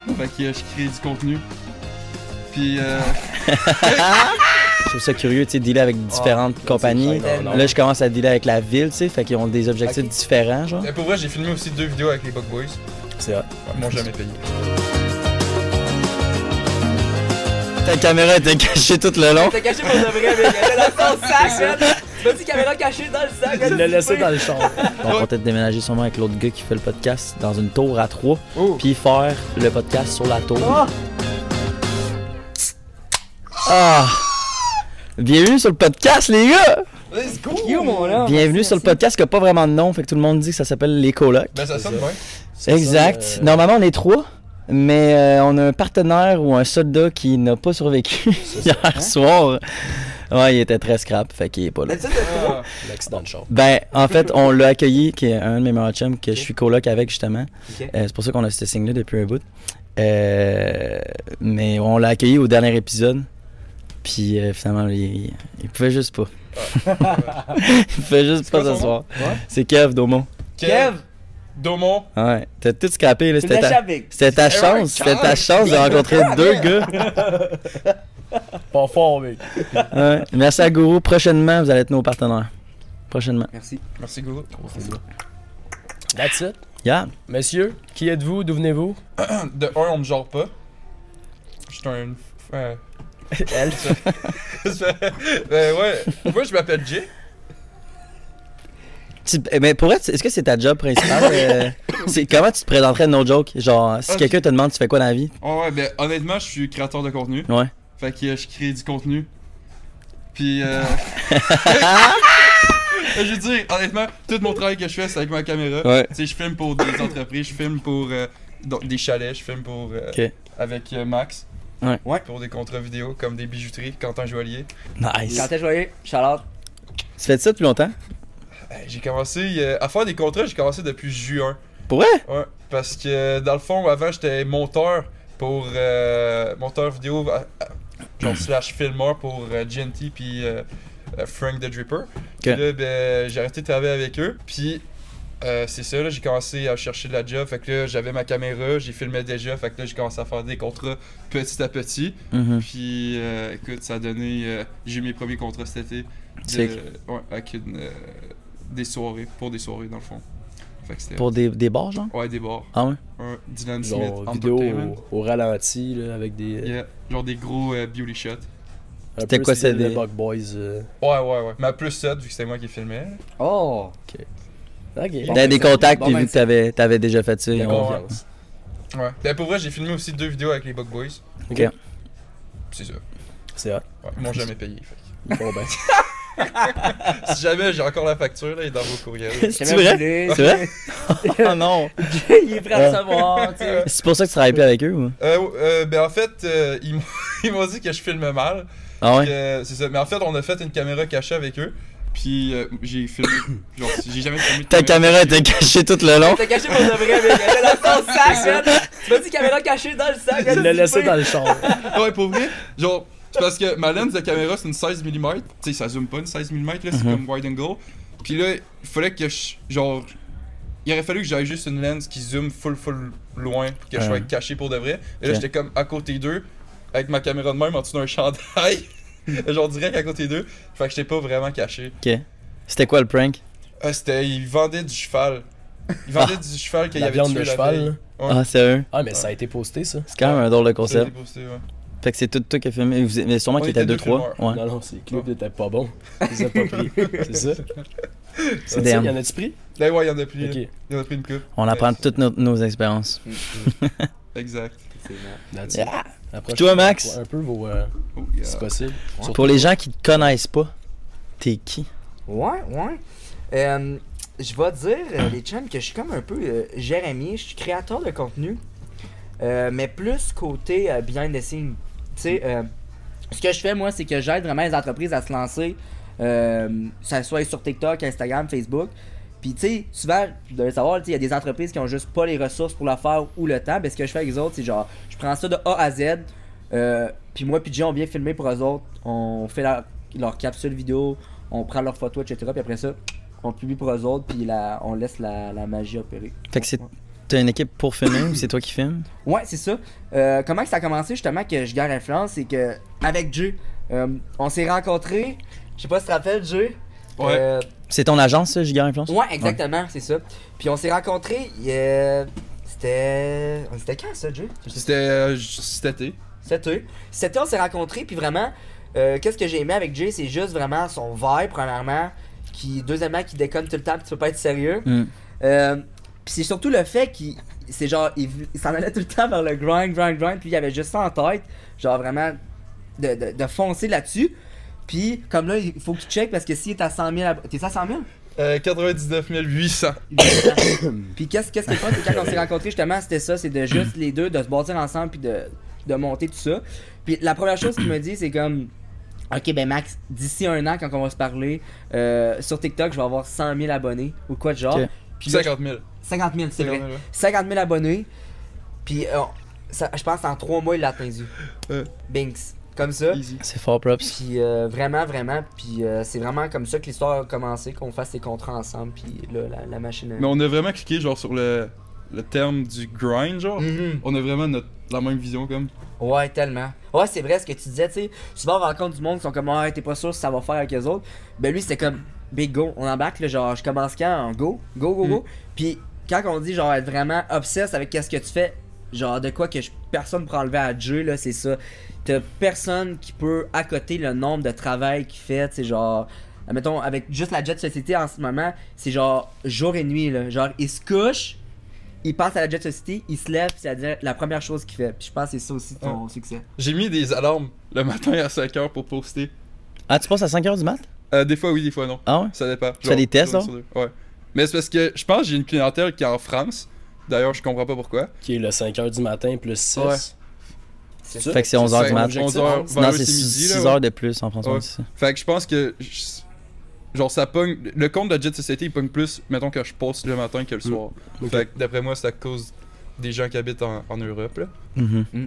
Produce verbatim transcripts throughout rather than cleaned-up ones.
Fait que euh, je crée du contenu. Puis euh... Je trouve ça curieux, tu sais, dealer avec différentes oh, compagnies. non, non. Là, je commence à dealer avec la ville, tu sais, fait qu'ils ont des objectifs okay. différents, genre. Et pour vrai, j'ai filmé aussi deux vidéos avec les Bug Boys. C'est hot. Ils m'ont jamais payé. Ta caméra était cachée tout le long. T'as caché pour de vrai, mec. Elle est dans son sac, man. Tu m'as dit caméra cachée dans le sac. Il l'a laissé dans le champ. On va peut-être déménager sûrement avec l'autre gars qui fait le podcast dans une tour à trois, oh. puis faire le podcast sur la tour. Oh. Ah! Bienvenue sur le podcast, les gars! Let's go! You, mon là. Bienvenue merci, sur le podcast qui n'a pas vraiment de nom, fait que tout le monde dit que ça s'appelle Les Colocs. Ben ça sonne bien. Exact. Ça, euh... Normalement, on est trois, mais euh, on a un partenaire ou un soldat qui n'a pas survécu hier hein? soir. Ouais, il était très scrap, fait qu'il est pas là. Ah. L'accident de char. Ben, en fait, on l'a accueilli, qui est un de mes meilleurs chums, que okay. je suis coloc avec, justement. Okay. Euh, c'est pour ça qu'on a ce signe-là depuis un bout. Euh, mais on l'a accueilli au dernier épisode. Puis euh, finalement, il, il pouvait juste pas. il pouvait juste pas ce soir. Ouais? C'est Kev Daumont. Kev! Daumont. Ouais, t'as tout scrappé, là. C'était ta, c'était ta c'est chance. C'était ta chance de rencontrer deux gars. Pas fort, mec. Ouais. Merci à Gourou. Prochainement, vous allez être nos partenaires. Prochainement. Merci. Merci, Gourou. That's it. Yeah. Messieurs, qui êtes-vous? D'où venez-vous? De un, on me genre pas. J'étais un... Euh... Elle? ben ouais. Moi, je m'appelle Jay. Tu, mais pour être, est-ce que c'est ta job principale? euh, c'est, comment tu te présenterais de no joke? Genre, si ah, quelqu'un te demande tu fais quoi dans la vie? Oh ouais, ben honnêtement, je suis créateur de contenu. Ouais. Fait que euh, je crée du contenu. Puis euh... je veux dire, honnêtement, tout mon travail que je fais, c'est avec ma caméra. Ouais. Tu sais, je filme pour des entreprises, je filme pour euh, des chalets, je filme pour... Euh, okay. avec euh, Max. Ouais. ouais. Pour des contrats vidéo, comme des bijouteries, Quentin Joaillier. Nice. Quentin Joaillier, shout-out. Tu fais ça depuis longtemps? Ben, j'ai commencé euh, à faire des contrats, j'ai commencé depuis juin. Pour vrai? Ouais, parce que dans le fond, avant, j'étais monteur pour... Euh, monteur vidéo, euh, genre slash filmeur pour euh, G N T puis euh, euh, Frank the Dripper. Okay. Puis là, ben, j'ai arrêté de travailler avec eux, puis... Euh, c'est ça, là, j'ai commencé à chercher de la job, fait que là, j'avais ma caméra, j'ai filmé déjà, fait que là, j'ai commencé à faire des contrats petit à petit. Mm-hmm. Puis, euh, écoute, ça a donné, euh, j'ai eu mes premiers contrats cet été, de, ouais, avec une, euh, des soirées, pour des soirées, dans le fond. Fait que c'était, pour des, des bars, genre? Ouais, des bars. Ah ouais? Un Dylan genre, Smith, vidéo au, au ralenti, là, avec des... Yeah, genre des gros euh, beauty shots. C'était quoi, c'est des... Bug Boys? Euh... Ouais, ouais, ouais. Mais plus sept, vu que c'était moi qui filmais. Oh! Ok. Okay. T'avais des contacts, puis vu que t'avais, t'avais déjà fait ça. Ouais. Ouais. ouais. Ben pour vrai, j'ai filmé aussi deux vidéos avec les Bug Boys. Ok. C'est ça. C'est hot. Ouais, ils m'ont jamais payé. Fait. Ils font bien. Si jamais j'ai encore la facture, là, il est dans vos courriels. C'est vrai? C'est vrai? Oh non! Il est prêt à savoir, tu sais. C'est pour ça que tu travailles plus avec eux, ou? Euh, euh, ben en fait, euh, ils, m'ont, ils m'ont dit que je filme mal. Ah ouais? Que, c'est ça. Mais en fait, on a fait une caméra cachée avec eux. Puis euh, j'ai filmé, genre, j'ai jamais filmé de Ta caméra était cachée tout le long. T'as caché pour de vrai, mec. Elle est dans son sac, man. Tu m'as dit caméra cachée dans le sac. Il l'a laissé dans le champ. Ouais, pour vrai, genre, c'est parce que ma lens de caméra, c'est une seize millimètres. Tu sais, ça zoome pas une seize millimètres, là, c'est mm-hmm. comme wide angle. Puis là, il fallait que je, genre, il aurait fallu que j'aille juste une lens qui zoome full, full loin, pour que je sois caché pour de vrai. Et là, okay. j'étais comme à côté d'eux, avec ma caméra de même en dessous d'un chandail. Genre direct à côté d'eux, fait que j'étais pas vraiment caché. Ok. C'était quoi le prank? Euh, c'était, ils vendaient du cheval. Ils vendaient ah, du cheval qu'il y avait tué de la cheval. Ouais. Ah, sérieux? Ah, mais ouais. ça a été posté, ça. C'est quand même un drôle de concept. Ça a été posté, ouais. Fait que c'est tout toi qui a filmé, mais sûrement qu'il était deux trois. Ouais. Non, non, ces clips étaient pas bons. Ils les ont pas pris. C'est ça? C'est ça, y en a-tu pris? Ben ouais, il y en a pris. Okay. Il y en a pris une coupe. On apprend ouais, toutes nos, nos expériences. Exact. C'est yeah. Toi, Max? Un peu vos. Euh, oh, yeah. C'est possible. Ouais. Pour les gens qui te connaissent pas, t'es qui? Ouais, ouais. Euh, je vais dire, euh, les chums, que je suis comme un peu euh, Jérémy. Je suis créateur de contenu, euh, mais plus côté euh, behind the scenes. Tu sais, euh, ce que je fais, moi, c'est que j'aide vraiment les entreprises à se lancer, euh, que ça soit sur TikTok, Instagram, Facebook. Puis, tu sais, souvent, vous devez savoir, il y a des entreprises qui ont juste pas les ressources pour le faire ou le temps. Ben, ce que je fais avec les autres, c'est genre, je prends ça de A à Z. Euh, puis moi, puis Jay, on vient filmer pour eux autres. On fait leur, leur capsule vidéo, on prend leurs photos, et cetera. Puis après ça, on publie pour eux autres, puis la, on laisse la, la magie opérer. Fait que c'est t'as une équipe pour filmer ou c'est toi qui filmes? Ouais, c'est ça. Euh, comment que ça a commencé justement que je garde influence, c'est que avec Jay, euh, on s'est rencontrés. Je sais pas si tu te rappelles, Jay. Ouais. Euh, C'est ton agence, ça, Giga Influence? ouais, exactement, c'est ça. Puis on s'est rencontrés. euh, C'était. C'était quand ça, Jay? C'était euh, cet été. Cet été. Cet été, on s'est rencontrés, puis vraiment, euh, qu'est-ce que j'ai aimé avec Jay, c'est juste vraiment son vibe, premièrement, qui, deuxièmement, qui déconne tout le temps, puis tu peux pas être sérieux. Mm. Euh, puis c'est surtout le fait qu'il. C'est genre, il, il s'en allait tout le temps vers le grind, grind, grind, puis il avait juste ça en tête, genre vraiment, de, de, de foncer là-dessus. Puis, comme là, il faut qu'il check parce que s'il est à cent mille. ab- T'es à cent mille? Euh, quatre-vingt-dix-neuf mille huit cents. Puis qu'est-ce qu'est-ce qui est fun, c'est quand on s'est rencontrés justement, c'était ça, c'est de juste les deux, de se bâtir ensemble puis de, de monter tout ça. Puis la première chose qu'il m'a dit, c'est comme, ok ben Max, d'ici un an quand on va se parler, euh, sur TikTok, je vais avoir cent mille abonnés ou quoi de genre. Ok. Puis là, cinquante mille. cinquante mille, c'est vrai. cinquante mille, ouais. cinquante mille abonnés. Puis euh, ça, je pense en trois mois il l'a atteint. Ouais. Binks. Comme ça. Easy. C'est fort props. Puis euh, vraiment, vraiment, puis euh, c'est vraiment comme ça que l'histoire a commencé, qu'on fasse les contrats ensemble, puis là, la, la machine... Mais on a vraiment cliqué genre sur le, le terme du grind, genre. Mhm. On a vraiment notre, la même vision, comme. Ouais, tellement. Ouais, c'est vrai ce que tu disais, tu sais. Souvent, on rencontre du monde qui sont comme, ouais, t'es pas sûr si ça va faire avec eux autres. Ben lui, c'était comme, big go, on embarque, là, genre, je commence quand en go, go, go, go. Puis quand on dit, genre, être vraiment obsesse avec qu'est-ce que tu fais, genre, de quoi que je, personne peut enlever à Dieu, là, c'est ça. T'as personne qui peut accoter le nombre de travail qu'il fait, tu sais, genre. Mettons, avec juste la Jet Society en ce moment, c'est genre jour et nuit, là. Genre, il se couche, il pense à la Jet Society, il se lève, puis c'est la, la première chose qu'il fait. Puis je pense que c'est ça aussi ton succès. J'ai mis des alarmes le matin à cinq heures pour poster. Ah, tu passes à cinq heures du mat? Euh, des fois oui, des fois non. Ah ouais? Ça dépend. Tu fais des tests, journée sur deux. Ouais. Mais c'est parce que je pense que j'ai une clientèle qui est en France. D'ailleurs, je comprends pas pourquoi. Qui est le cinq heures du matin plus six. Ouais. C'est ça. Fait que c'est onze heures du mat. onze heures, Non, vers c'est c'est midi, là, six ouais. heures de plus en France, Ouais. c'est ça. Fait que je pense que. je- Genre, ça pogne. Le compte de Jet Society, il pogne plus, mettons, que je poste le matin que le soir. Ok. Fait que d'après moi, c'est à cause des gens qui habitent en, en Europe, là. Mhm. Mm.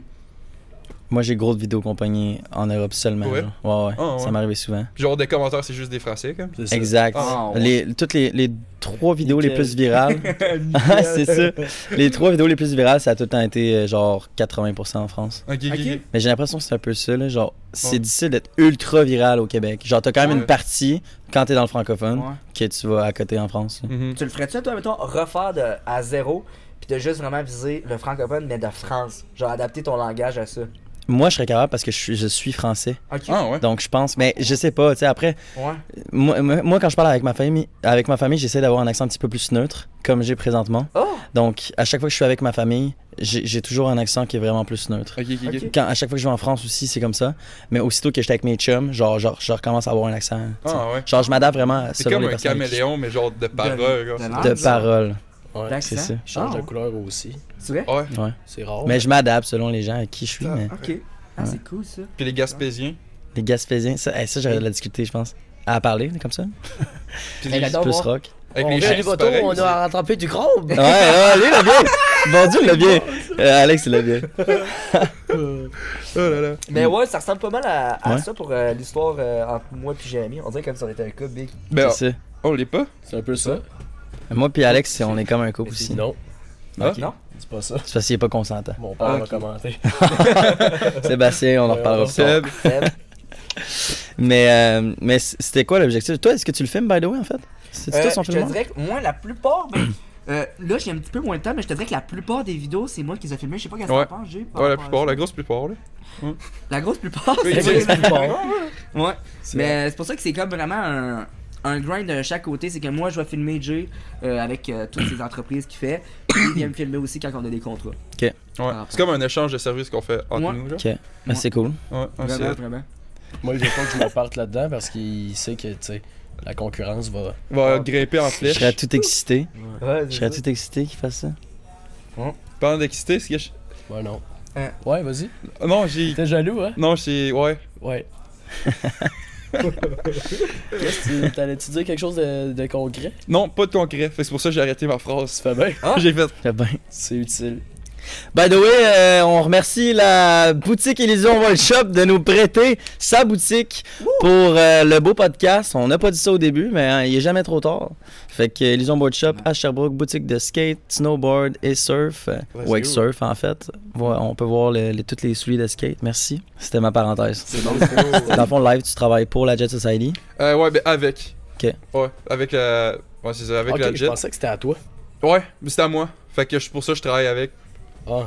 Moi, j'ai gros de vidéocompagnies en Europe seulement. Ouais? genre. Ouais, ouais. Ah, ouais. Ça m'arrivait souvent. Puis genre, des commentaires, c'est juste des Français, comme. C'est ça. Exact. Ah, ouais. les, toutes les, les trois vidéos les Nickel. plus virales. Ah, c'est ça. Les trois vidéos les plus virales, ça a tout le temps été euh, genre quatre-vingts pour cent en France. Ok, ok, Ok. ok. Mais j'ai l'impression que c'est un peu ça, là. Genre, c'est Ouais. difficile d'être ultra viral au Québec. Genre, t'as quand même Ouais. une partie, quand t'es dans le francophone, Ouais. que tu vas à côté en France. là. Mhm. Tu le ferais-tu, toi, mettons, refaire de, à zéro, puis de juste vraiment viser le francophone, mais de France? Genre, adapter ton langage à ça. Moi, je serais capable parce que je suis, je suis français. Ok. Ah ouais. Donc, je pense. Mais je sais pas, tu sais, après, Ouais. moi, moi, moi, quand je parle avec ma famille, avec ma famille, j'essaie d'avoir un accent un petit peu plus neutre, comme j'ai présentement. Oh! Donc, à chaque fois que je suis avec ma famille, j'ai j'ai toujours un accent qui est vraiment plus neutre. Ok, ok, ok. Ok. Quand, à chaque fois que je vais en France aussi, c'est comme ça. Mais aussitôt que j'étais avec mes chums, genre, genre, je recommence à avoir un accent. tu sais. Ah ouais. Genre, je m'adapte vraiment C'est selon comme les un personnes avec qui caméléon, mais genre de parole. genre. de c'est- langue. je- De parole, Ouais. D'accent. c'est ça. Il change Ah, de couleur aussi. C'est vrai? Ouais. Ouais. C'est rare. Mais je m'adapte selon les gens avec qui je suis. Ah. Mais Ok. Ah, Ouais. c'est cool ça. Puis les Gaspésiens. les Gaspésiens, ça, hey, ça j'aurais de la discuter, je pense. À parler, comme ça. Puis Hey, les- j'adore. Plus voir. rock. avec on les vient chiens, du c'est bateau, pareil, on c'est- a rattrapé du crabe. Ouais, ouais, lui, il l'a bien. Bon Dieu, il l'a bien. Euh, Alex, il l'a bien. Oh là là. Mais ouais, ça ressemble pas mal à, à Ouais. ça pour euh, l'histoire euh, entre moi et Jérémy. On dirait comme ça aurait été un cas big. Ben, C'est ça. on l'est pas. C'est un peu ça. Moi puis Alex, c'est- on est comme un couple Mais aussi. c'est non. Ah. Non? C'est pas ça. C'est parce qu'il est pas consentant. Mon père Ah, va ok. commenter. Sébastien, on en Ouais, reparlera on plus tard. Seb, Seb. Mais, euh, mais c- c'était quoi l'objectif? Toi, est-ce que tu le filmes, by the way, en fait? C'est Euh, toi son je te film? dirais que moi, la plupart, ben, euh, là j'ai un petit peu moins de temps, mais je te dirais que la plupart des vidéos, c'est moi qui les ai filmées. Je sais pas qu'est-ce que Ouais. t'en penses, Jay, par Ouais, la rapport à plupart, ça. la grosse plupart, là. La grosse plupart, Oui, c'est c'est vrai. C'est bon. Ouais. C'est Mais c'est pour ça que c'est comme vraiment un, un grind de chaque côté. C'est que moi, je vais filmer Jay euh, avec euh, toutes ces entreprises qu'il fait. Puis il vient me filmer aussi quand on a des contrats. Ouais. rapport. C'est comme un échange de services qu'on fait entre Ouais. nous, genre. Ok, ben, c'est cool. Ouais, ouais, c'est- Vraiment, vraiment. Moi, il veut pas que je me parte là-dedans parce qu'il sait que, tu sais, la concurrence va. On va grimper en Je flèche. serais tout excité. Ouais, Je serais tout excité qu'il fasse ça. Pendant d'exciter, c'est que je... Ouais, non. Hein. Ouais, vas-y. Oh, non, j'ai... T'es jaloux, hein? Non, j'ai... Ouais. Ouais. Qu'est-ce que tu. T'allais-tu dire quelque chose de, de concret? Non, pas de concret. Fait que c'est pour ça que j'ai arrêté ma phrase. Ça fait bien. Ah. J'ai fait... Très bien. C'est utile. By the way, euh, on remercie la boutique Illusion World Shop de nous prêter sa boutique pour euh, le beau podcast. On n'a pas dit ça au début, mais hein, il est jamais trop tard. Fait que Illusion World Shop à Sherbrooke, boutique de skate, snowboard et surf. Euh, wake surf, en fait. Voilà, on peut voir le, le, tous les souliers de skate. Merci. C'était ma parenthèse. C'est bon, c'est bon. Dans le fond, live, tu travailles pour la Jet Society? Euh, ouais, ben avec. Ok. Ouais, avec la. Ouais, c'est ça, avec Ok, la je Jet. pensais que c'était à toi. Ouais, mais c'était à moi. Fait que je- pour ça, je travaille avec. Ah.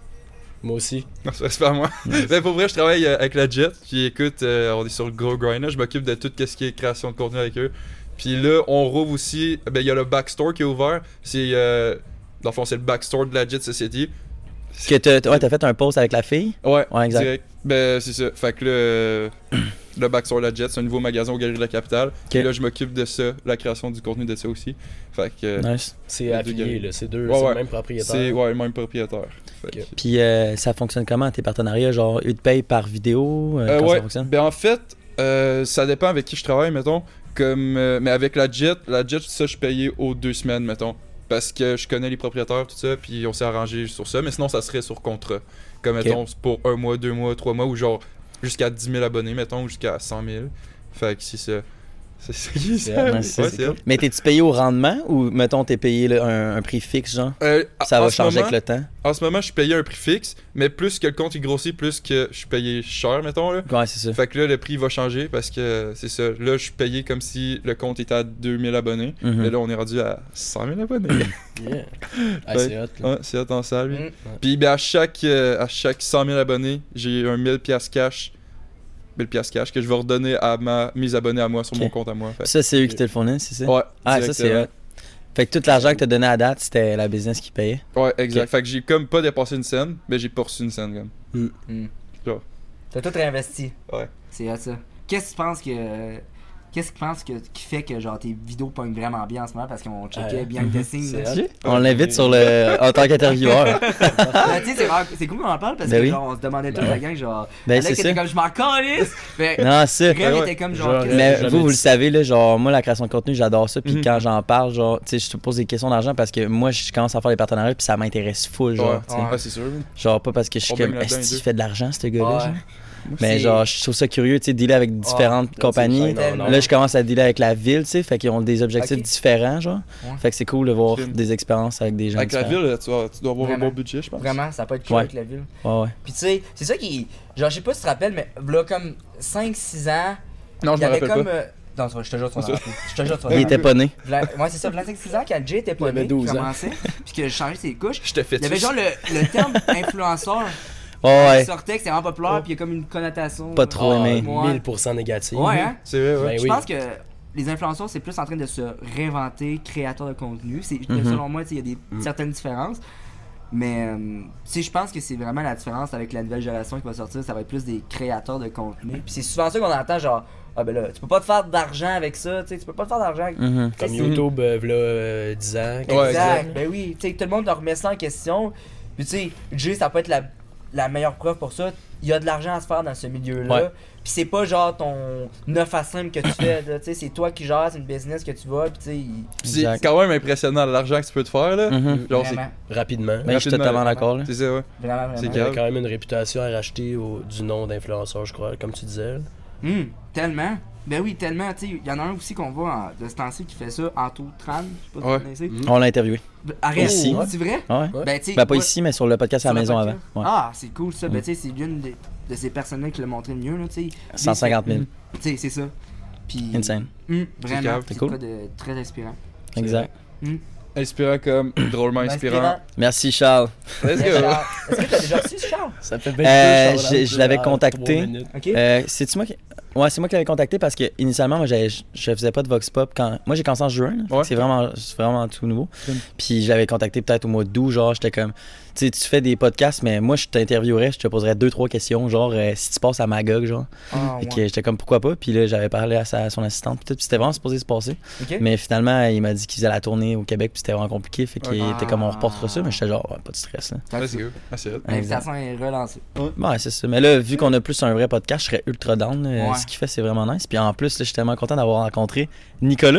Moi aussi. Non, c'est c'est pas à moi. Mais pour vrai, je travaille euh, avec la Jet. Puis écoute, euh, on est sur le gros grind. là. Je m'occupe de tout ce qui est création de contenu avec eux. Puis là, on rouvre aussi. Ben, il y a le backstore qui est ouvert. C'est. Euh, dans le fond, c'est le backstore de la Jet Society. Que t'as, ouais, t'as fait un post avec la fille? Ouais, Ouais, exact. direct. Ben, c'est ça. Fait que là, euh, le backstore de la Jet, c'est un nouveau magasin au Galerie de la Capitale. Puis là, je m'occupe de ça, la création du contenu de ça aussi. Fait que. euh, Nice. C'est Les deux affilié, galeries. là. C'est deux, Ouais, c'est ouais. le même propriétaire. c'est ouais, le même propriétaire. Fait Ok. que- Puis euh, ça fonctionne comment, tes partenariats? Genre, eux te payent par vidéo? Euh, Euh, comment ouais, ça fonctionne? ben en fait, euh, ça dépend avec qui je travaille, mettons. Comme, euh, mais avec la Jet, la Jet, ça, je payais aux deux semaines, mettons. Parce que je connais les propriétaires, tout ça, puis on s'est arrangé sur ça. Mais sinon, ça serait sur contrat. Comme, Ok. mettons, c'est pour un mois, deux mois, trois mois, ou genre jusqu'à dix mille abonnés, mettons, ou jusqu'à cent mille. Fait que c'est ça. C'est ça qui est C'est ça. ouais, Ouais, c'est c'est cool. Mais t'es-tu payé au rendement ou, mettons, t'es payé là, un, un prix fixe, genre? Euh, Ça en va ce changer moment- avec le temps? En ce moment, je suis payé un prix fixe, mais plus que le compte il grossit, plus que je suis payé cher, mettons, là. Ouais, c'est ça. Fait que là, le prix va changer parce que c'est ça. Là, je suis payé comme si le compte était à deux mille abonnés. Mhm. Mais là, on est rendu à cent mille abonnés. Yeah. Ah, c'est hot, là. Ouais, c'est hot en salle, lui. Mm. Puis ben, à chaque, euh, à chaque cent mille abonnés, j'ai un mille piastres cash. mille piastres cash que je vais redonner à ma, mes abonnés à moi sur Ok. mon compte à moi. Fait. Ça, c'est eux qui te le fournissent, c'est ça? Ouais, Ah, ça, c'est directement. hot. Fait que tout l'argent que t'as donné à date, c'était la business qui payait? Ouais, exact. Ok. Fait que j'ai comme pas dépassé une scène, mais j'ai pas reçu une scène, comme. Mm. Genre. T'as tout réinvesti. Ouais. C'est hot, ça. Qu'est-ce que tu penses que. Qu'est-ce que tu penses que, qui fait que genre tes vidéos pognent vraiment bien en ce moment parce qu'on checkait Ouais. bien le testing. C'est là. hot. On l'invite sur le... en tant qu'intervieweur. Ben, tu sais, c'est rare- c'est cool qu'on en parle parce Ben que oui. genre on se demandait toute la gang genre. Ben, Alex c'est était ça. comme je m'en calisse. Mais Non, c'est... Graham ouais. était comme genre. Genre, qu'est-ce Mais jamais vous, vous le dit. savez, là, genre, moi, la création de contenu, j'adore ça. Puis Mhm. quand j'en parle, genre, tu sais, je te pose des questions d'argent parce que moi, je commence à faire des partenariats, puis ça m'intéresse full, genre, Ouais, tu sais. ouais, c'est sûr. Genre, pas parce que je suis Problème comme, là-dedans, est-ce les qu'il deux. fait de l'argent, ce gars-là, Ouais. genre? Moi, Mais c'est- genre, je trouve ça curieux, tu sais, dealer avec différentes c'est compagnies. fine, non, non. Là, je commence à dealer avec la ville, tu sais, fait qu'ils ont des objectifs Ok. différents, genre. Ouais. Fait que c'est cool de voir Crime. des expériences avec des gens Avec la différents. ville, tu, vas- tu dois avoir Vraiment. un bon budget, je pense. Vraiment, ça peut être cool Ouais. avec la ville. Ouais, ouais. Puis tu sais, c'est ça qui. Genre, je sais pas si tu te rappelles, mais là, comme cinq six ans, Non, il je y me avait rappelle comme. pas. euh, Non, c'est vrai, je te jure, tu vas C'est t'en rappeler. Je te jure, tu vas t'en Il était rappeler. pas né. V'là- Ouais, c'est ça, vingt-cinq six ans, quand Jay était pas Il avait né, douze il ans. commençait, puis que je changeais ses couches. Je te fais Il y avait ça. genre le, le terme influenceur Ouais, qui ouais. sortait, que c'était vraiment populaire, puis il y a comme une connotation. Pas trop Ah, aimé. Ouais. mille pour cent négatif. Ouais, hein? C'est vrai, ouais. Ben Je oui. pense que les influenceurs, c'est plus en train de se réinventer, créateurs de contenu. C'est, Mhm. Selon moi, tu sais, il y a des, Mhm. certaines différences. Mais euh, tu sais, je pense que c'est vraiment la différence avec la nouvelle génération qui va sortir. Ça va être plus des créateurs de contenu. Puis c'est souvent ça qu'on entend, genre, ah ben là, tu peux pas te faire d'argent avec ça, tu sais, tu peux pas te faire d'argent avec. Mhm. Comme C'est- YouTube, euh, v'là euh, dix ans. Ouais, exact. exact. Ben oui, tu sais, tout le monde leur remet ça en question. Puis tu sais, Jay, ça peut être la, la meilleure preuve pour ça. Il y a de l'argent à se faire dans ce milieu-là. Ouais. Puis c'est pas genre ton neuf à cinq que tu fais, là, tu sais, c'est toi qui gères, c'est une business que tu vas, puis tu sais, il- C'est Exact. quand même impressionnant l'argent que tu peux te faire, là. Mhm. Genre, c'est vraiment, Rapidement. Ben, je suis rapidement, totalement là. d'accord, là. C'est ça, ouais. vraiment, vraiment. C'est Il y a grave. quand même une réputation à racheter au- du nom d'influenceur, je crois, comme tu disais. là. Hum, tellement. Ben oui, tellement, tu sais, il y en a un aussi qu'on voit en- de ce temps-ci qui fait ça, Anto Tran, je sais pas Ouais. si vous connaissez. Mhm. On l'a interviewé. Arrête, Ici. c'est vrai? Ouais. Ouais. Ben tu sais, Ben, pas moi- ici, mais sur le podcast à sur la le maison avant. podcast. Ouais. Ah, c'est cool ça, ben Mm. tu sais, c'est l'une des- de ces personnes-là qui l'a montré le mieux, là, tu sais. cent cinquante mille. Tu sais, c'est ça. Puis. Insane. Hum, vraiment, grave. c'est C'est cool. quoi de très inspirant. Exact. Inspirant comme drôlement inspirant. Merci, Charles. Let's Yes, go. Charles. Est-ce que t'as déjà reçu Charles? Ça fait Euh, vingt-deux je- je l'avais contacté. Ok. Euh, c'est-tu moi qui... Ouais, c'est moi qui l'avais contacté parce que initialement, moi, j'avais- je je faisais pas de Vox Pop quand. Moi, j'ai commencé en juin. là. Ouais. C'est vraiment, c'est vraiment tout nouveau. Cool. Puis je l'avais contacté peut-être au mois d'août. Genre, j'étais comme. Tu sais, tu fais des podcasts, mais moi, je t'interviewerais, je te poserais deux, trois questions. Genre, euh, si tu passes à Magog, genre. Ah, Fait ouais. que j'étais comme, pourquoi pas. Puis là, j'avais parlé à, sa, à son assistante. Puis tout, puis c'était vraiment supposé se passer. Ok. Mais finalement, il m'a dit qu'il faisait la tournée au Québec. Puis c'était vraiment compliqué. Fait qu'il Ah. était comme, on reportera ça. Mais j'étais genre, ouais, pas de stress. Là. Tant que Let's ça. go. Ah, c'est hot. L'invitation est relancée. Ouais, c'est ça. Mais là, vu qu'on a plus un vrai podcast, je serais ultra down. là. Ouais. Ce qu'il fait, c'est vraiment nice. Puis en plus, là, je suis tellement content d'avoir rencontré Nicolas.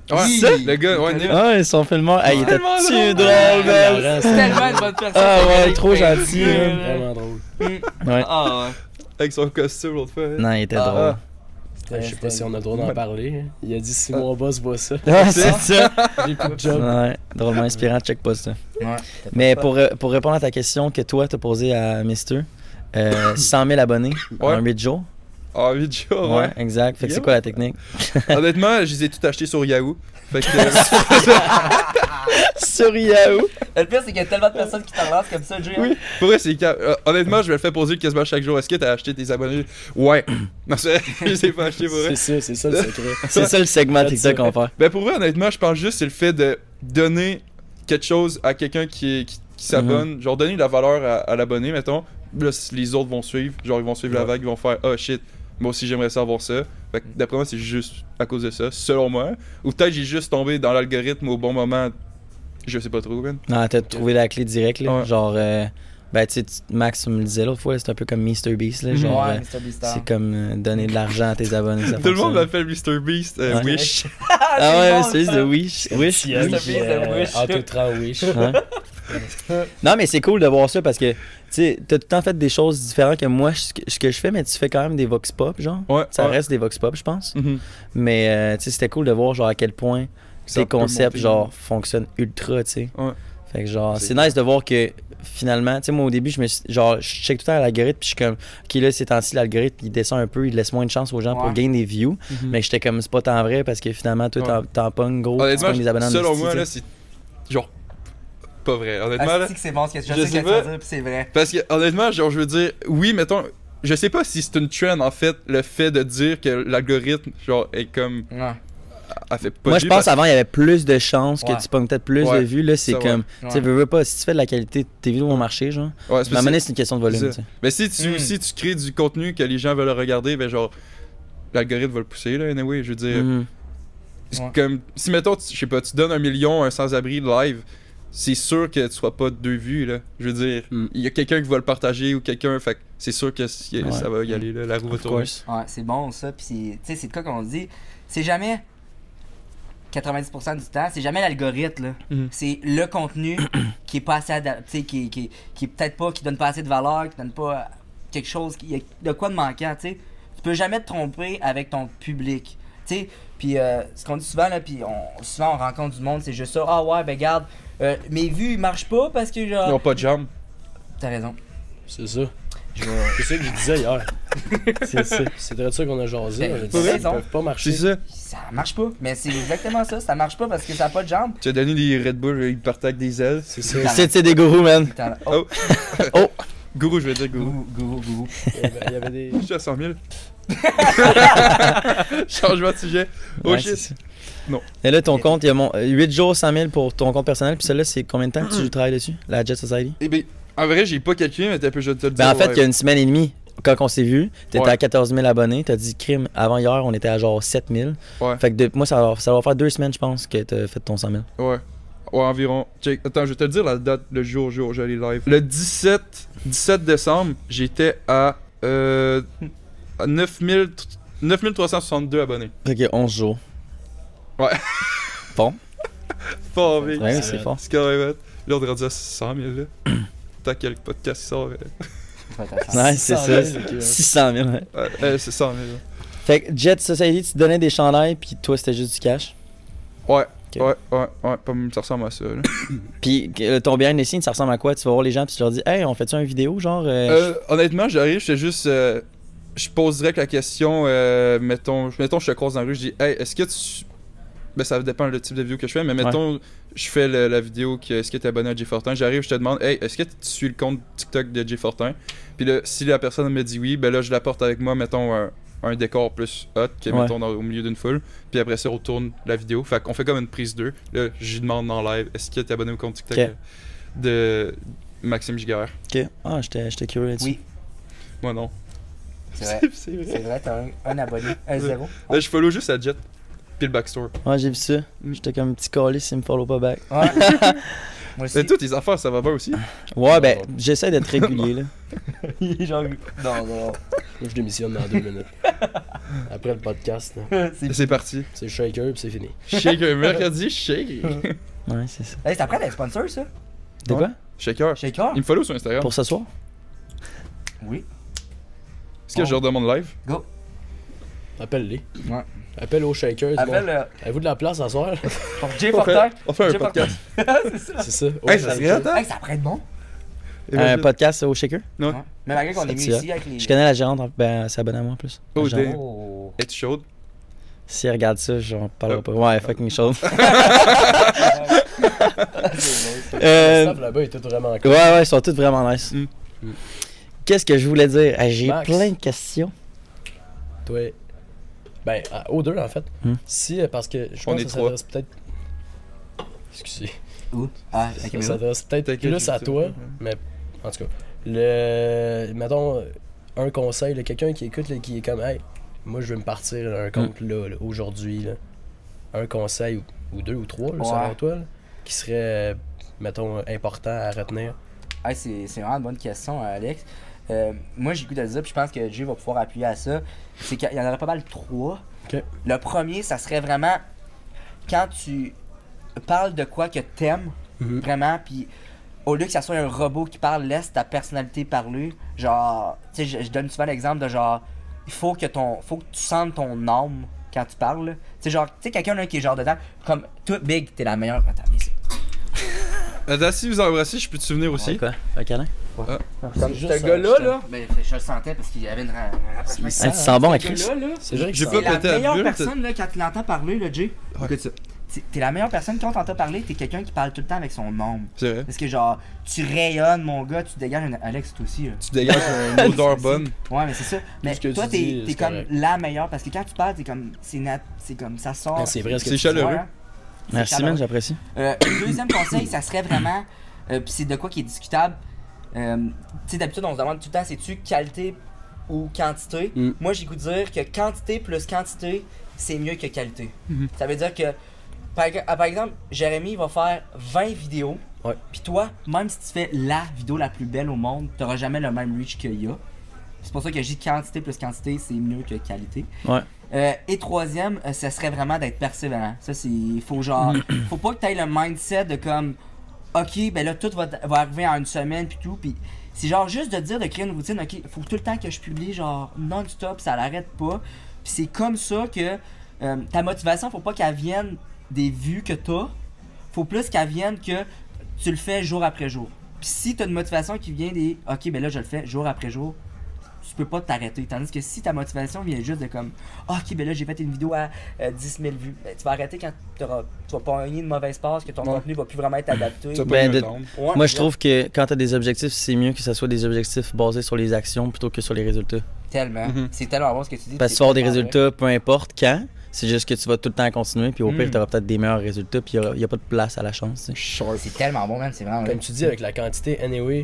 Ouais, ça? le gars, ouais, Nip. Ah, ils sont filmement. Ah, il était Tellement si drôle. drôle, man. Marrant, C'est tellement une bonne personne. Ah ouais, c'est trop magnifique. gentil, Ouais, man. ouais. Vraiment drôle. Ouais. Ah ouais. Avec son costume l'autre fois. Non, il était Ah. drôle. Ouais, je sais pas si on a le droit d'en parler. Il a dit si mon boss voit ça, Ah, c'est ça. j'ai plus de job. Ouais, drôlement inspirant, check pas ça. Ouais. Mais pour, euh, pour répondre à ta question que toi, t'as posée à Mister, euh, cent mille abonnés Ouais. en huit jours. Ah, huit jours, Ouais, ouais. exact. Fait que c'est Yeah. quoi la technique? Honnêtement, je les ai tous achetés sur Yahoo. Fait que. Sur Yahoo. Le pire, c'est qu'il y a tellement de personnes qui t'en relancent comme ça, Jay. Oui, pour vrai, c'est ca- euh, honnêtement, je vais le faire poser quasiment chaque jour. Est-ce que t'as acheté tes abonnés? Ouais. Non, c'est je les ai pas achetés pour vrai. C'est ça, c'est ça le secret. C'est ça le segment TikTok qu'on fait. Ben pour vrai, honnêtement, je pense juste que c'est le fait de donner quelque chose à quelqu'un qui, est- qui, qui s'abonne. Genre donner de la valeur à, à l'abonné, mettons. Là, si les autres vont suivre. Genre, ils vont suivre la Ouais. vague, ils vont faire oh shit, moi aussi j'aimerais savoir ça. Fait que d'après moi, c'est juste à cause de ça, selon moi. Ou peut-être j'ai juste tombé dans l'algorithme au bon moment. Je sais pas trop, man. Non, t'as trouvé la clé directe, là. Ouais. Genre, euh, ben, tu sais, tu- Max, tu me le disais l'autre fois, là, c'est un peu comme MrBeast, là. Genre, Ouais, euh, Mister Beast. c'est comme euh, donner de l'argent à tes abonnés. Ça Tout le monde fonctionne. m'appelle mister Beast, euh, Ouais. Wish. Ah ouais, bon, c'est ça. de Wish. Wish. Qui a Mr. qui, Beast, euh, le Wish. Auto-tran Wish. Ouais. Non, mais c'est cool de voir ça parce que, tu sais, t'as tout le temps fait des choses différentes que moi, ce que, ce que je fais, mais tu fais quand même des vox pop, genre. Ouais, Ça ouais. reste des vox pop, je pense. Mhm. Mais, euh, tu sais, c'était cool de voir, genre, à quel point Ça tes peut concepts, monter. genre, fonctionnent ultra, tu sais. Ouais. Fait que, genre, C'est c'est nice de voir que, finalement, tu sais, moi, au début, je me suis, genre, je check tout le temps l'algorithme, puis je suis comme, OK, là, ces temps-ci, l'algorithme, il descend un peu, il laisse moins de chance aux gens pour Ouais. gagner des views. Mhm. Mais j'étais comme, c'est pas tant vrai parce que, finalement, toi, Ouais. t'en- t'en pognes gros, tu Honnêtement, pognes des abonnés en selon esti, moi, tu là, sais. c'est genre pas vrai. Honnêtement, Ah, là. c'est que c'est bon ce que tu je Je sais sais que tu vas pas. dire, puis c'est vrai. Parce que, honnêtement, genre, je veux dire, oui, mettons, je sais pas si c'est une trend, en fait, le fait de dire que l'algorithme, genre, est comme. Ouais. a fait pas Moi, de je vues pense parce- qu'avant, il y avait plus de chances que Ouais. tu pognes peut-être plus Ouais. de vues. Là, c'est Ça, ouais. comme, tu sais, Ouais. veux, veux pas, si tu fais de la qualité, tes vidéos vont marcher, genre. Ouais, c'est Mais à un parce moment que- donné, c'est une question de volume, c'est tu ça. sais. Mais si tu, Mm. si tu crées du contenu que les gens veulent regarder, ben genre, l'algorithme va le pousser, là, anyway, je veux dire. Mhm. C'est Ouais. comme, si mettons, tu- je sais pas, tu donnes un million à un sans-abri live, c'est sûr que tu sois pas deux vues, là. Je veux dire, il Mm. y a quelqu'un qui va le partager ou quelqu'un, fait que c'est sûr que si- Ouais. ça va y aller, là, la roue va Of tourner. course. Ouais, c'est bon ça. Puis c'est- tu sais, c'est de quoi qu'on dit. C'est jamais quatre-vingt-dix pour cent du temps, c'est jamais l'algorithme là. Mhm. C'est le contenu qui est pas assez adapté, qui, qui, qui est peut-être pas, qui donne pas assez de valeur, qui donne pas euh, quelque chose, qui y a de quoi de manquant, tu sais. Tu peux jamais te tromper avec ton public, tu sais. Puis euh, ce qu'on dit souvent là, puis on, souvent on rencontre du monde, c'est juste ça. Ah ouais, ben garde, euh, mes vues ils marchent pas parce que Ils genre. ont pas de jambes. T'as raison. C'est ça. Je vais. C'est ça que je disais hier. C'est ça. C'est de ça qu'on a jasé. Ben, On a dit t'as ça raison. peuvent pas marcher. C'est ça. Ça marche pas. Mais c'est exactement ça. Ça marche pas parce que ça a pas de jambes. Tu as donné des Red Bull, ils partent avec des ailes. C'est ça. C'est c'est des gourous, man. T'as- Oh, Oh! Gourou, je vais dire gourou. gourou, gourou, gourou. Il y avait- il y avait des. Je suis à cent mille. Changement de sujet. Oh Ouais, c'est shit. ça. Non. Et là, ton compte, il y a mon, euh, huit jours, cent mille pour ton compte personnel. Puis celle-là, c'est combien de temps que tu travailles dessus, la Jet Society? Eh ben, en vrai, j'ai pas calculé, mais t'as peu, je vais te le dire. Ben, en fait, ouais. il y a une semaine et demie, quand on s'est vu, t'étais Ouais. à quatorze mille abonnés. T'as dit crime. Avant hier, on était à genre sept mille. Ouais. Fait que de- moi, ça va, ça va faire deux semaines, je pense, que t'as fait ton cent mille. Ouais. Ouais, environ. Check. Attends, je vais te dire la date, le jour, jour où j'allais live. Le dix-sept, dix-sept décembre, j'étais à, euh, à neuf mille trois cent soixante-deux abonnés. Fait que onze jours. Ouais. Bon. Pas envie. Ouais, c'est c'est vrai. fort. C'est carré, ouais. Là, on est rendu à cent mille, là. Tant quel podcast sort. euh, Ouais, c'est cent ça. mille, ok, ouais. six cent mille, ouais. Ouais, euh, c'est cent mille. Fait que Jet Society, tu te donnais des chandails, puis toi, c'était juste du cash. Ouais. Ok. Ouais, ouais, ouais, pas m- ça ressemble à ça, là. Puis euh, ton behind the scenes, ça ressemble à quoi? Tu vas voir les gens, puis tu leur dis, hey, on fait-tu une vidéo, genre? euh, Euh, honnêtement, j'arrive, je fais juste. euh, je pose direct la question, euh, mettons, mettons, je te croise dans la rue, je dis, hey, est-ce que tu. Ben, ça dépend du type de vidéo que je fais, mais mettons, je fais le- la vidéo que est-ce que t'es abonné à Jay Fortin. J'arrive, je te demande, hey, est-ce que tu suis le compte TikTok de Jay Fortin? Puis là, si la personne me dit oui, ben là, je l'apporte avec moi, mettons, un, un décor plus hot, que Ouais. mettons dans- au milieu d'une foule. Puis après ça, on tourne la vidéo. Fait qu'on fait comme une prise deux. Là, je lui demande en live, est-ce que t'es abonné au compte TikTok Ok. de Maxime Giguère? Ok. Ah, j'étais j'étais curieux là-dessus. Oui, Moi, non. c'est vrai. C'est vrai. C'est vrai, t'as un, un abonné. Un zéro. Là, je follow juste à Jet. Puis le backstore. Ouais, j'ai vu ça. J'étais comme un petit calice s'il me follow pas back. Ouais. Moi aussi. Mais toutes tes affaires, ça va bien aussi. Ouais, ben, j'essaie d'être régulier, là. Il est genre. Non, non. Moi, je démissionne dans deux minutes. Après le podcast, là, c'est... C'est parti. c'est shaker puis c'est fini. Shaker, mercredi, shake. Ouais, c'est ça. Hey, c'est après d'être sponsor, ça? De quoi? Shaker. Shaker? Il me follow sur Instagram. Pour ce soir? Oui. Est-ce que je leur demande live? Go. Appelle-les. Ouais. Appelle au shaker. dis-moi, Appelle euh, Avez-vous de la place à soir? pour Jay On fait, Fortin. on fait un Jay podcast. c'est ça. C'est ça. Au Hey, ça shaker. serait hot, hein? Hey, ça pourrait être bon. Un Imagine. podcast au Shaker? Ouais. Ouais. Mais malgré qu'on est mis Ça tire. ici avec les. Je connais la gérante, ben, elle s'abonne à moi en plus. Oh, La gérante. damn. Oh. Es-tu chaude? Si elle regarde ça, j'en parlerai pas. Ouais, fucking chaud. Le euh, staff là-bas était vraiment cool. ouais, ouais, ils sont tous vraiment nice. Mm. Mm. Qu'est-ce que je voulais dire? Ah, j'ai Max. plein de questions. Toi. Ben, à- aux deux, en fait. Hmm. Si, euh, parce que je On pense est que ça trois. s'adresse peut-être. Excusez. Où? Ah, la Ça caméra. s'adresse peut-être T'inquiète, plus j'ai à dit toi, ça. mais en tout cas. Le. Mettons, un conseil, là, quelqu'un qui écoute, là, qui est comme, hey, moi je veux me partir un compte là, là, aujourd'hui. Là. Un conseil, ou, ou deux ou trois, là, Ouais. selon toi, là, qui serait, euh, mettons, important à retenir. Hey, c'est, c'est vraiment une bonne question, Alex. Euh, moi, j'ai le goût de le dire, puis je pense que Jay va pouvoir appuyer à ça. C'est qu'il y en aurait pas mal trois. Ok. Le premier, ça serait vraiment quand tu parles de quoi que t'aimes, Mhm. vraiment, puis au lieu que ça soit un robot qui parle, laisse ta personnalité parler. Genre, tu sais, je, je donne souvent l'exemple de genre, il faut que ton, faut que tu sentes ton âme quand tu parles. Tu sais, genre, tu sais, quelqu'un là, qui est genre dedans, comme toi, Big, t'es la meilleure. Attends, viens ici. Attends, si vous embrassez, je peux te souvenir aussi. Quoi? Un câlin? Comme juste ce ça, gars-là, je là, ben, je le sentais parce qu'il y avait une ra- un rapprochement. Il Hey, tu sens bon à Ce Chris? gars-là, là, C'est vrai que J'ai ça- pas t'es la pété à la meilleure bulle, personne là, quand tu l'entends parler, là, Jay. Ouais. Écoute ça. T'es t'es la meilleure personne quand t'entends parler, t'es quelqu'un qui parle tout le temps avec son âme. C'est vrai. Parce que genre, tu rayonnes, mon gars, tu dégages une... Alex, toi aussi, là. Tu dégages une odeur bonne. Ouais, mais c'est ça. Mais ce que toi, tu t'es dis, t'es c'est comme correct. la meilleure parce que quand tu parles, t'es comme. C'est nat... c'est comme ça sort. Ouais, c'est vrai ce que C'est tu chaleureux. Ouais, hein. Merci, C'est man, chaleureux. j'apprécie. Euh, le deuxième conseil, ça serait vraiment. Euh, Puis c'est de quoi qui est discutable. Euh, tu sais, d'habitude, on se demande tout le temps, c'est-tu qualité ou quantité? Mm. Moi, j'ai goût de dire que quantité plus quantité, c'est mieux que qualité. Mhm. Ça veut dire que, par, ah, par exemple, Jérémy va faire vingt vidéos. Ouais. Puis toi, même si tu fais la vidéo la plus belle au monde, t'auras jamais le même reach qu'il y a. C'est pour ça que je dis quantité plus quantité, c'est mieux que qualité. Ouais. Euh, et troisième, euh, ce serait vraiment d'être persévérant. Ça, c'est. Faut genre. Faut pas que tu aies le mindset de comme. Ok, ben là, tout va, va arriver en une semaine, puis tout. Puis c'est genre juste de dire, de créer une routine. Ok, faut tout le temps que je publie, genre non-stop, ça l'arrête pas. Puis c'est comme ça que euh, ta motivation, faut pas qu'elle vienne des vues que t'as. Faut plus qu'elle vienne que tu le fais jour après jour. Puis si t'as une motivation qui vient des. Ok, ben là, je le fais jour après jour. Tu peux pas t'arrêter. Tandis que si ta motivation vient juste de comme ah, ok, ben là j'ai fait une vidéo à euh, dix mille vues, ben, tu vas arrêter quand t'auras- tu vas pas gagner une mauvaise passe, que ton Ouais. contenu va plus vraiment être adapté. Tu vas pas Ben, eu de- un temps. Ouais, Moi, je exact. trouve que quand t'as des objectifs, c'est mieux que ce soit des objectifs basés sur les actions plutôt que sur les résultats. Tellement. Mhm. C'est tellement bon ce que tu dis. Parce que c'est tu vas avoir des tellement résultats peu importe quand, c'est juste que tu vas tout le temps continuer, puis au pire, Mm. t'auras peut-être des meilleurs résultats, puis il n'y a pas de place à la chance. tu sais. vrai. C'est tellement bon, man. C'est vraiment vrai. Comme tu dis, avec la quantité, anyway,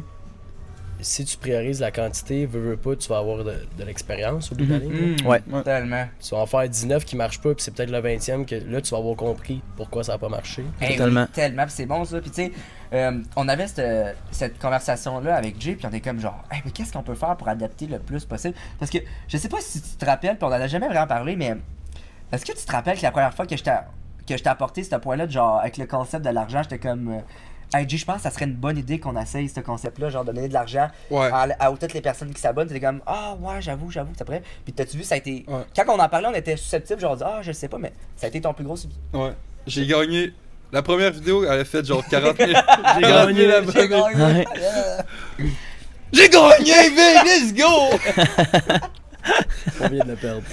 si tu priorises la quantité, veux, veux pas, tu vas avoir de, de l'expérience au bout de la ligne. Mhm. Ouais. Tellement. Tu vas en faire dix-neuf qui marchent pas, puis c'est peut-être le vingtième que là, tu vas avoir compris pourquoi ça a pas marché. Eh oui, Totalement. tellement, puis c'est bon ça. Puis tu sais, euh, on avait cette, cette conversation-là avec Jay, puis on est comme genre, hey, mais qu'est-ce qu'on peut faire pour adapter le plus possible? Parce que je sais pas si tu te rappelles, puis on en a jamais vraiment parlé, mais est-ce que tu te rappelles que la première fois que je t'ai que je t'ai apporté ce point-là, de genre, avec le concept de l'argent, j'étais comme, euh, hey Jay, je pense que ça serait une bonne idée qu'on essaye ce concept-là, genre donner de l'argent Ouais. à, à toutes les personnes qui s'abonnent. T'étais comme, ah ouais, j'avoue, j'avoue, ça pourrait. Puis t'as-tu vu, ça a été. Ouais. Quand on en parlait, on était susceptibles, genre, ah, je sais pas, mais ça a été ton plus gros succès. Ouais. J'ai gagné. La première vidéo, elle a fait genre quarante mille. J'ai gagné la J'ai bonne. gagné. Ouais. Yeah. J'ai gagné, baby, let's go! On vient de le perdre.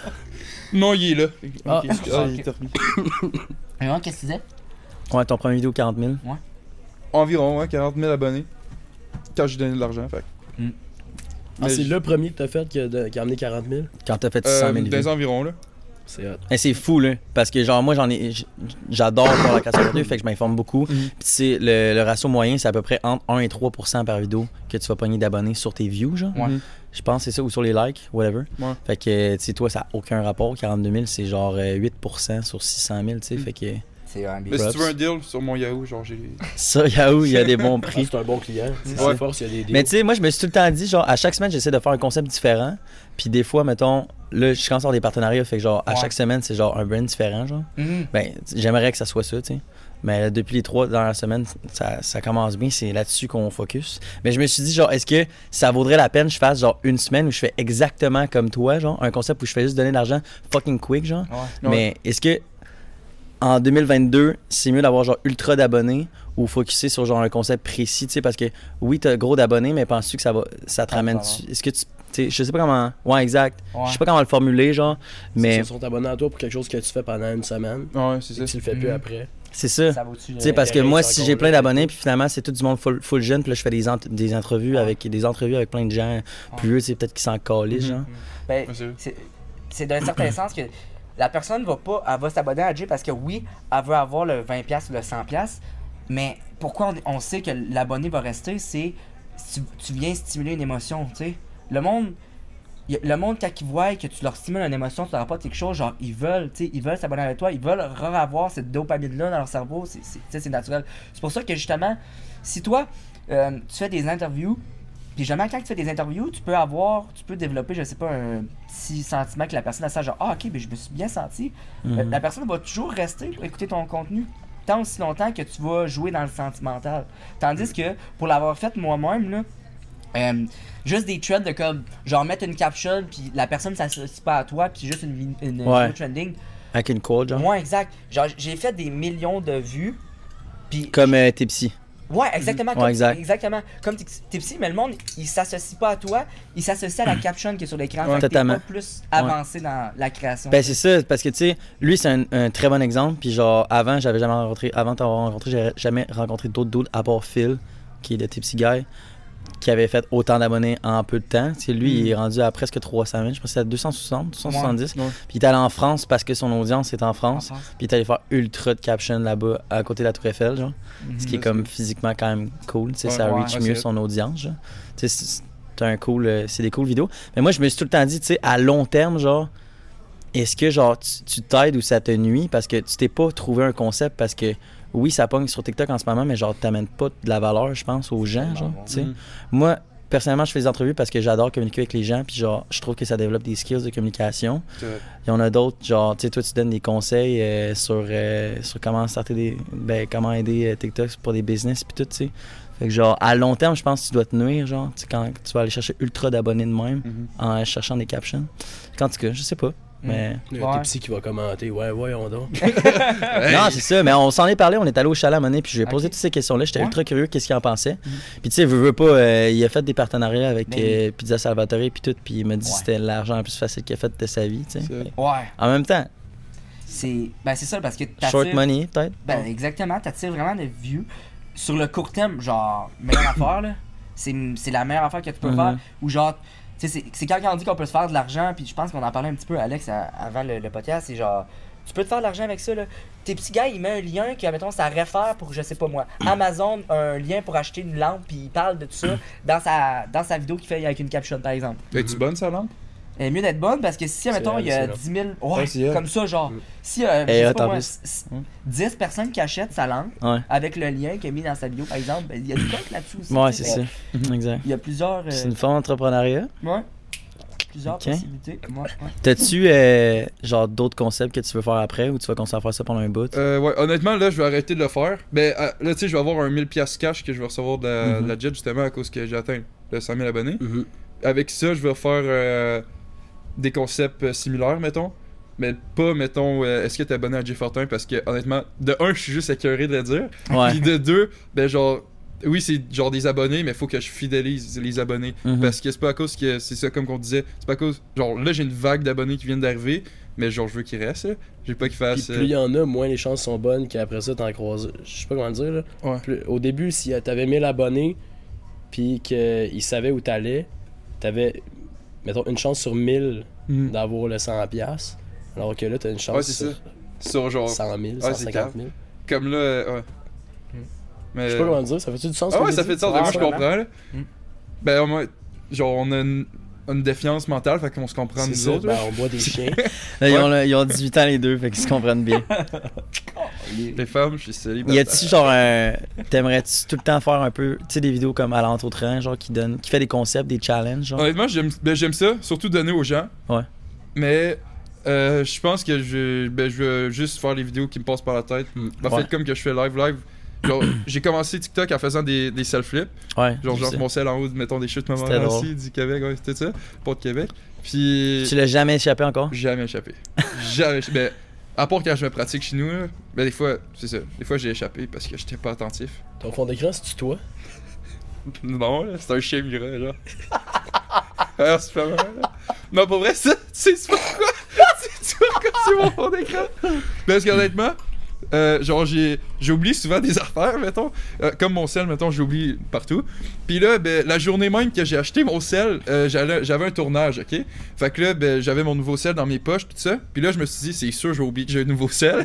Non, il est là. Ah. Ok, ah, il est remis. Mais moi, qu'est-ce que tu disais? Ouais, ton premier vidéo, quarante mille. Environ, ouais, quarante mille abonnés. Quand j'ai donné de l'argent, fait. Ah, Mais c'est j- le premier que t'as fait qui a, de- qui a amené quarante mille? Quand t'as fait Euh, six cent mille dans les vues. environs, là. C'est hot. Mais c'est fou, là. Parce que, genre, moi, j'en ai. j- J'adore voir la création de contenu, fait que je m'informe beaucoup. Mhm. Puis, c'est le, le ratio moyen, c'est à peu près entre un et trois pour cent par vidéo que tu vas pogner d'abonnés sur tes views, genre. Ouais. Mhm. Je pense que c'est ça, ou sur les likes, whatever. Ouais. Fait que, tu sais, toi, ça n'a aucun rapport. quarante-deux mille, c'est genre euh, huit pour cent sur six cent mille, tu sais. Mm. Fait que. C'est un Mais si tu veux un deal sur mon Yahoo, genre j'ai. Ça, Yahoo, il y a des bons Ah, prix. c'est un bon client. C'est Ouais. force, il y a des deals. Mais tu sais, moi, je me suis tout le temps dit, genre, à chaque semaine, j'essaie de faire un concept différent. Puis des fois, mettons, là, je commence à avoir des partenariats, fait que genre, à Ouais. chaque semaine, c'est genre un brand différent, genre. Mhm. Ben, j'aimerais que ça soit ça, tu sais. Mais depuis les trois dernières semaines, ça, ça commence bien, c'est là-dessus qu'on focus. Mais je me suis dit, genre, est-ce que ça vaudrait la peine que je fasse, genre, une semaine où je fais exactement comme toi, genre, un concept où je fais juste donner de l'argent fucking quick, genre. Ouais. Mais est-ce que en deux mille vingt-deux, c'est mieux d'avoir genre ultra d'abonnés ou focuser sur genre un concept précis, tu sais, parce que oui, t'as gros d'abonnés, mais penses-tu que ça va, ça te Ah, ramène, pardon. est-ce que tu, tu sais, je sais pas comment, ouais, exact, Ouais. je sais pas comment le formuler, genre, mais Ils sont abonnés à toi pour quelque chose que tu fais pendant une semaine. Ouais, c'est Et ça. tu le fais plus Mhm. après. c'est ça. Ça vaut-tu Tu sais, parce que l'intérêt, moi, c'est si encore j'ai là, plein c'est d'abonnés, tout. puis finalement, c'est tout du monde full, full jeune, puis là, je fais des, ent- des entrevues avec des entrevues avec plein de gens plus vieux, tu sais, peut-être qui s'en calissent, Mhm. genre. Ben, Ouais, c'est vrai. c'est c'est d'un certain sens que la personne va pas, elle va s'abonner à Jay parce que oui, elle veut avoir le vingt dollars ou le cent dollars, mais pourquoi on, on sait que l'abonné va rester, c'est tu, tu viens stimuler une émotion, tu sais. Le monde, y a- le monde quand ils voient que tu leur stimules une émotion, tu leur apportes quelque chose, genre ils veulent, tu sais, ils veulent s'abonner avec toi, ils veulent avoir cette dopamine-là dans leur cerveau, c'est, c'est, tu sais, c'est naturel. C'est pour ça que justement, si toi, euh, tu fais des interviews, puis jamais quand tu fais des interviews, tu peux avoir, tu peux développer, je sais pas, un petit sentiment que la personne a ça, genre, ah ok, ben je me suis bien senti. Euh, Mhm. La personne va toujours rester pour écouter ton contenu tant aussi longtemps que tu vas jouer dans le sentimental. Tandis que pour l'avoir fait moi-même, là, euh, juste des threads de comme, genre mettre une caption, puis la personne s'associe pas à toi, puis juste une, vi- une Ouais. vidéo trending. Avec une quote, genre. Ouais, exact. Genre, j'ai fait des millions de vues, puis Comme euh, Tipsy. ouais, exactement. Ouais, Comme, exact. Exactement. Comme t'es t'es psy, mais le monde, il s'associe pas à toi, il s'associe à la caption qui est sur l'écran. Ouais, Fait que t'es totalement. pas plus avancé dans la création. Ben c'est ça, parce que tu sais, lui c'est un, un très bon exemple, puis genre avant j'avais jamais rencontré, avant de t'avoir rencontré, j'avais jamais rencontré d'autres dudes à part Phil, qui est le Tipsy Guy, qui avait fait autant d'abonnés en peu de temps. Tu sais, lui Mm. il est rendu à presque trois cent mille, je pense que c'est à deux cent soixante, deux cent soixante-dix. Ouais. Puis il est allé en France parce que son audience est en En France, France. puis il est allé faire ultra de captions là-bas à côté de la Tour Eiffel, genre. Ce qui est Mhm. comme physiquement quand même cool, tu sais, Ouais, ça ouais, reach ouais, mieux c'est- son audience, genre. Tu sais, c'est c'est un cool, euh, c'est des cool vidéos. Mais moi, je me suis tout le temps dit, tu sais, à long terme, genre, est-ce que, genre, tu tu t'aides ou ça te nuit parce que tu t'es pas trouvé un concept parce que, oui, ça pogne sur TikTok en ce moment, mais genre, t'amènes pas de la valeur, je pense, aux gens, genre, tu sais. Mhm. Moi, personnellement, je fais des entrevues parce que j'adore communiquer avec les gens, puis genre, je trouve que ça développe des skills de communication. C'est vrai. Il y en a d'autres, genre, tu sais, toi, tu donnes des conseils euh, sur, euh, sur comment starter des. Ben, comment aider euh, TikTok pour des business, puis tout, tu sais. Fait que, genre, à long terme, je pense que tu dois te nuire, genre, tu sais, quand tu vas aller chercher ultra d'abonnés de même Mhm. en cherchant des captions. En tout cas, je sais pas. Mais. Il y a Ouais. un Tipsy qui va commenter. Ouais, voyons donc. Hey. Non, c'est ça, mais on s'en est parlé, on est allé au chalet à un moment donné, puis je lui ai posé Ok. toutes ces questions-là. J'étais Ouais. ultra curieux, qu'est-ce qu'il en pensait. Puis tu sais, veux, veux pas, euh, il a fait des partenariats avec Ben euh, Pizza Salvatore, puis tout, puis il m'a dit que Ouais. c'était l'argent le plus facile qu'il a fait de sa vie, tu sais. C'est- Ouais. En même temps, C'est ben c'est ça parce que t'attires- short money, peut-être. Ben exactement, t'attires vraiment des views sur le court terme, genre meilleure affaire là. C'est c'est la meilleure affaire que tu peux Mhm. faire ou genre tu sais c'est c'est quand on dit qu'on peut se faire de l'argent puis je pense qu'on en parlait un petit peu Alex à- avant le, le podcast, c'est genre tu peux te faire de l'argent avec ça là. Tes petits gars, il met un lien que mettons ça réfère pour je sais pas moi. Amazon a un lien pour acheter une lampe puis il parle de tout ça dans sa dans sa vidéo qu'il fait avec une caption par exemple. Es-tu bonne, sa lampe? Elle est mieux d'être bonne parce que si, mettons, elle, il y a c'est là. dix mille. Ouais, Ouais, c'est elle. comme ça, genre. Mm. Si, euh, je Et sais hot, pas en moi, plus. s- s- Mm. dix personnes qui achètent sa lampe Ouais. avec le lien qu'il a mis dans sa vidéo, par exemple, ben, il y a du coq là-dessus aussi. Ouais, tu c'est sais. ça. Mhm, exact. Il y a plusieurs. euh, C'est une forme d'entrepreneuriat. Ouais. Plusieurs Ok. possibilités. Ouais, ouais. T'as-tu, euh, genre, d'autres concepts que tu veux faire après ou tu vas continuer à faire ça pendant un bout? Euh, ouais, honnêtement, là, je vais arrêter de le faire. Ben, euh, là, tu sais, je vais avoir un mille piastres cash que je vais recevoir de la, Mhm. de la jet justement à cause que j'ai atteint le cent mille abonnés. Mhm. Avec ça, je vais faire euh, des concepts euh, similaires, mettons. Mais pas, mettons, euh, est-ce que t'es abonné à Jay Fortin? Parce que, honnêtement, de un, je suis juste écœuré de le dire. Ouais. Puis de deux, ben, genre, oui, c'est genre des abonnés, mais faut que je fidélise les abonnés. Mhm. Parce que c'est pas à cause que, c'est ça, comme qu'on disait, c'est pas à cause, genre, là, j'ai une vague d'abonnés qui viennent d'arriver, mais genre, je veux qu'ils restent, là. J'ai pas qu'ils Puis fassent. plus euh, il y en a, moins les chances sont bonnes qu'après ça, t'en croises. Je sais pas comment dire, là. Ouais. Plus- au début, si t'avais mille abonnés, puis qu'ils savaient où t'allais, t'avais, mettons, une chance sur mille Mhm. d'avoir le cent piastres. Alors que là, t'as une chance Ouais, c'est sur Sur genre, cent mille, Ouais, cent c'est cinquante mille. comme là, euh, ouais. Mais... Je sais pas comment dire, ça fait-tu du sens? Ah ce que ouais, j'ai ça dit? fait du sens, Ouais, moi je vraiment. comprends, là. Mm. Ben, au moins, genre, on a une... une défiance mentale, fait qu'on se comprend C'est nous ça, autres. ben, là. on boit des chiens. Là, ils, ont, là, ils ont dix-huit ans les deux, fait qu'ils se comprennent bien. Les femmes, je suis célibataire. Y a-tu genre un. T'aimerais-tu tout le temps faire un peu, tu sais, des vidéos comme à l'entour train, genre qui donne, qui fait des concepts, des challenges, genre? Honnêtement, j'aime ben, j'aime ça, surtout donner aux gens. Ouais. Mais euh, je pense que je, ben, je veux juste faire les vidéos qui me passent par la tête. En Ouais. fait, comme que je fais live live. Genre, j'ai commencé TikTok en faisant des, des self-flips. Ouais. Genre, je genre sais. mon sel en haut, mettons des chutes moments C'était drôle. aussi, du Québec, ouais, c'était ça. Pas de Québec. Puis. Tu l'as jamais échappé encore? Jamais échappé. Jamais échappé. Ben, à part quand je me pratique chez nous, là, ben des fois, c'est ça. Des fois, j'ai échappé parce que j'étais pas attentif. Ton fond d'écran, c'est-tu toi? Non, là, c'est un chien mireur, là. Alors, c'est pas mal, là. Non, pour vrai, ça, tu sais, c'est pourquoi? C'est pourquoi c'est mon fond d'écran? Parce qu'honnêtement, euh, genre, j'ai j'oublie souvent des affaires, mettons. Euh, comme mon sel, mettons, j'oublie partout. Puis là, ben, la journée même que j'ai acheté mon sel, euh, j'allais- j'avais un tournage, ok? Fait que là, ben, j'avais mon nouveau sel dans mes poches, tout ça. Puis là, je me suis dit, c'est sûr, j'ai oublié que j'ai un nouveau sel.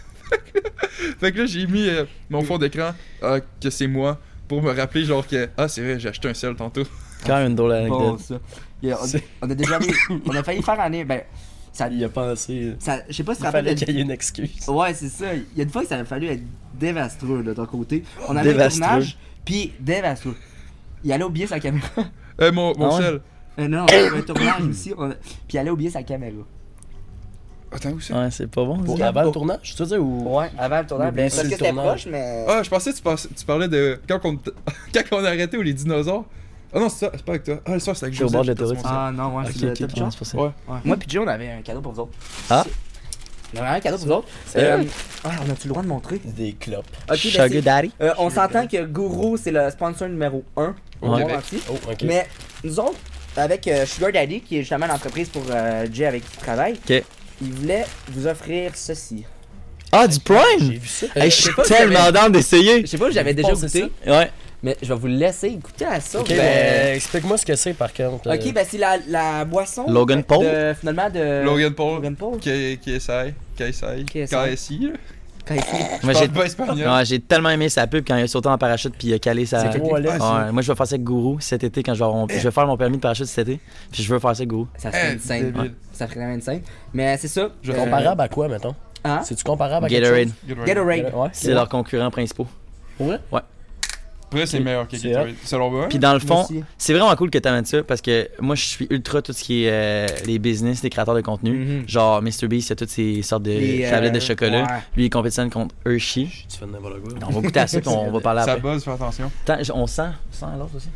Fait que là, j'ai mis euh, mon fond d'écran, euh, que c'est moi, pour me rappeler, genre, que, ah, c'est vrai, j'ai acheté un sel tantôt. Quand même une drôle Bon, anecdote. ça. Yeah, on, on a déjà mis- on a failli faire année. Ben, ça. Il a pensé. ça je sais pas si tu Il te rappelles. fallait de- qu'il y ait une excuse. Ouais, c'est ça. Il y a une fois que ça a fallu être dévastreux de ton côté. On avait un Dévastreux. tournage, puis dévastreux. Il allait oublier sa caméra. Euh, mon, mon Ah ouais? sel. Euh, non, on avait un tournage aussi. on a- Puis il allait oublier sa caméra. Attends, où ça? Ouais, c'est pas bon. Pour ça. avant le tournage, tu veux dire, ou. Ouais, avant le tournage. Mais Ben, sur parce le que c'était tournage. proche, mais. Ah, je pensais que tu, pensais- tu parlais de quand on, quand on a arrêté ou les dinosaures. Ah non, c'est ça, c'est pas avec toi. Ah, le soir, c'est avec C'est au Joseph. bord de j'ai perdu l'autoroute, mon Ah non, ouais, Ok, c'est le ok, top ok, shot. c'est pour ça. sel. Ouais. Ouais. Moi puis Jay, on avait un cadeau pour vous autres. Ah. On avait un cadeau pour vous autres. C'est Euh, vrai? ah, on a-tu le droit de montrer? Des clopes. Ok, ben Sugar c'est- Daddy? euh, on s'entend que Gourou, c'est le sponsor numéro un au Ouais. monde entier. Oh, ok. Mais nous autres, avec euh, Sugar Daddy, qui est justement l'entreprise pour euh, Jay avec qui il travaille, Ok. il voulait vous offrir ceci. Ah, du J'ai Prime? vu ça. Hey, je sais suis pas si tellement j'avais- down d'essayer. Je sais pas, j'avais déjà Pensez goûté, Ouais. mais je vais vous le laisser goûter à ça. Ok, vous- ben, explique-moi ce que c'est par contre. Ok, euh, ben c'est la, la boisson. Logan de- Paul? de- finalement de. Logan Paul. Logan Paul. Qui, qui essaye. Qui essaye. Qui essaye. K S I, là. Quand il fait- Moi, Je j'ai parle pas espagnol. ouais, j'ai tellement aimé sa pub quand il a sauté en parachute puis il a calé sa. C'est trop à l'aise. Ah, Ouais, moi, je vais faire ça avec Gourou cet été quand je vais, avoir mon- je vais faire mon permis de parachute cet été. Puis je veux faire ça avec Gourou. Ça serait Eh, une scène. débile. Ouais. Ça ferait vraiment une scène. Mais c'est ça. Je euh, Comparable à quoi, mettons? Hein? C'est-tu comparable à quelque Gatorade. chose? Gatorade. Gatorade. Ouais, C'est leurs concurrents principaux. Pour vrai? Après, c'est Ok. meilleur que C'est Gatorade. Selon moi. Puis dans le Moi fond, aussi. c'est vraiment cool que tu amènes ça parce que moi, je suis ultra tout ce qui est euh, les business, les créateurs de contenu. Mhm. Genre, mister Beast, il y a toutes ces sortes de Les, euh, tablettes de chocolat. ouais. Lui, il compétitionne contre Hershey. Tu fais de n'importe quoi. On va goûter à ça puis on va parler Ça après. buzz, fais attention. Attends, on sent, on sent l'autre aussi.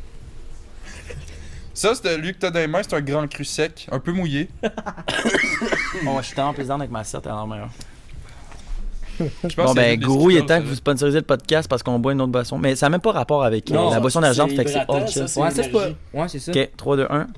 Ça, c'est lui que t'as dans les mains, c'est un grand cru sec, un peu mouillé. Bon, je suis tellement plaisant avec ma certe à la meilleure. Je pense Bon, que c'est ben, juste des Gourou, il est Skittles, temps que ça, vous sponsorisez le podcast parce qu'on boit une autre boisson. Mais ça n'a même pas rapport avec euh, Non, la boisson d'argent, c'est fait que c'est hydratant, old chill. ça, c'est Ouais, ça c'est pas. énergie. Ouais, c'est ça. Ok, trois, deux, un.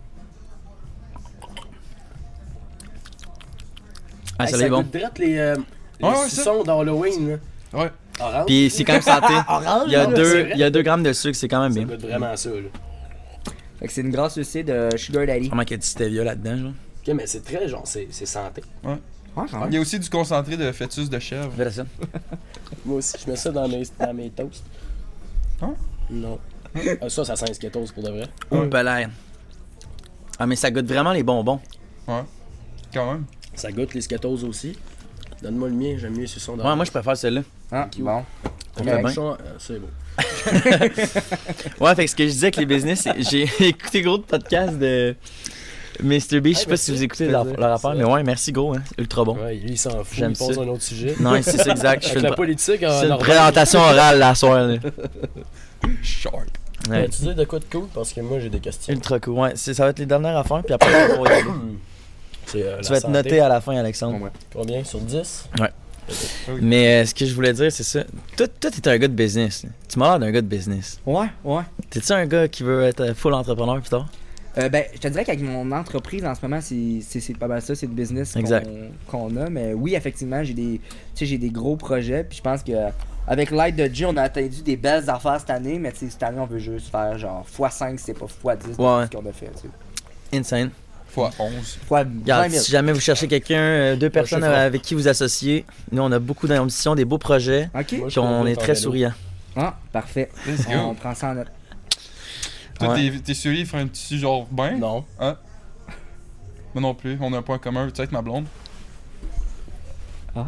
Ah, Hey, ça ça est bon. goûte direct les, euh, les Ouais, ouais, suçons d'Halloween. là. Ouais. Orange. Puis c'est quand même santé. Orange, Il y a là, deux, c'est vrai. il y a deux grammes de sucre, c'est quand même Ça bien. goûte vraiment ça. Là. Fait que c'est une grasse aussi de Sugar Daddy. Vraiment qu'il y a du stevia là-dedans, genre. Ok, mais c'est très genre, c'est c'est santé. Ouais, quand Il même. y a aussi du concentré de fœtus de chèvre. Fais ça. Moi aussi, je mets ça dans mes, dans mes toasts. Hein? Non. Ah, ça, ça sent un Skittles pour de vrai. Oh, belaire. Ah, mais ça goûte vraiment les bonbons. Ouais. Quand même. Ça goûte les Skittles aussi. Donne-moi le mien, j'aime mieux les suçons Ouais, moi je préfère celui-là. Ah, you. bon. Ça Ok. fait bien. Suçons, euh, c'est beau. Ouais, fait que ce que je disais avec les business, c'est- j'ai écouté gros de podcast de mister Beast. Je sais pas si vous écoutez leur, leur affaire, mais ouais, merci gros, hein. Ultra bon. Ouais, lui, il s'en fout, J'aime il pose ça. un autre sujet. Non, c'est ça exact. Je fais Avec une, la politique, en c'est une Norvège. présentation orale la soirée. Sharp. Ouais. Tu dis de quoi de cool parce que moi j'ai des questions. Ultra cool. Ouais, c'est- ça va être les dernières affaires, puis après, on va y aller. C'est, euh, Tu la vas être santé. noté à la fin, Alexandre. Ouais. Combien sur dix? Mais euh, ce que je voulais dire, c'est ça. Toi, toi t'es un gars de business. là. Tu m'as l'air d'un gars de business. Ouais, ouais. T'es-tu un gars qui veut être full entrepreneur plus tard? Euh, ben, je te dirais qu'avec mon entreprise en ce moment, c'est c'est- c'est pas mal ça, c'est le business qu'on Exact. qu'on a. Mais oui, effectivement, j'ai des, tu sais, j'ai des gros projets. Puis je pense que avec l'aide de Jay, on a atteint des belles affaires cette année. Mais tu sais, cette année, on veut juste faire genre fois cinq, c'est pas fois dix de Ouais. ce qu'on a fait. Tu sais. Insane. Fois onze. Fois Regarde, vingt mille. si jamais vous cherchez quelqu'un, euh, deux personnes je ferai. avec qui vous associer, nous on a beaucoup d'ambition, des beaux projets, Ok. Moi, je puis on peux est pas très en vélo. souriants. Ah, parfait. Let's go. On prend ça en note. Toi, Ouais. t'es, t'es celui qui ferait un petit genre bain? Non. Moi non plus. On a un point commun. Veux-tu être ma blonde? Ah.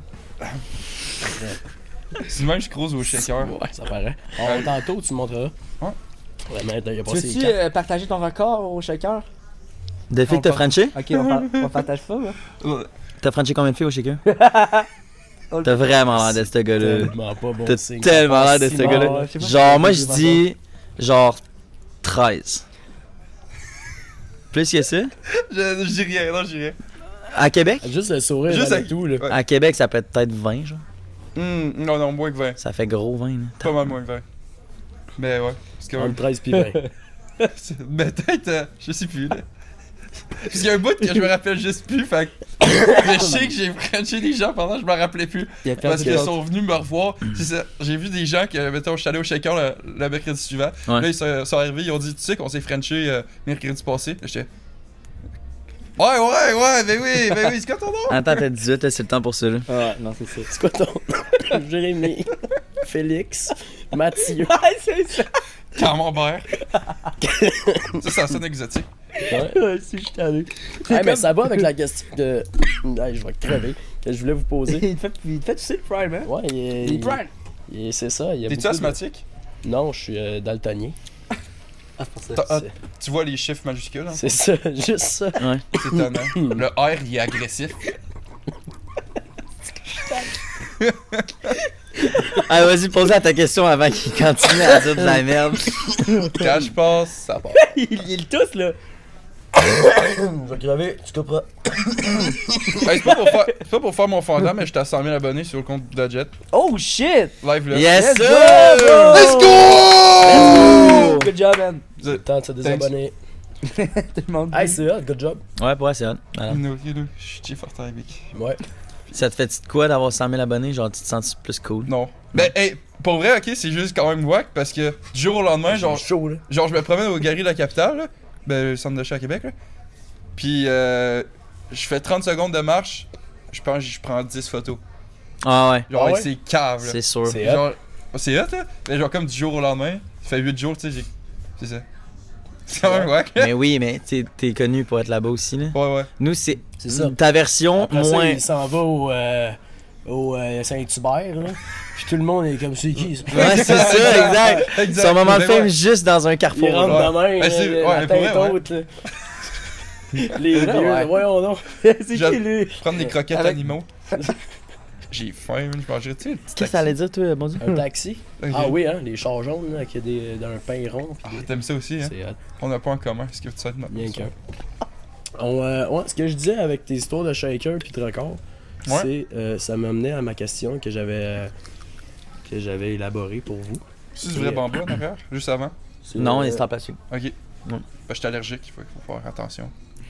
C'est même, je croise au shaker. Ouais, ça paraît. On, tantôt, tu me montreras. Ouais. Ouais, mais il a Tu passé les veux-tu cartes. euh, partager ton record au shaker? De filles que t'as On franchi? Ok, on, par- on partage pas, là. Ouais. T'as franchi combien de filles au shaker? On T'as vraiment l'air de ce gars-là. Tellement pas bon T'as signe. tellement l'air de Si ce bon. ouais, gars-là. je sais pas Genre, si moi, c'est je des dis genre treize. Plus que ça? Je, je dis rien, non, je dis rien. À Québec? Juste le sourire, Juste Juste avec- tout, là. Ouais. À Québec, ça peut être peut-être vingt, genre. Hum, non, non, moins que vingt. Ça fait gros vingt, là. Pas mal moins que vingt. Mais ouais. Parce que, Entre treize pis vingt. c'est- mais peut-être, euh, je sais plus, là. Parce qu'il y a un bout que je me rappelle juste plus, fait que. Mais je sais que j'ai frenché des gens pendant que je me rappelais plus. Il y a Parce perdu qu'ils l'autre. sont venus me revoir. C'est ça. J'ai vu des gens qui, mettons, je suis allé au shaker le, le mercredi suivant. Ouais. Là, ils sont, sont arrivés, ils ont dit, tu sais qu'on s'est frenché euh, mercredi passé. Là, j'étais. Ouais, ouais, ouais, ben oui, ben oui, c'est quoi ton nom? Attends, t'as dix-huit, là, c'est le temps pour ça, là. Ouais, non, c'est ça. C'est quoi ton. Jérémy. Félix. Mathieu. Ouais, c'est ça. Camembert. Ça, ça sonne exotique. Ouais. Ouais, si je suis allé. Ouais, mais ça va avec la question de. Hey, je vais crever. Que je voulais vous poser. Il te fait, il te fait tousser le prime, hein? Ouais, il est. Il est prime. il est- C'est ça. Il y a T'es-tu beaucoup de- asthmatique? Non, je suis euh, daltonien. Ah, c'est pour ça. T'as- ah, C'est- tu vois les chiffres majuscules, hein? C'est ça, juste ça. Ouais. C'est étonnant. Le R, il est agressif. Ah, vas-y, pose-la ta question avant qu'il continue à dire de la merde. Quand je passe, ça part. il, il tousse, là. Je vais crever, tu comprends. Hey, c'est pas, pour faire- c'est pas pour faire mon fondant, mais j'étais à cent mille abonnés sur le compte d'Adjet. Oh shit! Live là. Yes, Let's sir! go! Let's go! Good job, man. Le temps de se désabonner. Tout le monde. Hey, c'est hot, good job. Ouais, pour vrai, c'est hot. Voilà. No, you know, je suis Chief Artabic. Ouais. Ça te fait-tu de quoi d'avoir cent mille abonnés? Genre, tu te sens plus cool? Non. Ben, hey, pour vrai, ok, c'est juste quand même wack parce que du jour au lendemain, genre, chaud, là. genre je me promène au Galerie de la Capitale, là, ben, le centre de chat à Québec, là. Puis, euh, je fais trente secondes de marche, je pense que je prends dix photos. Ah ouais, Genre, Ah avec ouais? ces caves, là. c'est sûr. C'est hot. Genre, c'est hot, là. Mais genre, comme du jour au lendemain, ça fait huit jours, tu sais, j'ai. C'est ça. C'est quand même wack. Mais oui, mais t'es t'es connu pour être là-bas aussi, là. Ouais, ouais. Nous, c'est C'est ça. ta version Après ça, moins... il s'en va au, euh, au euh, Saint-Hubert, là. Puis tout le monde est comme, c'est qui ça? Ouais, c'est ça, exact. Exact. Son moment de Ben fame ouais. juste dans un carrefour. Il rentre Ouais. de main, Ben, c'est- là, ouais, la mais pour tête vrai, ouais. haute, là. Les vieux, ouais. voyons donc. c'est Je- qui, lui? Prendre des croquettes Avec- animaux. J'ai faim, je mangerais, tu sais, une petite Qu'est-ce que ça allait dire, toi, bon Dieu? Un taxi? Ok. Ah oui, hein, les chars jaunes, là, avec des, d'un pain rond. Ah, puis des- t'aimes ça aussi, hein? C'est hot. On n'a pas en commun, ce que tu sais de notre Bien personne. qu'un. On, euh, ouais, ce que je disais avec tes histoires de shaker puis de record, Ouais. c'est euh, ça m'amenait à ma question que j'avais euh, que j'avais élaborée pour vous. C'est du vrai bambou en arrière, juste avant. C'est, Non, euh, il est passé. Ok. Ouais. Ben, je suis allergique, il faut, faut faire attention.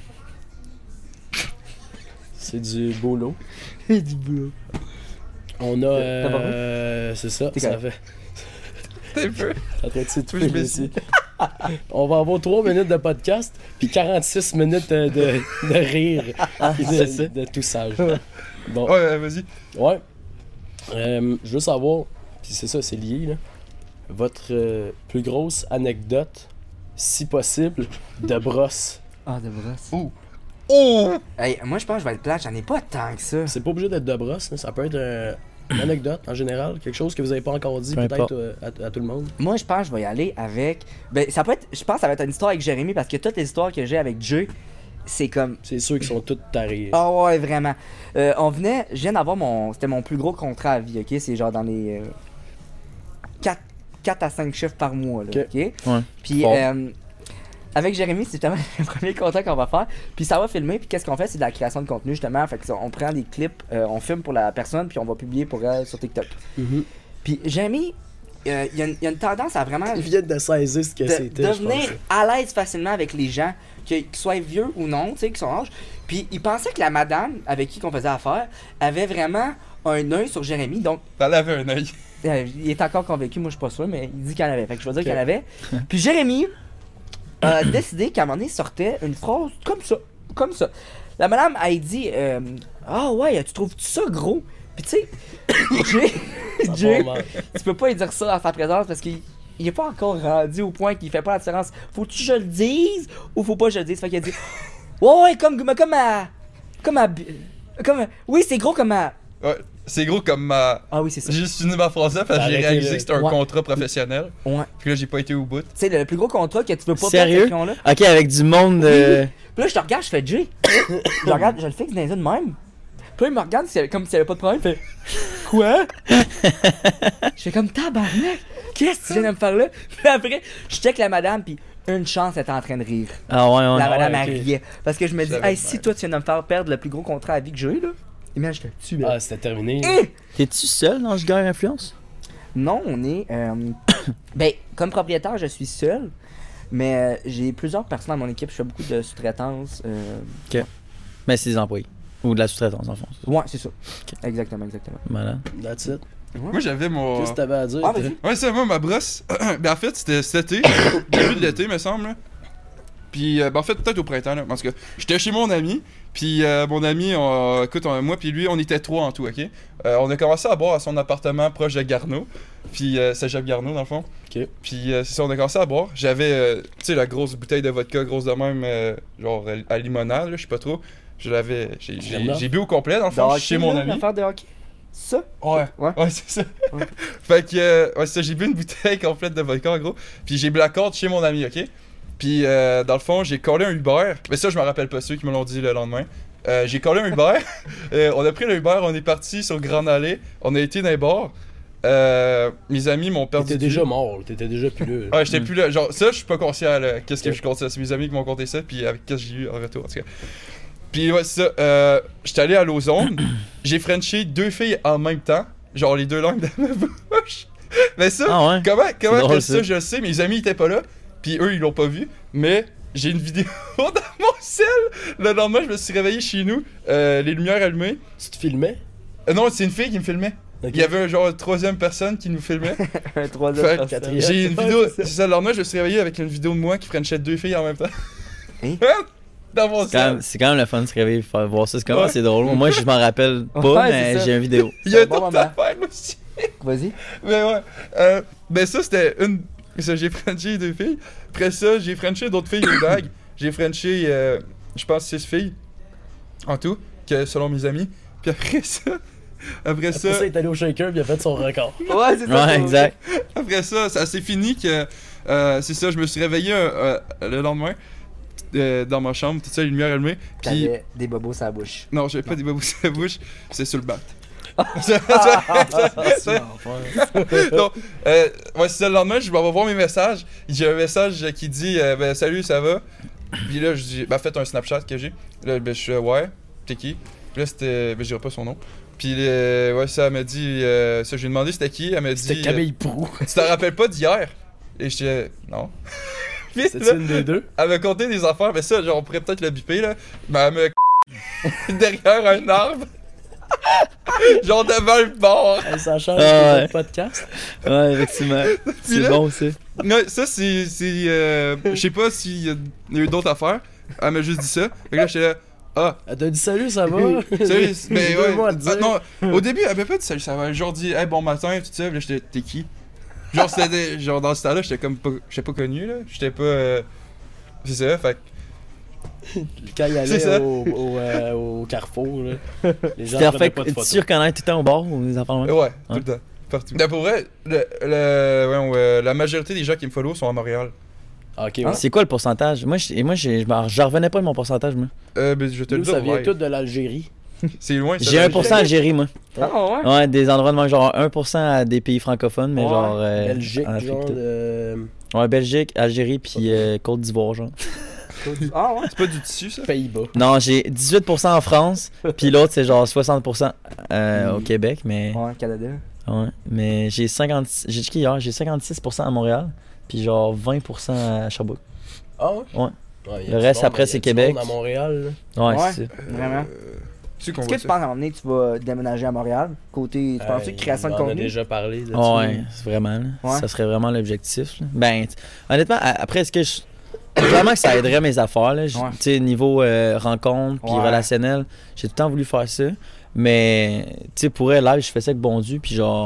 c'est du bolo. du boulot. On a. T'as pas Euh, c'est ça, T'es ça correct. fait. T'es peu. T'es en train de s'étouffer, Oui, je lui me aussi. On va avoir trois minutes de podcast, puis quarante-six minutes de, de, de rire, puis c'est ça. de, de toussage. Bon, Ouais, ouais, vas-y. ouais. Euh, je veux savoir, puis c'est ça, c'est lié, là. Votre euh, plus grosse anecdote, si possible, de brosse. Ah, de brosse. Ouh. Oh! Hey, moi, je pense que je vais être plate. J'en ai pas tant que ça. C'est pas obligé d'être de brosse, là. Ça peut être euh, une anecdote en général, quelque chose que vous avez pas encore dit Peu peut-être importe. euh, à, à tout le monde. Moi, je pense que je vais y aller avec. Ben, ça peut être. Je pense que ça va être une histoire avec Jérémy parce que toutes les histoires que j'ai avec Jay, c'est comme. C'est sûr qu'ils sont toutes tarés. Ah ouais, vraiment. Euh, on venait. Je viens d'avoir mon. C'était mon plus gros contrat à vie, ok? C'est genre dans les. euh, quatre à cinq chiffres par mois, là, Ok. ok? Ouais. Puis, Fort. euh, avec Jérémy, c'est justement le premier contrat qu'on va faire. Puis ça va filmer, puis qu'est-ce qu'on fait? C'est de la création de contenu, justement. Fait que ça, on prend des clips, euh, on filme pour la personne, puis on va publier pour elle sur TikTok. Mhm. Puis Jérémy, euh, il y, a une- il y a une tendance à vraiment Ils viennent de saisir ce que de, c'était, je devenir pense. à l'aise facilement avec les gens, que- qu'ils soient vieux ou non, tu sais, qu'ils sont âge. Puis il pensait que la madame avec qui qu'on faisait affaire avait vraiment un œil sur Jérémy, donc T'en avais un œil. euh, il est encore convaincu, moi je suis pas sûr, mais il dit qu'elle avait. Fait que je vais dire Ok. qu'elle avait. Puis Jérémy a décidé qu'à un moment donné sortait une phrase comme ça. Comme ça. La madame a dit euh, ah ouais, tu trouves-tu ça gros? Puis tu sais, Jay, Ça Jay, part mal. tu peux pas lui dire ça en sa présence parce qu'il il est pas encore rendu au point qu'il fait pas la différence. Faut-tu que je le dise ou faut pas que je le dise? Fait qu'il a dit, ouais, ouais, comme, comme à. Comme à. Comme. Oui, c'est gros comme à. Ouais, c'est gros comme ma. Ah oui, c'est ça. J'ai juste fini ma phrase là parce que j'ai Arrêtez, réalisé là. que c'était un Ouais. contrat professionnel. Ouais. Puis là, j'ai pas été au bout. Tu sais, le plus gros contrat que tu veux pas Sérieux? perdre cette là. Ok, avec du monde. euh, Puis là, je te regarde, je fais J. Je le regarde, je le fixe dans les yeux de même. Puis là, il me regarde s'il y avait- comme s'il y avait pas de problème. Il fait quoi? Je fais comme tabarnak. Qu'est-ce que tu viens de me faire là? Puis après, je check la madame, puis une chance, elle était en train de rire. Ah ouais, ouais. La madame, ouais, elle ok. riait. Parce que je me dis, J'avais hey, si mal. toi, tu viens de me faire perdre le plus gros contrat à vie que j'ai eu, là, imagine, je te tue, là. Ah, c'était terminé. Eh! T'es-tu seul dans ce gars influence? Non, on est. euh, ben, comme propriétaire, je suis seul. Mais euh, j'ai plusieurs personnes dans mon équipe. Je fais beaucoup de sous-traitance. euh, Mais c'est des employés. Ou de la sous-traitance, en fond. c'est ça. Ouais, c'est ça. Exactement, exactement. Voilà. That's it. Moi, j'avais mon. Qu'est-ce que t'avais à dire? Ah, toi? vas-y. Ouais, c'est moi, ma brosse. Ben, en fait, c'était cet été. Début de l'été, me semble. Là. Puis, euh, ben, en fait, peut-être au printemps, là. Parce que j'étais chez mon ami. Puis, euh, mon ami, on- écoute, on- moi, puis lui, on était trois en tout, ok? Euh, on a commencé à boire à son appartement proche de Garneau. Puis, euh, c'est Jacques Garneau, dans le fond. Ok. Puis, euh, c'est ça, on a commencé à boire. J'avais, euh, tu sais, la grosse bouteille de vodka, grosse de même, euh, genre euh, à limonade, là, je sais pas trop. Je l'avais. J'ai j'ai- J'aime bien. j'ai bu au complet, dans le De fond, hockey, chez mon là, ami. l'affaire de hockey. Ça? Ouais, Ouais. ouais, c'est ça. Ouais. Fait que, euh, ouais, c'est ça, j'ai bu une bouteille complète de vodka en gros. Puis j'ai blackout chez mon ami, ok? Puis euh, dans le fond, j'ai collé un Uber. Mais ça, je me rappelle pas ceux qui me l'ont dit le lendemain. Euh, j'ai collé un Uber. Euh, on a pris le Uber, on est parti sur Grande Allée. On a été dans les bars. Euh, mes amis m'ont perdu. T'étais de vue. déjà mort, t'étais déjà plus là. Ouais, j'étais Mm. plus là. Genre, ça, je suis pas conscient, là. Qu'est-ce que Ok. je suis conscient? C'est mes amis qui m'ont conté ça, puis avec qu'est-ce que j'ai eu en retour, en tout cas. Puis ouais, c'est ça. Euh, j'étais allé à l'Ozone. J'ai frenché deux filles en même temps. Genre, les deux langues dans ma bouche. Mais ça, Ah ouais? comment, comment drôle, que ça, ça. je le sais? Mes amis étaient pas là, puis eux, ils l'ont pas vu. Mais j'ai une vidéo dans mon sel. Le lendemain, je me suis réveillé chez nous, euh, les lumières allumées. Tu te filmais? Euh, non, c'est une fille qui me filmait. Ok. Il y avait un genre une troisième personne qui nous filmait. Un troisième Fait- personne. quatrième. J'ai une Ouais, vidéo, c'est ça. c'est ça, le lendemain, je me suis réveillé avec une vidéo de moi qui frenchait deux filles en même temps. Hein? Dans mon C'est quand, sel. même, c'est quand même le fun de se réveiller et faire voir ça. C'est quand Ouais. même assez drôle. Moi, je m'en rappelle pas, Ouais, c'est mais ça. j'ai une vidéo. Il y a C'est un bon d'autres moment. affaires aussi. Vas-y. Mais ouais. Euh, ben ça, c'était une. Ça, j'ai frenché deux filles. Après ça, j'ai frenché d'autres filles au bag. J'ai frenché, euh, je pense, six filles. En tout, que, selon mes amis. Puis après ça. Après Après ça. ça, il est allé au shaker puis il a fait son record. Ouais, c'est ça. Ouais, exact. Après ça, ça s'est fini que. euh, c'est ça, je me suis réveillé euh, euh, le lendemain. euh, dans ma chambre, tout ça, les lumières allumées. Puis. T'avais des bobos sur la bouche. Non, j'avais pas des babous sur la bouche. C'est sur le bat. Non, euh, ouais, c'est ça, le lendemain, je vais voir mes messages. J'ai un message qui dit euh, ben, salut, ça va? Puis là, je dis, ben, faites un Snapchat que j'ai. Là, ben, je suis, euh, ouais, t'es qui? Puis là, c'était, ben, je dirais pas son nom. Puis, euh, ouais, ça, elle m'a dit, euh, ça, je lui ai demandé c'était qui. Elle m'a dit, C'était Camille Prou. euh, tu t'en rappelles pas d'hier? Et je disais, non. Puis C'était là, une des deux. elle m'a conté des affaires, mais ça, genre, on pourrait peut-être le biper, là. Mais elle me derrière un arbre. Genre devant le bord. Elle s'en change Ah de ouais. podcast. Ouais, effectivement. Puis C'est là- bon aussi. Non, ça, c'est. c'est euh, je sais pas s'il y a il y a eu d'autres affaires. Elle m'a juste dit ça. Fait que là, j'étais là. Ah, Elle t'a dit salut, ça va? salut. Mais Deux ouais. mots à te Ah, dire. non, au début, elle m'a pas dit salut, ça va. Genre dit, hey, bon matin, tout ça. Puis là, j'étais, t'es qui? Genre, c'était. des- Genre, dans ce temps-là, j'étais comme pas. J'étais pas connu, là. J'étais pas. euh, C'est ça, fait que. Quand il C'est allait ça. au, au, euh, au Carrefour, là, les gens Tu t'es prenaient refait pas de tu photos. reconnaître tout le temps au bar ou des enfants Ouais, tout le temps. Partout. Mais pour vrai, le, le- ouais, ouais, la majorité des gens qui me follow sont à Montréal. Ah, ok, ouais. C'est quoi le pourcentage? Moi, je, moi, je, je, m'en- je revenais pas de mon pourcentage, moi. Euh, ben, je te le Nous, dis. ça au vient live. tout de l'Algérie. C'est loin, ça. J'ai un pour cent Algérie, moi. Ah ouais? Ouais, des endroits de moi, genre un pour cent à des pays francophones, mais Ouais. genre. euh, Belgique, en Afrique, genre tout. de... Ouais, Belgique, Algérie, puis euh, Côte d'Ivoire, genre. Ah ouais? C'est pas du tissu, ça? Pays-Bas. Non, j'ai dix-huit pour cent en France, puis l'autre, c'est genre soixante pour cent euh, au Mm. Québec, mais. Ouais, Canada. Ouais, mais j'ai cinquante. J'ai checké hier, j'ai cinquante-six pour cent à Montréal, puis genre vingt pour cent à Sherbrooke. Ah ouais? Ouais. Ouais, y a Le du reste, monde, après, y a c'est du Québec. monde à Montréal, là. Ouais, Ouais. c'est ça. Vraiment. Euh, tu sais qu'on Est-ce voit que tu ça. penses à un moment donné que tu vas déménager à Montréal? Côté, tu penses-tu Euh, création de on en a contenu? déjà parlé de Ouais, c'est vraiment. là. Ouais. Ça serait vraiment l'objectif. là. Ben, t- honnêtement, a- après, est-ce que je. Clairement que ça aiderait mes affaires, là. J- Ouais. Tu sais, niveau euh, rencontre puis Ouais. relationnel, j'ai tout le temps voulu faire ça. Mais, tu sais, pour elle, live, je fais ça avec bon Dieu, puis genre,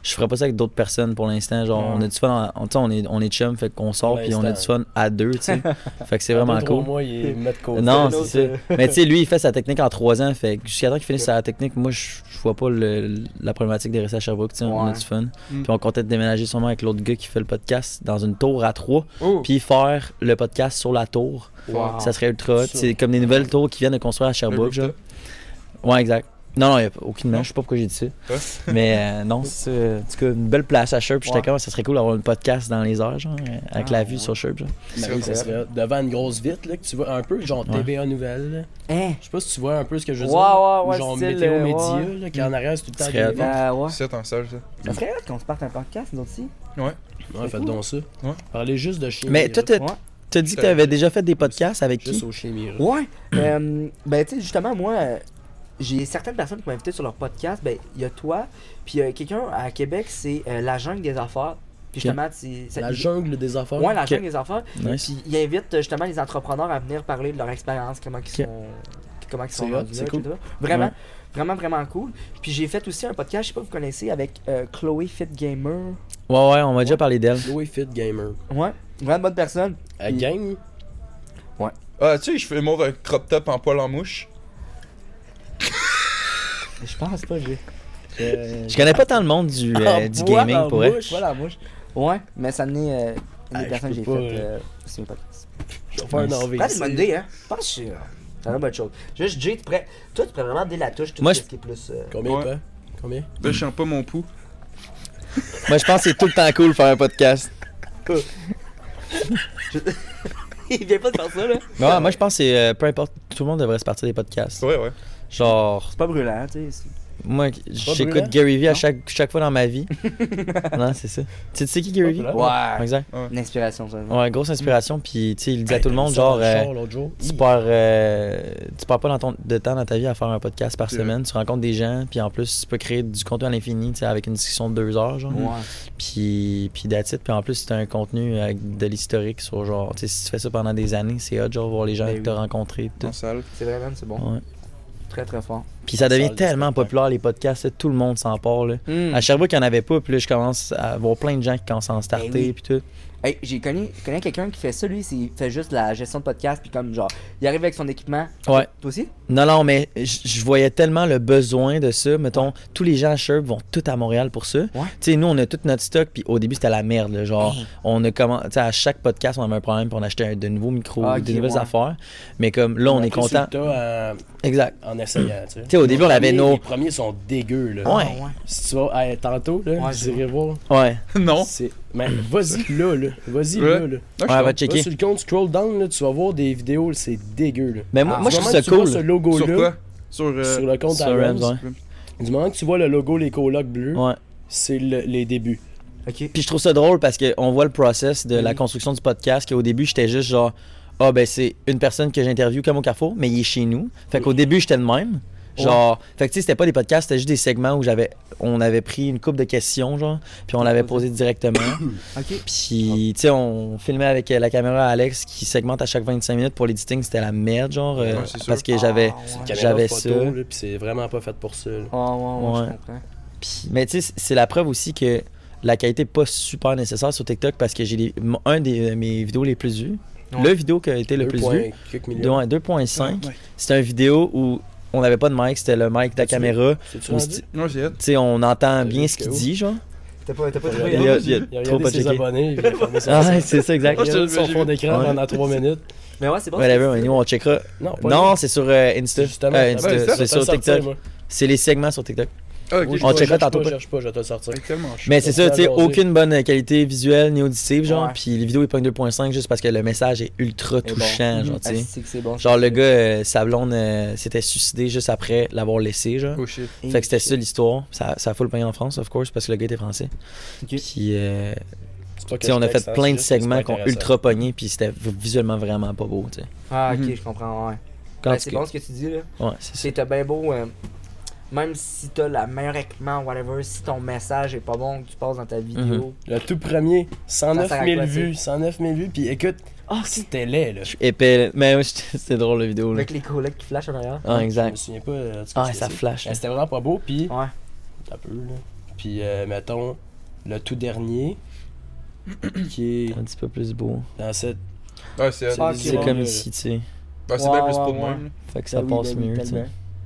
je ferais pas ça avec d'autres personnes pour l'instant. Genre, Ouais. on a du fun, en- on, tu sais, on est, on est chum, fait qu'on sort, Pour puis on a du l'instant. fun à deux, tu sais. Fait que c'est vraiment Dans deux, trois cool. mois, il est mis de côté. Non, l'autre, c'est euh, ça. Mais tu sais, lui, il fait sa technique en trois ans. Fait que jusqu'à temps qu'il finisse sa technique, moi, je je vois pas le- la problématique de rester à Sherbrooke. Tu sais, on a Ouais. du fun. Mm. Puis on comptait de déménager sûrement avec l'autre gars qui fait le podcast dans une tour à trois. Oh! Puis faire le podcast sur la tour. Wow. Ça serait ultra hot. Ça. C'est comme des nouvelles tours qui viennent de construire à Le Sherbrooke. Genre. rooftop. Ouais, exact. Non, non, il n'y a aucune Non. Je sais pas pourquoi j'ai dit ça. Ouais. Mais euh, non, c'est ça. En tout cas, une belle place à Sherbrooke. Puis j'étais Ouais. comme, ça serait cool d'avoir un podcast dans les heures, genre, euh, avec Ah, la vue ouais. sur Sherbrooke. Genre. Ben C'est oui, ça vrai. serait devant une grosse vitre, là, que tu vois un peu, genre Ouais. T V A Nouvelles. là. Hein? Je sais pas si tu vois un peu ce que je veux Ouais, dire. ouais, Ou ouais, genre style, Météo euh, Média, ouais. là, qui en arrière, c'est tout le temps Ce des serait vitres. Euh, ouais. C'est en salle, ça. Ça serait hâte qu'on se parte un podcast, nous aussi. Ouais. Ouais, faites donc ça. Ouais. Parlez juste de chien. Mais toi, t'as Ouais. t'as dit que t'avais déjà fait des podcasts avec Juste qui? au chien Mira. Ouais. euh, ben, tu sais, justement, moi, euh, j'ai certaines personnes qui m'ont invité sur leur podcast. Ben, il y a toi, puis il y a quelqu'un à Québec, c'est euh, La Jungle des Affaires. Puis justement, c'est. ça- La jungle des affaires. Ouais, La Ok. Jungle des Affaires. Nice. Puis il invite euh, justement les entrepreneurs à venir parler de leur expérience, comment ils Ok. sont. Comment ils sont C'est hot, rendus c'est là, cool. et cetera. Vraiment, Ouais. vraiment, vraiment cool. Puis j'ai fait aussi un podcast, je sais pas si vous connaissez, avec euh, Chloé Fit Gamer. Ouais, ouais, on m'a déjà parlé d'elle. Louis Fit Gamer. Ouais, vraiment bonne personne. À Il- gang. Ah, tu sais, je fais mon crop top en poil en mouche. Je pense pas, j'ai. Je connais pas tant le monde du, euh, du gaming pour elle. Ouais, la mouche. Ouais, mais ça venait euh, une Ah, des je personnes que j'ai peux fait pas, euh, sur mes podcasts. Je vais faire un Nice. A V C. Ouais, c'est une bonne idée, hein. Je pense que c'est euh, c'est une bonne chose. Juste, Jay, tu pourrais. Toi, tu pourrais vraiment donner la touche, tout Moi, ce je- qui est plus. euh, Combien, Ouais. toi? Combien? Ben, je sens pas mon pouls. Moi, je pense que c'est tout le temps cool de faire un podcast. Il vient pas de faire ça, là. Ouais, moi, je pense que c'est peu peu importe, tout le monde devrait se partir des podcasts. Ouais, ouais. Genre, C'est pas brûlant, tu sais. moi, brûlant? j'écoute Gary Vee à Non? chaque, chaque fois dans ma vie. Non, c'est ça. Tu sais, tu sais qui Gary Vee? Pas Ouais. Exact. Une inspiration, ça. Ouais, grosse inspiration. Puis, tu sais, il dit à Hey, tout le t'as monde, vu ça genre, dans le euh, char l'autre jour? tu Hi. perds, euh, tu perds pas dans ton, de temps dans ta vie à faire un podcast par C'est semaine. Tu rencontres des gens, puis en plus, tu peux créer du contenu à l'infini, tu sais, avec une discussion de deux heures, genre. Ouais. Puis, puis that's it. Puis en plus, c'est un contenu avec de l'historique sur genre, tu sais, si tu fais ça pendant des années, c'est hot, genre, voir les gens Ben que t'as oui. rencontrés. pis tout. En salle. C'est vrai, man, c'est bon. Ouais. Très, très fort. Puis ça devient Salle de tellement spectacle. populaire, les podcasts, là, tout le monde s'en part. Là. Hmm. À Sherbrooke, il n'y en avait pas, puis là, je commence à voir plein de gens qui commencent à en starter, Ben oui. puis tout. Hey, j'ai connu, je connais quelqu'un qui fait ça, lui, c'est- il fait juste la gestion de podcast, puis comme genre, il arrive avec son équipement. Ouais. Toi aussi? Non, non, mais je je voyais tellement le besoin de ça. Mettons, tous les gens à Sherbrooke vont tout à Montréal pour ça. Tu sais, nous, on a tout notre stock, puis au début, c'était la merde. là. Genre, on a comment, tu sais, à chaque podcast, on avait un problème, puis on achetait un- de nouveaux micros, Ah, ok, de nouvelles ouais. affaires. Mais comme là, on est Appris sur content. le tas Exact. en, en essayant, tu sais. Tu sais, au début, on Les avait premiers- nos. Les premiers sont dégueux, là. Ouais. Ah, Si tu vas hey, tantôt, là, Ouais, vous je irez voir. Ouais. Non. C'est... Mais vas-y là, là. Vas-y Ouais. là, là. Ah, je Ouais, suis va bon. Va checker. sur le compte, scroll down, là, tu vas voir des vidéos, c'est dégueu, là. Mais moi, Ah, moi je Du trouve moment ça que tu vois cool. ce logo-là, Sur quoi? Sur. euh, sur le compte Sur à Rams, Rams, ouais. du moment que tu vois le logo, les colocs bleus, Ouais. c'est le- les débuts. Ok. Puis je trouve ça drôle parce qu'on voit le process de la Oui. construction du podcast. Qu'au début, j'étais juste genre, ah ben c'est une personne que j'interviewe comme au Carrefour, mais il est chez nous. Fait qu'au début, j'étais de même. Genre, fait que tu sais, c'était pas des podcasts, c'était juste des segments où j'avais, on avait pris une couple de questions, genre, puis on l'avait posé directement. Ok. Puis, tu sais, on filmait avec euh, la caméra à Alex qui segmente à chaque vingt-cinq minutes pour l'editing, c'était la merde, genre, euh, Ouais, c'est sûr. parce que j'avais. Ah, ouais. Caméra J'avais photo, ça. là, puis c'est vraiment pas fait pour ça. là. Ah, ouais, ouais, Ouais. je comprends. Puis- mais tu sais, c'est la preuve aussi que la qualité n'est pas super nécessaire sur TikTok parce que j'ai les- mon- un des mes vidéos les plus vues. Ouais. Le vidéo qui a été le Deux plus point vu, quelques millions. de- deux virgule cinq. Ouais. C'était une vidéo où on n'avait pas de mic, c'était le mic de la Tu caméra. C'est-tu Où rendu? c'est- Non, j'ai hâte. Tu sais, on entend Euh, bien ce qu'il jusqu'à où? dit, genre. T'as pas, t'as pas Il trouvé a- Il y a, hein? il y a Il a trop regardé pas ses checké. abonnés, il a fermé son, Ah, ouais, c'est ça, il a exact. Ah, je te- regardé son j'ai fond vu. d'écran Ouais. pendant trois minutes. Mais ouais, c'est bon. Whatever, c'est- nous on checkera. Non, pas Non, lui. c'est sur euh, Insta. Justement, Euh, ouais, Insta, c'est ça, c'est je vais sur te le sortir, TikTok. moi. C'est les segments sur TikTok. Ah, ok. Oui, je On je vois. checkera cherche tantôt pas, pas. cherche pas, je vais te le sortir. C'est tellement chaud. Mais c'est ça, tu sais, jaser. aucune bonne qualité visuelle ni auditive, genre. Ouais. Puis les vidéos, ils pognent deux virgule cinq juste parce que le message est ultra Et bon. touchant, genre, Ah, tu sais. c'est que c'est bon. Genre, le gars, euh, sa blonde euh, s'était suicidé juste après l'avoir laissé, genre. Oh shit. Fait que c'était ça l'histoire. Ça, ça a full payé en France, of course, parce que le gars était français. Ok. Puis, euh, C'est pas que tu sais, on je a texte, fait hein, plein c'est de juste que c'est segments pas qui ont intéressant. ultra pogné, puis c'était visuellement vraiment pas beau, tu sais. Ah, ok, Mhm. je comprends, ouais. Quand Ben, tu- c'est bon ce que tu dis, là. Ouais, c'est ça. C'est t'as bien beau, euh, même si t'as la meilleure équipement, whatever, si ton message est pas bon que tu passes dans ta vidéo. Le tout premier, cent neuf Ça sert à mille quoi, tu vues, cent neuf mille vues, puis écoute, Ah, c'était laid, là. Je suis épais, là. Mais ouais, j'étais- c'était drôle la vidéo, là. Avec les collègues qui flashent en arrière. Ah, Je me exact. souviens pas. euh, de ce que Ah, c'était, ça c'est. flash. Mais C'était vraiment pas beau, puis Ouais. un peu, là. Puis, euh, mettons, le tout dernier, qui est Un petit peu plus beau. dans cette. Ouais, c'est C'est ouais, des C'est images, comme là. ici, tu sais. c'est Ouais, bien plus ouais, pas de ouais. même. là. Fait que ça Ben oui, passe ben oui, mieux, tu sais. tellement.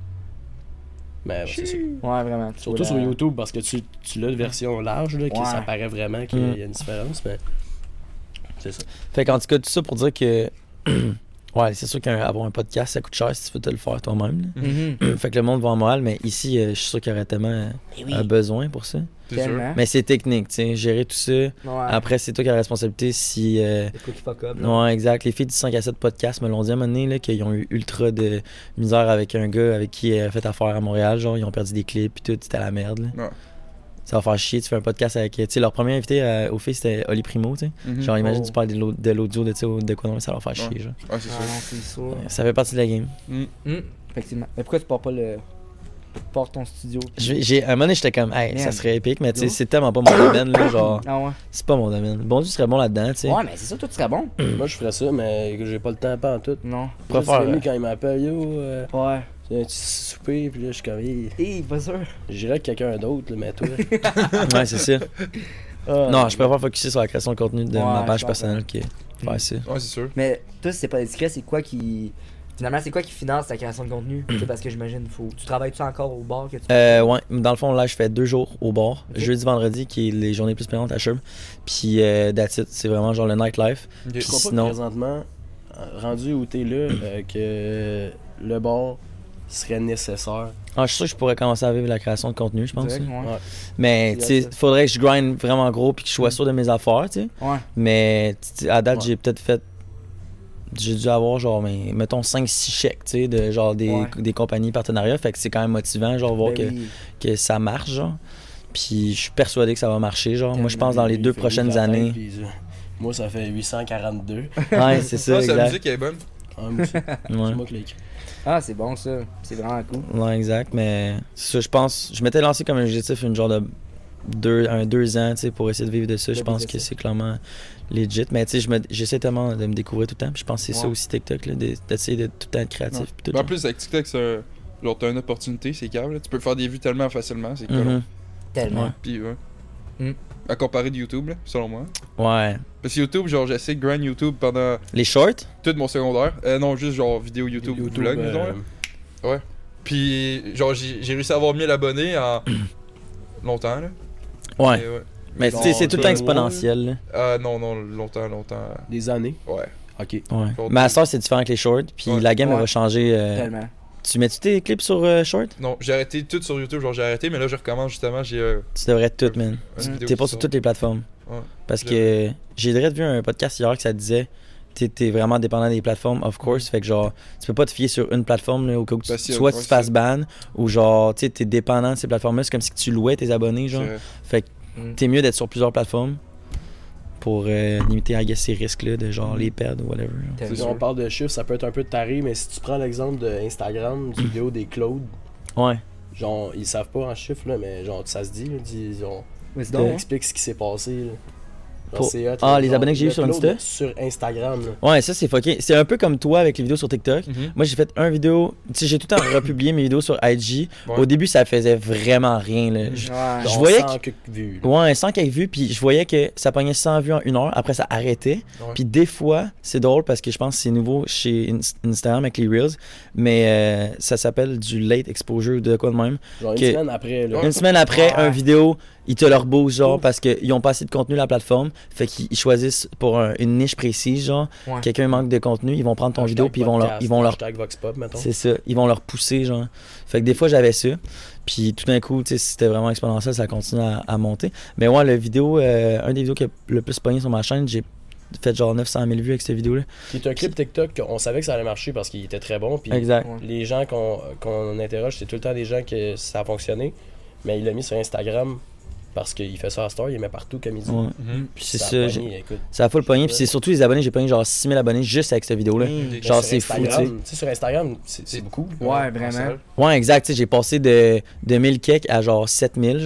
Ben, ouais, c'est ça. Ouais, vraiment. tu Surtout vois sur la- YouTube, parce que tu, tu l'as de version large, là, que Ouais. ça paraît vraiment qu'il Mm. y a une différence, mais. C'est ça. Fait qu'en tout cas, tout ça pour dire que. Ouais, c'est sûr qu'avoir un podcast, ça coûte cher si tu veux te le faire toi-même. là. Mhm. Fait que le monde va en morale, mais ici, euh, je suis sûr qu'il y aurait tellement euh, Eh oui, un besoin pour ça. C'est sûr. tellement. Mais c'est technique, tu sais, gérer tout ça. Ouais. Après, c'est toi qui as la responsabilité si. euh, C'est quoi qui fuck up, là? Ouais, exact. Les filles du cinq à sept podcast me l'ont dit à un moment donné, là, qu'ils ont eu ultra de misère avec un gars avec qui elle a fait affaire à Montréal. Genre, ils ont perdu des clips, puis tout, c'était la merde. là. Ouais. Ça va faire chier, tu fais un podcast avec. Tu sais, leur premier invité euh, aux filles, c'était Oli Primo, tu sais. Mhm. Genre, imagine, Oh. tu parles de l'au- de l'audio de, tu sais, de quoi non, ça va faire chier, Ouais. genre. Ouais, c'est Ah sûr. non, c'est sûr. Ça fait partie de la game. Mm. Hum, effectivement. Mais pourquoi tu pars pas le. Tu pars ton studio? puis- Je- J'ai, à un moment donné, j'étais comme, hey, ça Merde. serait épique, mais tu sais, Yo. c'est tellement pas mon domaine, là. Genre, Ah ouais. c'est pas mon domaine. Bon Dieu serait bon là-dedans, tu sais. Ouais, mais c'est ça, toi, tu serais bon. Moi, je ferais ça, mais j'ai pas le temps, pas en tout. Non. Pourquoi Juste faire, Rémi, euh, quand il m'appelle, yo, euh, Ouais. j'ai un petit souper, puis là, je suis comme, hey, Hé, pas sûr. j'irais avec quelqu'un d'autre, là, mais toi. Ouais, c'est ça. Ah. Non, je préfère focuser sur la création de contenu de Ouais, ma je page comprends. personnelle que faire ça. Ouais, c'est sûr. Mais toi, si c'est pas discret, c'est quoi qui. Finalement, c'est quoi qui finance ta création de contenu? Tu sais, parce que j'imagine, faut. Tu travailles-tu encore au bar que tu Euh, ouais, dans le fond, là, je fais deux jours au bar. Ok. Jeudi, vendredi, qui est les journées plus payantes à Sherb. Puis, euh, that's it. C'est vraiment genre le nightlife. Ok. Je crois pas Sinon- que présentement, euh, rendu où t'es là, euh, que le bar serait nécessaire. Ah, je suis sûr que je pourrais commencer à vivre la création de contenu, je pense. Direct, ouais. Ouais. Mais, Il y tu a sais, ça. faudrait que je grind vraiment gros puis que je sois sûr de mes affaires, tu sais. Ouais. Mais, tu sais, à date, Ouais. j'ai peut-être fait. J'ai dû avoir, genre, mais, mettons, cinq six chèques, tu sais, de genre des, Ouais. des compagnies partenariats. Fait que c'est quand même motivant, genre, voir Ben que, oui. que ça marche, genre. Puis, je suis persuadé que ça va marcher, genre. Moi, je Tellement. pense dans les Il deux fait prochaines vivre la tête, années. puis, euh, moi, ça fait huit cent quarante-deux. Ouais, c'est ça, Ah, sa exact. musique elle est bonne. Ah, moi aussi. Ouais. C'est moi qui l'ai écrit. Ah, c'est bon ça. C'est vraiment cool. Ouais, exact, mais c'est ça, je pense, je m'étais lancé comme un objectif une genre de deux, un deux ans, tu sais, pour essayer de vivre de ça. De Je pense vivre de que ça. c'est clairement legit, mais tu sais, je me- j'essaie tellement de me découvrir tout le temps, puis je pense que c'est ça Ouais. aussi TikTok, là, de- d'essayer de tout le temps être créatif. Ouais. puis tout, Ben, en genre. plus, avec TikTok, c'est un- genre, t'as une opportunité, c'est câble. là. Tu peux faire des vues tellement facilement, c'est cool. Mhm. Tellement. Ouais. Puis, ouais. Mm. À comparer de YouTube, là, selon moi. Ouais. Parce que YouTube, genre, j'ai essayé de grind YouTube pendant Les shorts? tout mon secondaire. Euh, non, juste genre vidéo YouTube, YouTube, vlog, euh, disons, là. Puis, genre, j'ai j'ai réussi à avoir mille abonnés en longtemps, là. Ouais. Et ouais. Mais tu sais, Genre c'est tout le temps deux exponentiel, là. Ah, non, non, longtemps, longtemps. Des années. Ouais. Ok. Ouais. Short. Mais à ça, c'est différent avec les shorts, puis Ouais. la game, elle Ouais. va changer. euh, Tellement. Tu mets-tu tes clips sur euh, short? Non, j'ai arrêté tout sur YouTube, genre, j'ai arrêté, mais là, je recommence justement, j'ai. Euh, Tu devrais tout, man. une Mm. vidéo T'es qui pas sur sort. toutes les plateformes. Ouais. Parce Je- que j'ai direct vu un podcast hier que ça disait t'es t'es vraiment dépendant des plateformes, of course. Fait que genre, tu peux pas te fier sur une plateforme là, au cas où tu- Parce que, soit ouais, tu te fasses c'est- ban ou genre, tu sais, t'es dépendant de ces plateformes-là. C'est comme si tu louais tes abonnés, genre. C'est- Fait que Mm. t'es mieux d'être sur plusieurs plateformes pour euh, limiter, I guess, ces risques-là de genre les perdre ou whatever. genre. Tellement. Si on parle de chiffres, ça peut être un peu taré, mais si tu prends l'exemple de Instagram, du vidéo des Claude, Ouais. genre, ils savent pas en chiffres, là, mais genre, ça se dit, là, ils ont... Vas-y Ils donc, hein. expliquent ce qui s'est passé, là. Genre, Pour- c'est hot, Ah, là, les genre, abonnés que j'ai le eu sur Claude, Insta? Sur Instagram, là. Ouais, ça c'est fucké. C'est un peu comme toi avec les vidéos sur TikTok. Mhm. Moi, j'ai fait un vidéo. Tu sais, j'ai tout le temps republié mes vidéos sur I G. Ouais. Au début, ça faisait vraiment rien. Là. Je- Ouais. Je Genre voyais cent que- quelques vues, là. Ouais, cent quelques vues, puis je voyais que ça pognait cent vues en une heure. Après, ça arrêtait. Ouais. Puis des fois, c'est drôle parce que je pense que c'est nouveau chez Inst- Instagram avec les Reels, mais euh, ça s'appelle du late exposure ou de quoi de même. Genre une que- semaine après, là. Ouais. Une semaine après, Ouais. un vidéo, ils te leur boostent, genre, Ouf. parce qu'ils ont pas assez de contenu à la plateforme. Fait qu'ils ils choisissent pour un- une niche précise, genre, Ouais. quelqu'un manque de contenu, ils vont prendre ton Hashtag vidéo, puis ils vont leur. podcast, Ils vont leur Hashtag Vox Pop, mettons. c'est ça, ils vont leur pousser, genre. Fait que des fois, j'avais ça. Puis tout d'un coup, tu sais, c'était vraiment exponentiel, ça continue à, à monter. Mais ouais, le vidéo, euh, un des vidéos qui a le plus pogné sur ma chaîne, j'ai fait genre neuf cent mille vues avec cette vidéo-là. Qui est un clip TikTok qu'on savait que ça allait marcher parce qu'il était très bon. Puis Exact. Ouais. les gens qu'on qu'on interroge, c'est tout le temps des gens que ça a fonctionné. Mais il l'a mis sur Instagram parce qu'il fait ça à Star, il met partout comme il dit. Ouais. Mhm. Puis c'est a ça, j'ai- pogné, écoute. ça a full pogné. Puis c'est surtout les abonnés, j'ai pogné genre six mille abonnés juste avec cette vidéo-là. Mm. Mais Genre, sur c'est fou, tu sais. Instagram, tu sais. Sur Instagram, c'est c'est beaucoup. Ouais, vraiment. salle. Ouais, exact, tu sais, j'ai passé de, de mille kek à genre sept mille, genre.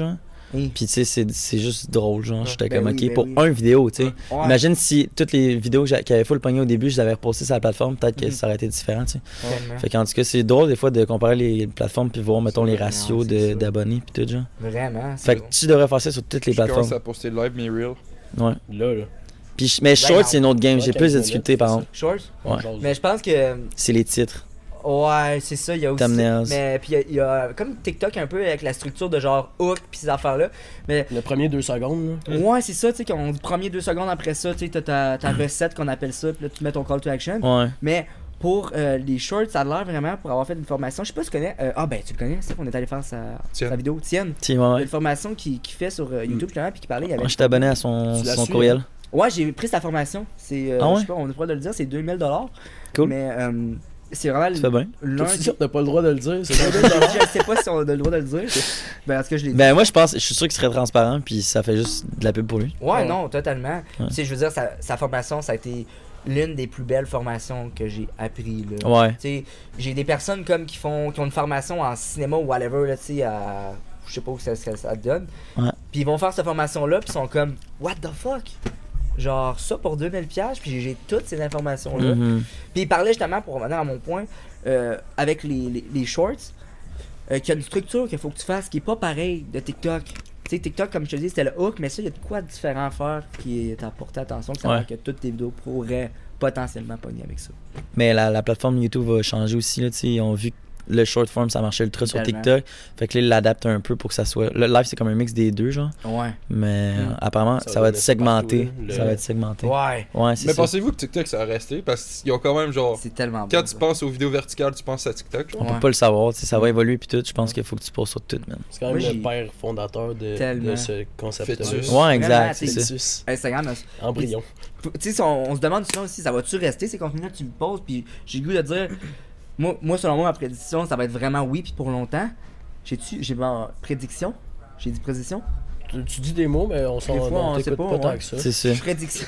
Hey. Puis tu sais, c'est, c'est juste drôle, genre. J'étais Ben comme, oui, ok, ben pour oui. un vidéo, tu sais. Ouais. Imagine si toutes les vidéos que j'a- qui avaient full pogné au début, je les avais repostées sur la plateforme, peut-être que Mhm. ça aurait été différent, tu sais. Tellement. Fait qu'en tout cas, c'est drôle des fois de comparer les plateformes puis voir, mettons, les Ouais, ratios non, c'est de, ça. d'abonnés puis tout, genre. Vraiment. c'est Fait que drôle. tu devrais faire ça sur toutes les Je commence plateformes. à poster live mes reels. Ouais. Là, là. Puis, mais Short, now. c'est une autre game. Ouais, J'ai plus de quinze difficultés, minutes, par c'est exemple. Shorts? Ouais. On jase. Mais je pense que. C'est les titres. Ouais, c'est ça, il y a aussi. Thumbnails. Mais puis il y a- il y, a comme TikTok un peu avec la structure de genre hook pis ces affaires-là. Mais Le premier deux secondes, là. ouais, c'est ça, tu sais, qu'on dit premier deux secondes après ça, tu sais, t'as ta, ta recette qu'on appelle ça, pis là tu mets ton call to action. Ouais. Mais pour euh, les shorts, ça a l'air vraiment pour avoir fait une formation. Je sais pas si tu connais. euh, ah ben tu le connais, c'est qu'on est allé faire sa, Tienne. sa vidéo. Tienne. Tiens, ouais, Il y a ouais. une formation qui, qui fait sur euh, YouTube justement puis qui parlait. Il y avait Moi, je suis abonné à son, Tu la son suis, courriel. Ouais, j'ai pris sa formation. C'est. euh, Ah ouais? Je sais pas, on a le droit de le dire, c'est deux mille dollars. Cool. Mais euh, c'est vraiment Tu fais bien. l'un. Toi, tu des- dis, t'as pas le droit de le dire, c'est je deux dollars. sais pas si on a le droit de le dire. Ben, en tout cas, je l'ai dit. Ben, moi, je pense, je suis sûr qu'il serait transparent, puis ça fait juste de la pub pour lui. Ouais, Ouais. non, totalement. Ouais. Tu sais, je veux dire, sa, sa formation, ça a été l'une des plus belles formations que j'ai appris. Là. Ouais. Tu sais, j'ai des personnes comme qui font qui ont une formation en cinéma ou whatever, là, tu sais, à. Je sais pas où ça, ça, ça te donne. Ouais. Puis ils vont faire cette formation-là, puis ils sont comme, what the fuck? Genre, ça pour deux mille dollars, puis j'ai- j'ai toutes ces informations-là. Mhm. Puis il parlait justement, pour revenir à mon point, euh, avec les, les, les shorts, euh, qu'il y a une structure qu'il faut que tu fasses qui est pas pareille de TikTok. Tu sais, TikTok, comme je te dis, c'était le hook, mais ça, il y a de quoi de différent à faire qui est à porter attention, que ça Ouais. fait que toutes tes vidéos pourraient potentiellement pogner avec ça. Mais la, la plateforme YouTube va changer aussi, là, tu sais. Ils ont vu que le short form, ça marchait ultra sur Tellement. TikTok. Fait que là, ils l'adaptent un peu pour que ça soit. Le live, c'est comme un mix des deux, genre. Ouais. Mais euh, apparemment, ça, Ça va va être laisser segmenté. partout, là. Ça Le- va être segmenté. Ouais. Ouais, c'est Mais ça. pensez-vous que TikTok ça va rester? Parce qu'ils ont quand même genre. C'est tellement bon. Quand tu ça. penses aux vidéos verticales, tu penses à TikTok. genre. On Ouais. peut pas le savoir, tu sais, ça va évoluer puis tout. Je pense qu'il faut que tu poses sur tout, man. C'est quand même Moi, j'ai- le père fondateur de, Tellement. de ce concept-là. Fœtus. Ouais, Vraiment, exact, c'est t'es- ça. Fœtus. Instagram, là, Embryon. tu sais, si on, on se demande souvent aussi, ça va-tu rester ces contenus-là, tu le poses, puis j'ai le goût de dire, moi, moi, selon moi, ma prédiction, ça va être vraiment oui, puis pour longtemps. J'ai-tu, j'ai ma prédiction? J'ai dit prédiction? Tu, tu dis des mots, mais on s'en Des fois, on t'écoute sait pas, pas, tant ouais. que ça. C'est ça. Prédiction.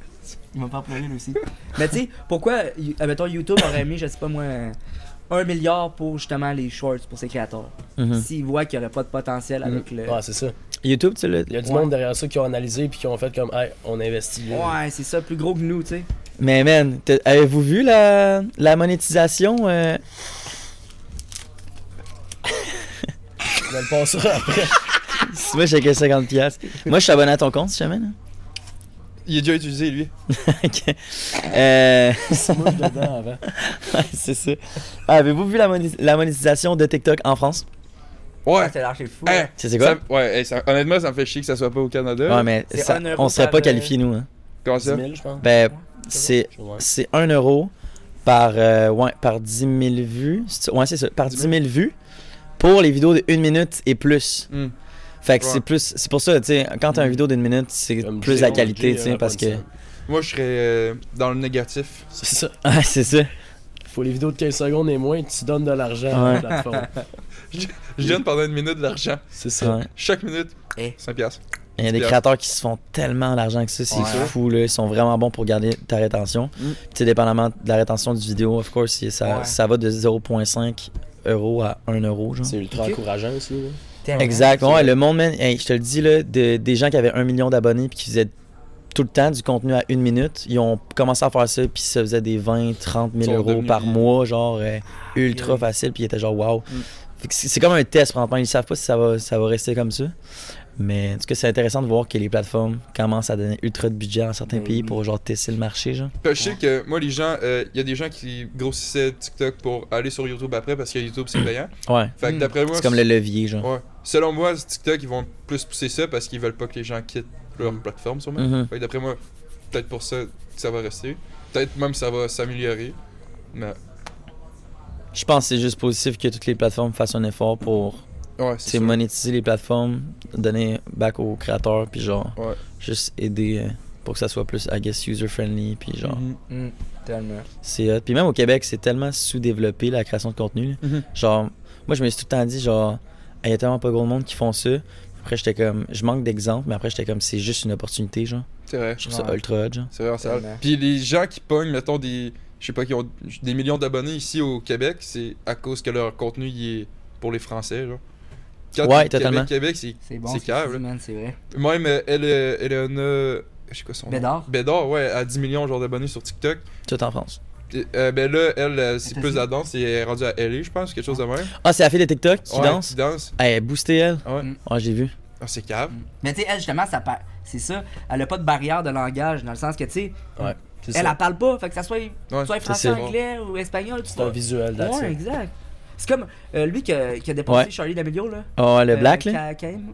Il m'a pas pleurer lui aussi. Mais tu sais, pourquoi, y- admettons, YouTube aurait mis, je sais pas moi, un milliard pour justement les shorts pour ses créateurs. Mhm. S'ils voient qu'il y aurait pas de potentiel avec le. Ouais, c'est ça. YouTube, tu sais, le- Il y a du Ouais. monde derrière ça qui ont analysé puis qui ont fait comme, hey, on investit là. Ouais, c'est ça, plus gros que nous, tu sais. Mais man, t'as- avez-vous vu la, la monétisation euh, On va le passer après. Moi, j'ai que cinquante piastres. Moi, je suis abonné à ton compte, si jamais. Là. Il est déjà utilisé lui. Ok. Euh... C'est moi dedans avant. ouais, c'est ça. Ah, avez-vous vu la, moné- la monétisation de TikTok en France? Ouais. Ah, c'est lâché fou. Hein, hein. C'est c'est quoi? ça- ouais, hey, ça- honnêtement, ça me fait chier que ça soit pas au Canada. Ouais, mais C'est ça- un euro on serait par, pas euh, qualifiés, nous. Hein. Comment dix ça? mille, je pense. Ben, c'est Ouais. c'est un euro par, euh, ouais, par dix mille vues. C'est- Ouais, c'est ça. Par dix mille vues pour les vidéos de une minute et plus. Hmm. Fait que Ouais. c'est plus. C'est pour ça, tu sais, quand t'as une vidéo d'une minute, c'est Comme plus J- la qualité, J, tu sais, euh, parce que. Robinson. Moi, je serais euh, dans le négatif. C'est ça. Ah, c'est ça. Faut les vidéos de quinze secondes et moins, tu donnes de l'argent à Ouais. la plateforme. Je donne pendant une minute de l'argent. C'est ça. Ouais. Chaque minute, Eh. cinq piastres. Il y a des Bien. créateurs qui se font tellement d'argent que ça, c'est Ouais. fou, là. Ils sont vraiment bons pour garder ta rétention. Mm. Tu sais, dépendamment de la rétention du vidéo, of course, ça, Ouais. ça va de zéro virgule cinq euros à un euro, genre. C'est ultra Ok. encourageant aussi. là. Tellement. Exact. Ouais, le monde, man, hey, je te le dis, là, de- des gens qui avaient un million d'abonnés puis qui faisaient tout le temps du contenu à une minute, ils ont commencé à faire ça puis ça faisait des vingt, trente Ils mille sont euros devenus par des- mois, genre euh, ultra Oui. facile, puis ils étaient genre wow. Mm. Fait que C'est c'est comme un test, présentement. Ils savent pas si ça va, ça va rester comme ça. Mais en tout cas, c'est intéressant de voir que les plateformes commencent à donner ultra de budget dans certains Ben pays oui. pour genre tester le marché, genre. Puis je sais que moi, les gens, il y a des gens qui grossissaient TikTok pour aller sur YouTube après parce que YouTube c'est payant. Ouais. Fait que Hmm. d'après moi, C'est comme le levier, genre. ouais. Selon moi, TikTok, ils vont plus pousser ça parce qu'ils veulent pas que les gens quittent leur Mm. plateforme, sûrement. Mhm. Fait que d'après moi, peut-être pour ça que ça va rester. Peut-être même que ça va s'améliorer. Mais Je pense que c'est juste positif que toutes les plateformes fassent un effort pour ouais, tu sais, c'est ça. monétiser les plateformes, donner back aux créateurs, puis genre Ouais. juste aider euh, pour que ça soit plus, I guess, user-friendly, puis genre, Mhm. Mm, tellement. c'est hot. Puis même au Québec, c'est tellement sous-développé la création de contenu. là. Mhm. Genre, moi je me suis tout le temps dit, genre, il y a tellement pas gros de monde qui font ça. Après, j'étais comme, je manque d'exemples, mais après, j'étais comme, c'est juste une opportunité, genre. C'est vrai. Je trouve ça Ouais. ultra hot, genre. C'est vraiment ça. Tellement. Puis les gens qui pognent, mettons, des. Je sais pas, qui ont des millions d'abonnés ici au Québec, c'est à cause que leur contenu il est pour les Français, genre. Quand Ouais, t'es totalement. Québec, Québec, c'est C'est bon, c'est ce cave, que tu dis, là. man, c'est vrai. Même euh, elle, euh, Eleana. Je sais quoi son nom. Bédard. Bédard, ouais, à dix millions genre d'abonnés sur TikTok. Tout en France. Et, euh, ben là, elle, euh, c'est États-Unis. plus la danse, elle est rendue à L A, je pense, quelque chose de même. Ah, c'est la fille de TikTok qui Ouais, danse? Qui danse. Elle est boostée, elle. Ouais. Mm. Ouais, j'ai vu. Ah, c'est cave. Mais tu sais, elle, justement, ça pa- c'est ça. Elle a pas de barrière de langage, dans le sens que, tu sais, Ouais, c'est elle, ça. elle parle pas. Fait que ça soit, Ouais, soit c'est français, ça. anglais ou espagnol, tu C'est un vois. visuel, that's Ouais, it. exact. C'est comme euh, lui qui a, qui a dépassé Ouais. Charlie D'Amelio, là. Oh, le Euh, black, là. Ka- Kaim.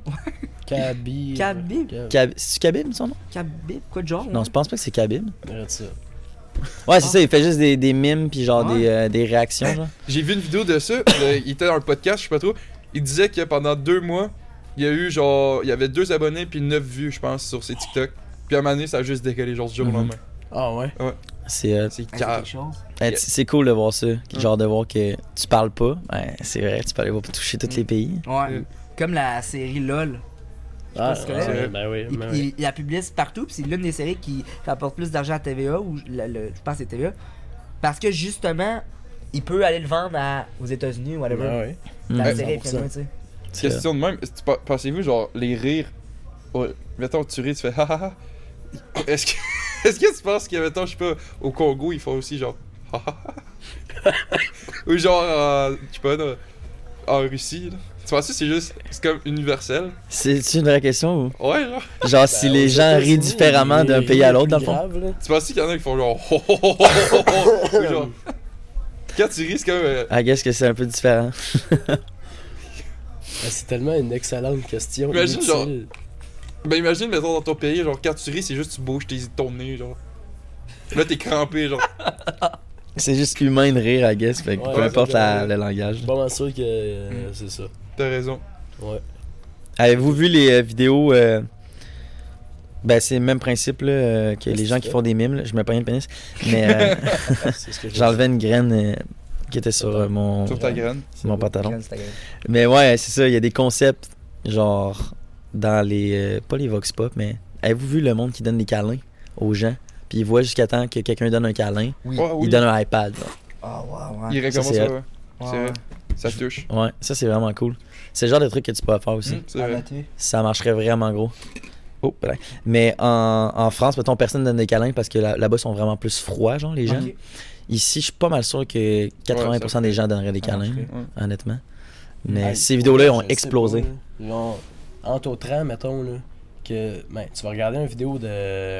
Kabi. Khabib. Cab... C'est-tu Khabib, son nom? Khabib, quoi de genre? Non, ouais. je pense pas que c'est Khabib. Arrête ça. Ouais, c'est ça, il fait juste des, des mimes puis genre Ouais. des, euh, des réactions, genre. J'ai vu une vidéo de ça. le- il était dans le podcast, je sais pas trop. Il disait que pendant deux mois, il y a eu genre. Il y avait deux abonnés puis neuf vues, je pense, sur ses TikTok. Puis à un moment donné, ça a juste décollé, genre du jour au Mhm. lendemain. Ah ouais? C'est euh, C'est Ah, c'est cave. quelque chose. euh, Yeah. c'est cool de voir ça. Genre de voir que tu parles pas. Ben, c'est vrai, tu peux aller voir pour toucher tous Mm. les pays. Ouais. Euh. Comme la série LOL. Ah, pas si tu connais. ouais, ben oui, Il, ben oui. il- il la publie partout, puis c'est l'une des séries qui rapporte plus d'argent à T V A, ou le, le- je pense que c'est T V A. Parce que justement, il peut aller le vendre à, aux États-Unis ou whatever. Ben ouais. La Ouais, série est cent pour filmée, tu sais. C'est Question de même, est-ce que tu pa- pensez-vous, genre, les rires. Ouais, mettons, tu ris, tu fais ha ha ha. Est-ce que, est-ce que tu penses que, mettons, je sais pas, au Congo, ils font aussi genre ha ha ha? Ou genre, euh, je sais pas, dans- en Russie, là. Tu penses que c'est juste. C'est comme universel? C'est une vraie question ou? Ouais, genre. Genre si Ben, les aux gens rient États-Unis, différemment les d'un rires pays à les l'autre, dans le plus fond? graves, là. Tu penses qu'il y en a qui font genre ho ho ho ho ho ho? Ou genre. Quand tu ris, c'est comme. euh, I guess que c'est un peu différent. Ben, c'est tellement une excellente question. Imagine, inutile. genre- Ben imagine, mettons, dans ton pays, genre, quand tu ris, c'est juste tu bouges tes, ton nez, genre. Là, t'es crampé, genre. C'est juste humain de rire, I guess. Fait que Ouais, peu ouais, importe c'est la- vrai. le langage. Je suis pas mal sûr que euh, c'est ça. T'as raison. Ouais. Avez-vous vu les euh, vidéos euh, Ben, c'est le même principe là, euh, que Qu'est-ce les que gens tu qui fais? font des mimes. Là. Je mets pas rien de pénis. Mais euh, C'est ce que je j'enlevais une graine euh, qui était sur euh, mon, Sur ta graine. mon pantalon. Sur Instagram. Mais ouais, c'est ça. Il y a des concepts, genre, dans les. euh, pas les Vox Pop, mais. Avez-vous vu le monde qui donne des câlins aux gens? Puis ils voient jusqu'à temps que quelqu'un donne un câlin, Oui. Ouais, oui. il donne un iPad. genre. Ah, ouais, Il ouais. recommence c'est ça, hot. ouais. Ouais, C'est ouais. vrai. Ça touche. Ouais, ça c'est vraiment cool. C'est le genre de truc que tu peux faire aussi. Hum, c'est à vrai. noter. Ça marcherait vraiment gros. Oh, peut-être. Mais en, en France, mettons, personne donne des câlins parce que là- là-bas, ils sont vraiment plus froids, genre, les gens. Ok. Ici, je suis pas mal sûr que quatre-vingts pour cent Ouais, ça des gens donneraient des Ça câlins, marcherait. Ouais. honnêtement. Mais Hey, ces vidéos-là je ont sais explosé. pas, là. Genre, entre au train, mettons, là, que ben, tu vas regarder une vidéo de.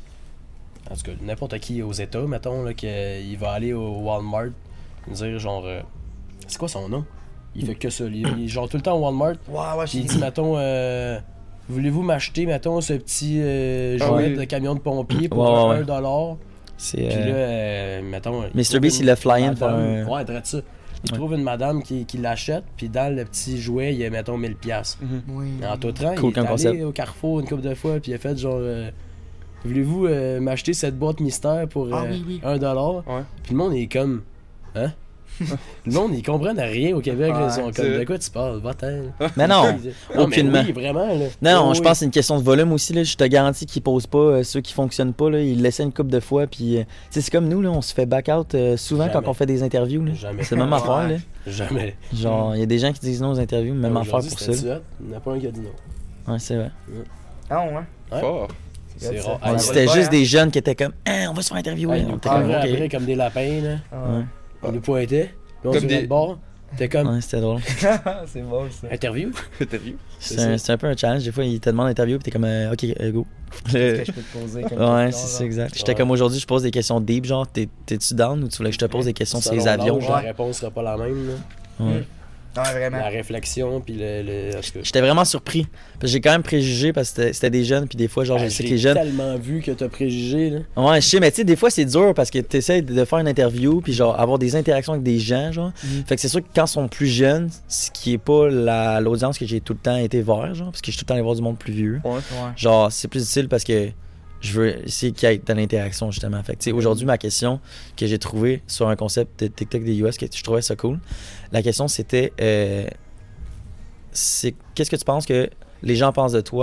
En tout cas, n'importe qui aux États, mettons, là, qu'il va aller au Walmart, dire genre. euh, c'est quoi son nom? Il fait que ça. Il, il est genre tout le temps au Walmart. Ouais, ouais, Puis il j'ai dit, mettons, euh, voulez-vous m'acheter, mettons, ce petit euh, Ah jouet oui. de camion de pompier pour Ouais, ouais, un ouais. dollar? C'est. Puis euh, là, euh, mettons. il Mister trouve Beast, une il l'a fly-in madame- pour un- Ouais, drette ça. Il Ouais. trouve une madame qui, qui l'achète, puis dans le petit jouet, il y a, mettons, mille piastres. Mhm. Oui. En tout temps, Cool il est comme allé concept. au Carrefour une couple de fois, puis il a fait genre. euh, voulez-vous euh, m'acheter cette boîte mystère pour Ah euh, oui, oui. un dollar? Ouais. Puis le monde est comme. Hein? Le monde, ils comprennent rien au Québec. là, ils sont Ouais, comme, c'est- de quoi tu parles? Va-t'en. Mais non! Non, mais aucunement. oui, vraiment. Là. Non, non, Oui, je oui. pense que c'est une question de volume aussi. Là. Je te garantis qu'ils posent pas euh, ceux qui fonctionnent pas. Là. Ils laissent une couple de fois. Puis, euh, tu sais, c'est comme nous, là, on se fait back-out euh, souvent Jamais. quand on fait des interviews. Là. Jamais. C'est la même affaire. Là. Jamais. Genre, il y a des gens qui disent non aux interviews, même affaire Aujourd'hui, pour ça. c'était là. hot. Il n'y en a pas un qui a dit non. Ouais, c'est vrai. Ah, ouais. Ouais. Fort. C'est ça. rare. Ah, Ouais, va c'était le juste faire, des jeunes qui étaient comme ah, on va se faire interviewer. Ouais, On ils était nous comme, parlaient ok. après comme des lapins. Là. Ah, Ouais. On nous pointait. Puis on Comme se des- de bord. T'es comme. Ouais, c'était drôle. c'est bon, ça. Interview? Interview. C'est un, c'est un peu un challenge. Des fois, ils te demandent d'interview, puis t'es comme euh, ok, euh, go. Est-ce que je peux te poser quelques Ouais, questions, c'est ça, genre? exact. J'étais Ouais. comme aujourd'hui, je pose des questions deep, genre, t'es- t'es-tu down ou tu voulais que je te pose des questions sur Selon les avions? l'âge, genre? La réponse sera pas la même. Là. Ouais. Ouais, vraiment. La réflexion, puis le. le... en tout cas. J'étais vraiment surpris. Parce que j'ai quand même préjugé parce que c'était- c'était des jeunes, puis des fois, genre, Ah, je sais que j'ai les jeunes. tellement vu que t'as préjugé. Là. Ouais, je sais, mais tu sais, des fois, c'est dur parce que t'essaies de faire une interview, puis genre, avoir des interactions avec des gens, genre. Mhm. Fait que c'est sûr que quand ils sont plus jeunes, ce qui est pas la- l'audience que j'ai tout le temps été voir, genre, parce que je suis tout le temps allé voir du monde plus vieux. Ouais. Ouais. Genre, c'est plus difficile parce que je veux essayer qu'il y ait de l'interaction, justement. Fait que, tu sais, aujourd'hui, ma question que j'ai trouvée sur un concept de TikTok des U S, que je trouvais ça cool, la question c'était euh, c'est qu'est-ce que tu penses que les gens pensent de toi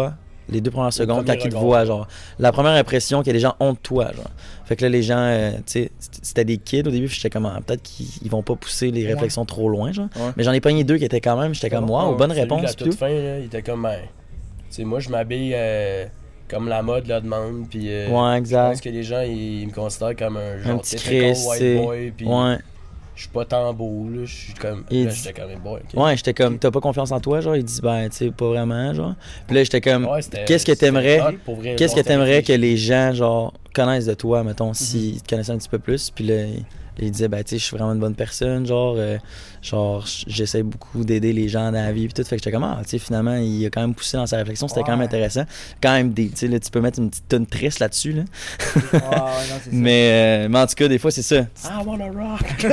les deux premières secondes premier quand ils te regard. voient, genre. La première impression que les gens ont de toi, genre. Fait que là, les gens, euh, tu sais, c'était des kids au début, puis j'étais comme, ah, peut-être qu'ils ils vont pas pousser les Ouais. réflexions trop loin, genre. Ouais. Mais j'en ai pogné deux qui étaient quand même, j'étais comme, bon? wow, Ouais, bonne Celui de réponse, la pis toute tout. fin, là, il était comme, ben, tu sais, moi, je m'habille euh, comme la mode le demande, puis euh, Ouais, je exact. pense que les gens, ils, ils me considèrent comme un genre petit typical Chris, white c'est- boy, puis Ouais. je suis pas tant beau, là, je suis comme, Il là, dit- j'étais comme un boy, ok. Ouais, j'étais comme, t'as pas confiance en toi, genre, il dit, ben, tu sais, pas vraiment, genre. Puis là, j'étais comme, Ouais, c'était- qu'est-ce que c'était t'aimerais, hot, pour vrai, qu'est-ce genre, que c'était t'aimerais que réfléchi. les gens, genre, connaissent de toi, mettons, s'ils te connaissaient un petit peu plus. Puis là, il, il disait, ben, tu sais, je suis vraiment une bonne personne, genre, euh, genre, j'essaie beaucoup d'aider les gens dans la vie, puis tout. Fait que j'étais comme, ah, tu sais, finalement, il a quand même poussé dans sa réflexion, c'était quand même Ouais. intéressant. Quand même, des, tu sais, là, tu peux mettre une petite tonne triste là-dessus, là. Ouais, ouais, non, c'est ça. Mais, euh, mais en tout cas, des fois, c'est ça. I wanna rock!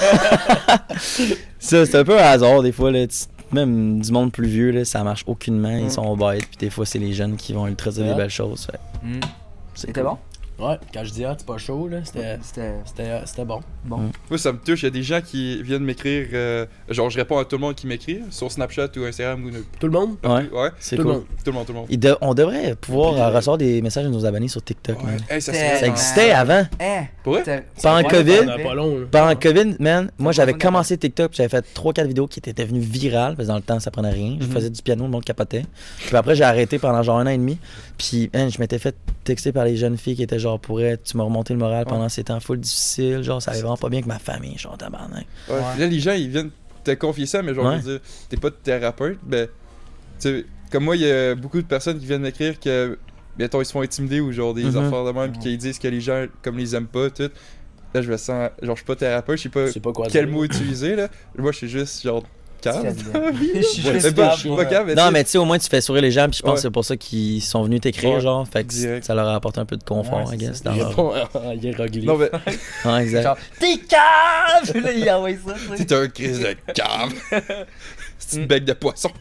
Ça, c'est un peu un hasard, des fois, là. Tu- même du monde plus vieux, là, ça marche aucunement, ils Mm. sont bêtes, puis des fois, c'est les jeunes qui vont ultra dire des Ouais. belles choses. Fait, Hmm. c'est C'était cool. bon? Ouais, quand je dis ah, c'est pas chaud, là, c'était C'était c'était- c'était bon. bon. Moi, ça me touche. Il y a des gens qui viennent m'écrire. euh, genre, je réponds à tout le monde qui m'écrit sur Snapchat ou Instagram ou. Tout le monde? Ouais, Ouais, c'est Tout le cool. monde. tout le monde, tout le monde. Il de- on devrait pouvoir Puis, euh, euh, recevoir des messages de nos abonnés sur TikTok, Ouais. man. Hey, ça C'était- serait Ça Ouais. existait avant. Hein? Pour vrai? C'était- Pendant Ouais, COVID, pendant pas long, là. pendant COVID, man, moi Ça j'avais prend commencé TikTok, puis j'avais fait trois quatre vidéos qui étaient devenues virales, parce que dans le temps ça prenait rien. Je Mhm. faisais du piano, le monde capotait. Puis après j'ai arrêté pendant genre un an et demi. Puis man, je m'étais fait texter par les jeunes filles qui étaient genre, pourrais tu m'as remonté le moral pendant ces temps full difficiles, genre ça allait vraiment pas bien avec ma famille, genre tabarnak. Ouais. Ouais. Puis là, les gens, ils viennent te confier ça, mais genre, Ouais. je veux dire, t'es pas thérapeute. Ben, tu sais, comme moi, il y a beaucoup de personnes qui viennent m'écrire que, mettons, ils se font intimider ou genre des Mhm. affaires de même, puis qu'ils disent que les gens, comme les aiment pas, tout. Là, je me sens, genre, je suis pas thérapeute, je sais pas Je sais pas quoi quel dire. mot utiliser, là. Moi, je suis juste, genre, calme. Je suis Ouais, juste c'est pas, calme, je suis ouais. pas calme, mais Non, tu sais, mais tu sais, au moins tu fais sourire les gens, puis je pense Ouais. que c'est pour ça qu'ils sont venus t'écrire, Ouais. genre. Fait que Direct. ça leur a apporté un peu de confort, Ouais, I c'est guess. ça. dans Il leur- répond en hiéroglyphe. Non, mais Ouais, exact. Genre, t'es calme! Puis là, il envoie ça, tu sais. t'es un crise de calme. C'est une bec de poisson.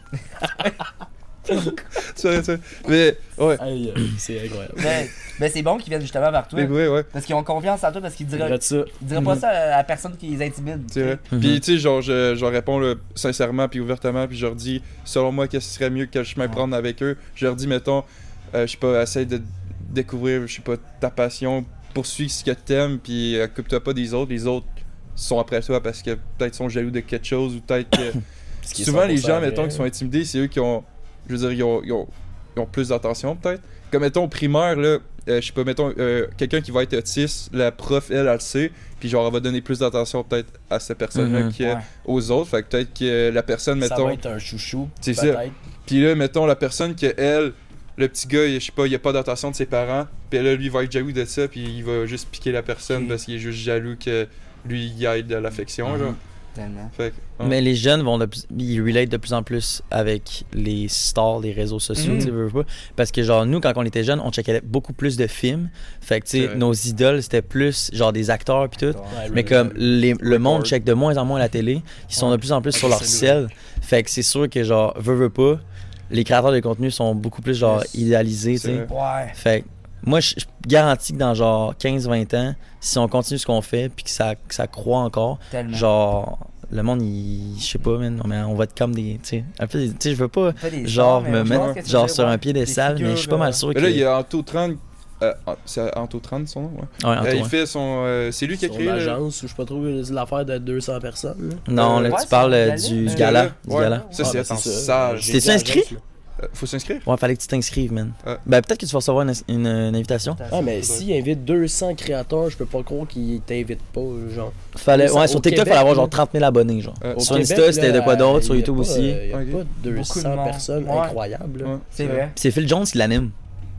tu vois, ça. Mais, ouais. Aïe, euh, c'est incroyable. Mais, mais c'est bon qu'ils viennent justement vers toi. Mais ouais, ouais. Parce qu'ils ont confiance en toi, parce qu'ils diraient, Regarde ça. ils diraient pas ça à la personne qui les intimide. C'est vrai. Mhm. Puis tu sais, genre, je, je leur réponds là, sincèrement puis ouvertement, puis je leur dis, selon moi, qu'est-ce qui serait mieux que je chemin Ouais. prendre avec eux. Je leur dis, mettons, euh, je sais pas, essaye de découvrir, je sais pas, ta passion, poursuis ce que t'aimes, puis euh, coupe-toi pas des autres. Les autres sont après toi parce que peut-être sont jaloux de quelque chose ou peut-être que. Ce qui est Souvent, les cent pour cent gens, vrai. mettons, qui sont intimidés, c'est eux qui ont. Je veux dire, ils ont, ils ont, ils ont plus d'attention, peut-être. Comme, mettons, au primaire, là, euh, je sais pas, mettons, euh, quelqu'un qui va être autiste, la prof, elle, elle le sait, puis genre, elle va donner plus d'attention, peut-être, à cette personne-là Mhm. que Ouais. aux autres. Fait que peut-être que la personne, Ça mettons. va être un chouchou. C'est ça. peut-être. Puis là, mettons, la personne que elle, le petit gars, il- je sais pas, il a pas d'attention de ses parents, puis là, lui, il va être jaloux de ça, puis il va juste piquer la personne Ok. parce qu'il est juste jaloux que lui, il aille de l'affection, Mhm. genre. Tellement. Fait que, ouais. Mais les jeunes vont de plus, ils relate de plus en plus avec les stars des réseaux sociaux, Mhm. tu sais, veux, veux pas. Parce que genre nous quand on était jeunes, on checkait beaucoup plus de films. Fait que tu C'est sais vrai. nos idoles c'était plus genre des acteurs puis tout. Ouais, Mais le- comme les- le monde Record. check de moins en moins la télé, ils sont Ouais. de plus en plus sur Ok, leur c'est sel. Fait que c'est sûr que genre veux veux pas, les créateurs de contenu sont beaucoup plus genre Yes. idéalisés, tu C'est sais. vrai. Ouais. Fait que moi je je garantis que dans genre quinze vingt ans, si on continue ce qu'on fait puis que ça que ça croît encore, Tellement. genre le monde il je sais pas man, mais on va être comme des tu sais un peu des- tu sais je veux pas Pas des genre stars, me mais je pense mettre que tu genre veux sur dire, un ouais, pied des des salles mais je suis pas figures, mal euh, sûr Mais que là, il y a Anto trente. Euh, c'est Anto trente son nom, ouais. ouais, Euh, Antoine. il fait son. euh, c'est lui qui a Son créé. le- agence, ou je sais pas trop, l'affaire de deux cents personnes. là. Non, Euh, là ouais, tu c'est parles un euh, gala, du euh, gala, Ouais. du gala. Ça, Ah, c'est ben, attends, ça. sage. J'ai T'es-tu dit inscrit? agence, là. Euh, faut s'inscrire? Ouais, fallait que tu t'inscrives man. Ouais. Ben peut-être que tu vas recevoir une, une, une invitation. Ah, mais s'il invite deux cents créateurs, je peux pas croire qu'il t'invite pas, genre. Fallait Ça, ouais, au sur TikTok Québec, fallait avoir là. genre trente mille abonnés genre. Euh, Au Sur Québec, Insta, c'était là, de quoi d'autre, sur y a YouTube pas, aussi. euh, y a Ok. pas deux Beaucoup de cents monde. personnes Ouais. incroyables. là. Ouais, C'est vrai. Puis c'est Phil Jones qui l'anime.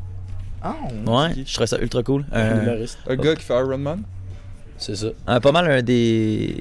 Ah, Ouais, qui? je trouvais ça ultra cool. Un Euh, humoriste. Un gars qui fait Iron Man? C'est ça. un- pas mal un des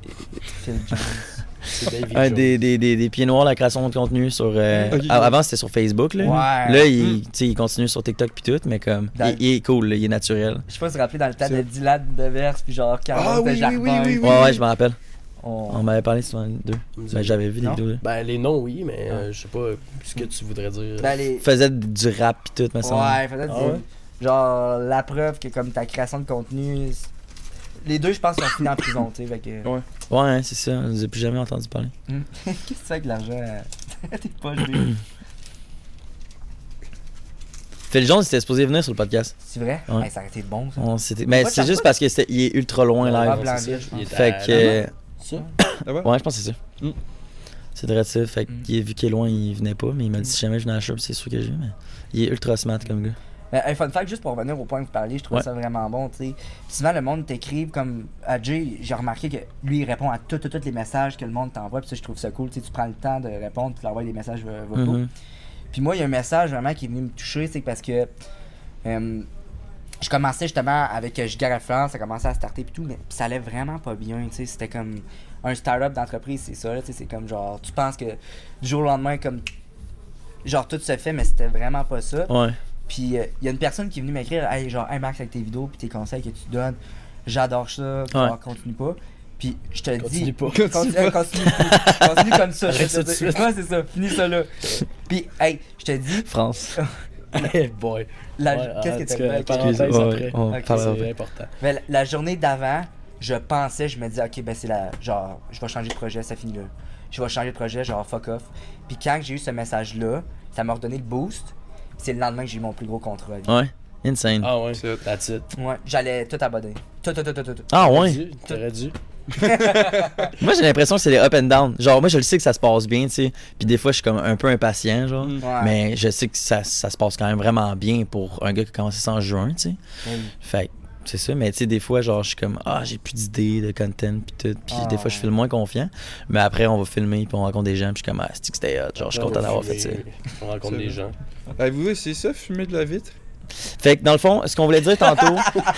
Phil Jones. C'est David un Jones. des, des, des, des pieds noirs la création de contenu sur euh, Ok. a- avant c'était sur Facebook là. Ouais. Là il, Mm. tu sais, il continue sur TikTok puis tout mais comme Dans- il, il est cool, là, il est naturel. Je sais pas si vous vous rappelez dans le temps C'est- de Dylan Devers, puis genre Ah Carole oui, de Jardin. oui, oui, oui, oui. Ouais ouais, je me rappelle. On- On m'avait parlé souvent d'eux. Ben, j'avais vu des Non? vidéos. Là. Ben, les noms, oui, mais euh, je sais pas ce que tu voudrais dire. Ben, les... Il faisait du rap pis tout, me semble. Ouais, peut-être Ah ouais? genre la preuve que comme ta création de contenu, c'est- les deux je pense qu'ils ont fini en prison, tu sais, fait que... Ouais. Ouais, hein, c'est ça. Je les ai plus jamais entendu parler. Qu'est-ce que tu fais avec l'argent? T'es pas gelé. Phil Jones était supposé venir sur le podcast. C'est vrai? Ouais. Hey, ça aurait été bon, ça. On s'était- Mais Pas de c'est ta juste faute. parce qu'il est ultra loin Ah, live. blanc, c'est ça, je il est pense. Fait à- que. euh, Ça? Ah ouais? Ouais, je pense que c'est ça. Mm. C'est vrai ça. Fait que, Mm. il- vu qu'il est loin, il venait pas. Mais il m'a dit si jamais je venais à la shop, c'est sûr que je vais. Mais il est ultra smart comme gars. Mais un fun fact, juste pour revenir au point que vous parliez, je trouve Ouais. ça vraiment bon, tu sais. Puis souvent, le monde t'écrive comme à Jay, j'ai remarqué que lui, il répond à tous tout, tout les messages que le monde t'envoie, puis ça, je trouve ça cool, tu sais, tu prends le temps de répondre, puis t'envoies des messages vo- vocaux. Mhm. Puis moi, il y a un message vraiment qui est venu me toucher, c'est parce que euh, je commençais justement avec euh, Giga Influence, ça commençait à starter puis tout, mais ça allait vraiment pas bien, tu sais, c'était comme un start-up d'entreprise, c'est ça, là, tu sais, c'est comme genre, tu penses que du jour au lendemain, comme, genre tout se fait, mais c'était vraiment pas ça. Ouais. Puis il euh, y a une personne qui est venue m'écrire, hey, genre, hey Max, avec tes vidéos puis tes conseils que tu donnes, j'adore ça, genre, Ouais. continue pas. Puis je te Continue dis, pas. continue, continue, continue, continue comme ça. Arrête je ça te tout de dis. suite. Ouais, c'est ça, finis ça là. Puis, hey, je te dis, France. Hey boy. la, Ouais, qu'est-ce en que tout tu cas, fais? parenthèse Ouais, après. on Ok, parlera C'est après. important. Mais la, la journée d'avant, je pensais, je me disais, ok, ben c'est la. Genre, je vais changer de projet, ça finit là. Je vais changer de projet, genre, fuck off. Puis quand j'ai eu ce message-là, ça m'a redonné le boost. C'est le lendemain que j'ai eu mon plus gros contrat à vie. Ouais. Insane. Ah ouais, C'est- that's it. Ouais, j'allais tout aborder. Tout, tout, tout, tout, tout. tout. Ah T'aurais ouais. dû, T'aurais dû. Moi j'ai l'impression que c'est des up and down. Genre moi je le sais que ça se passe bien, tu sais. Puis des fois je suis comme un peu impatient, genre. Mm. Ouais. Mais je sais que ça, ça se passe quand même vraiment bien pour un gars qui a commencé ça en juin, tu sais. Oui. Fait que c'est ça, mais tu sais, des fois, genre, je suis comme, ah, j'ai plus d'idées de content, puis tout. Puis Ah. des fois, je filme moins confiant. Mais après, on va filmer, puis on rencontre des gens, puis je suis comme, ah, c'est que c'était hot. Genre, je suis content d'avoir fait ça. On rencontre C'est des vrai. gens. Avez-vous essayé ça, fumer de la vitre? Fait que dans le fond, ce qu'on voulait dire tantôt,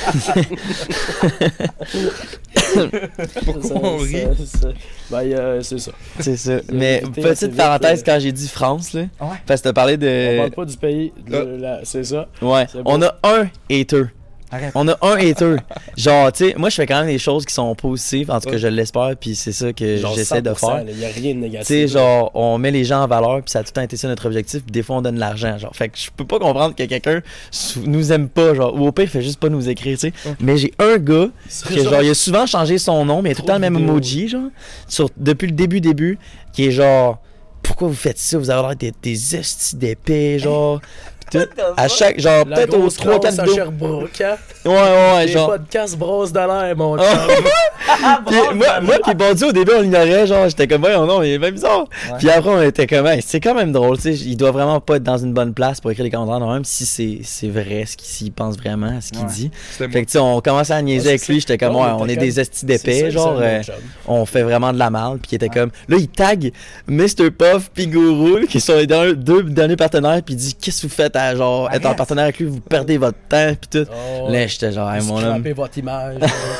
Pourquoi on rit? Ça, ça. Ben, il y a- c'est ça. c'est ça. avez Mais évité assez petite vite, parenthèse, euh, quand j'ai dit France, là, Ouais. parce que t'as parlé On de. parle pas du pays, de la- c'est ça. Ouais, C'est on beau. a un hater. Arrête. On a un hater. Genre, tu sais, moi, je fais quand même des choses qui sont positives. En tout cas, je l'espère, puis c'est ça que Genre j'essaie de cent pour cent, faire. Il y a rien de Tu négatif. sais, genre, on met les gens en valeur, puis ça a tout le temps été ça notre objectif, puis des fois, on donne de l'argent, genre. Fait que je peux pas comprendre que quelqu'un sou- nous aime pas, genre, ou au pire, il fait juste pas nous écrire, tu sais. Mais j'ai un gars, C'est que genre, il a souvent changé son nom, mais il a tout le temps le même Trop de emoji, genre, sur, depuis le début, début, qui est genre, pourquoi vous faites ça? Vous avez l'air d'être des hosties d'épée, genre. Pis tout. À chaque, genre, La peut-être aux grosse trois quatre classe à vidéos. Sherbrooke, hein? Ouais, ouais, ouais, Les genre. podcasts brossent de l'air, mon Ah. chum. Puis moi, moi pis Bondi au début on l'ignorait, genre j'étais comme ouais non il est même bizarre. Ouais. Puis après on était comme hey, c'est quand même drôle, tu sais, il doit vraiment pas être dans une bonne place pour écrire des commentaires, non, même si c'est c'est vrai ce qu'il s'il pense vraiment à ce qu'il Ouais. dit. C'était moi. Fait que tu sais on commençait à niaiser Ouais, avec c'est lui, ça. j'étais comme Ouais, ouais, on on était est comme- des estis C'est d'épais, ça, genre c'est un euh, bon job. on fait vraiment de la merde, puis il était comme là il tag mister Puff pis Guru qui sont les derniers- deux derniers partenaires puis il dit qu'est-ce que vous faites à genre être en Arrête. partenaire avec lui, vous perdez votre temps puis tout. Oh, Là j'étais genre hey, vous mon homme. scrapez votre image.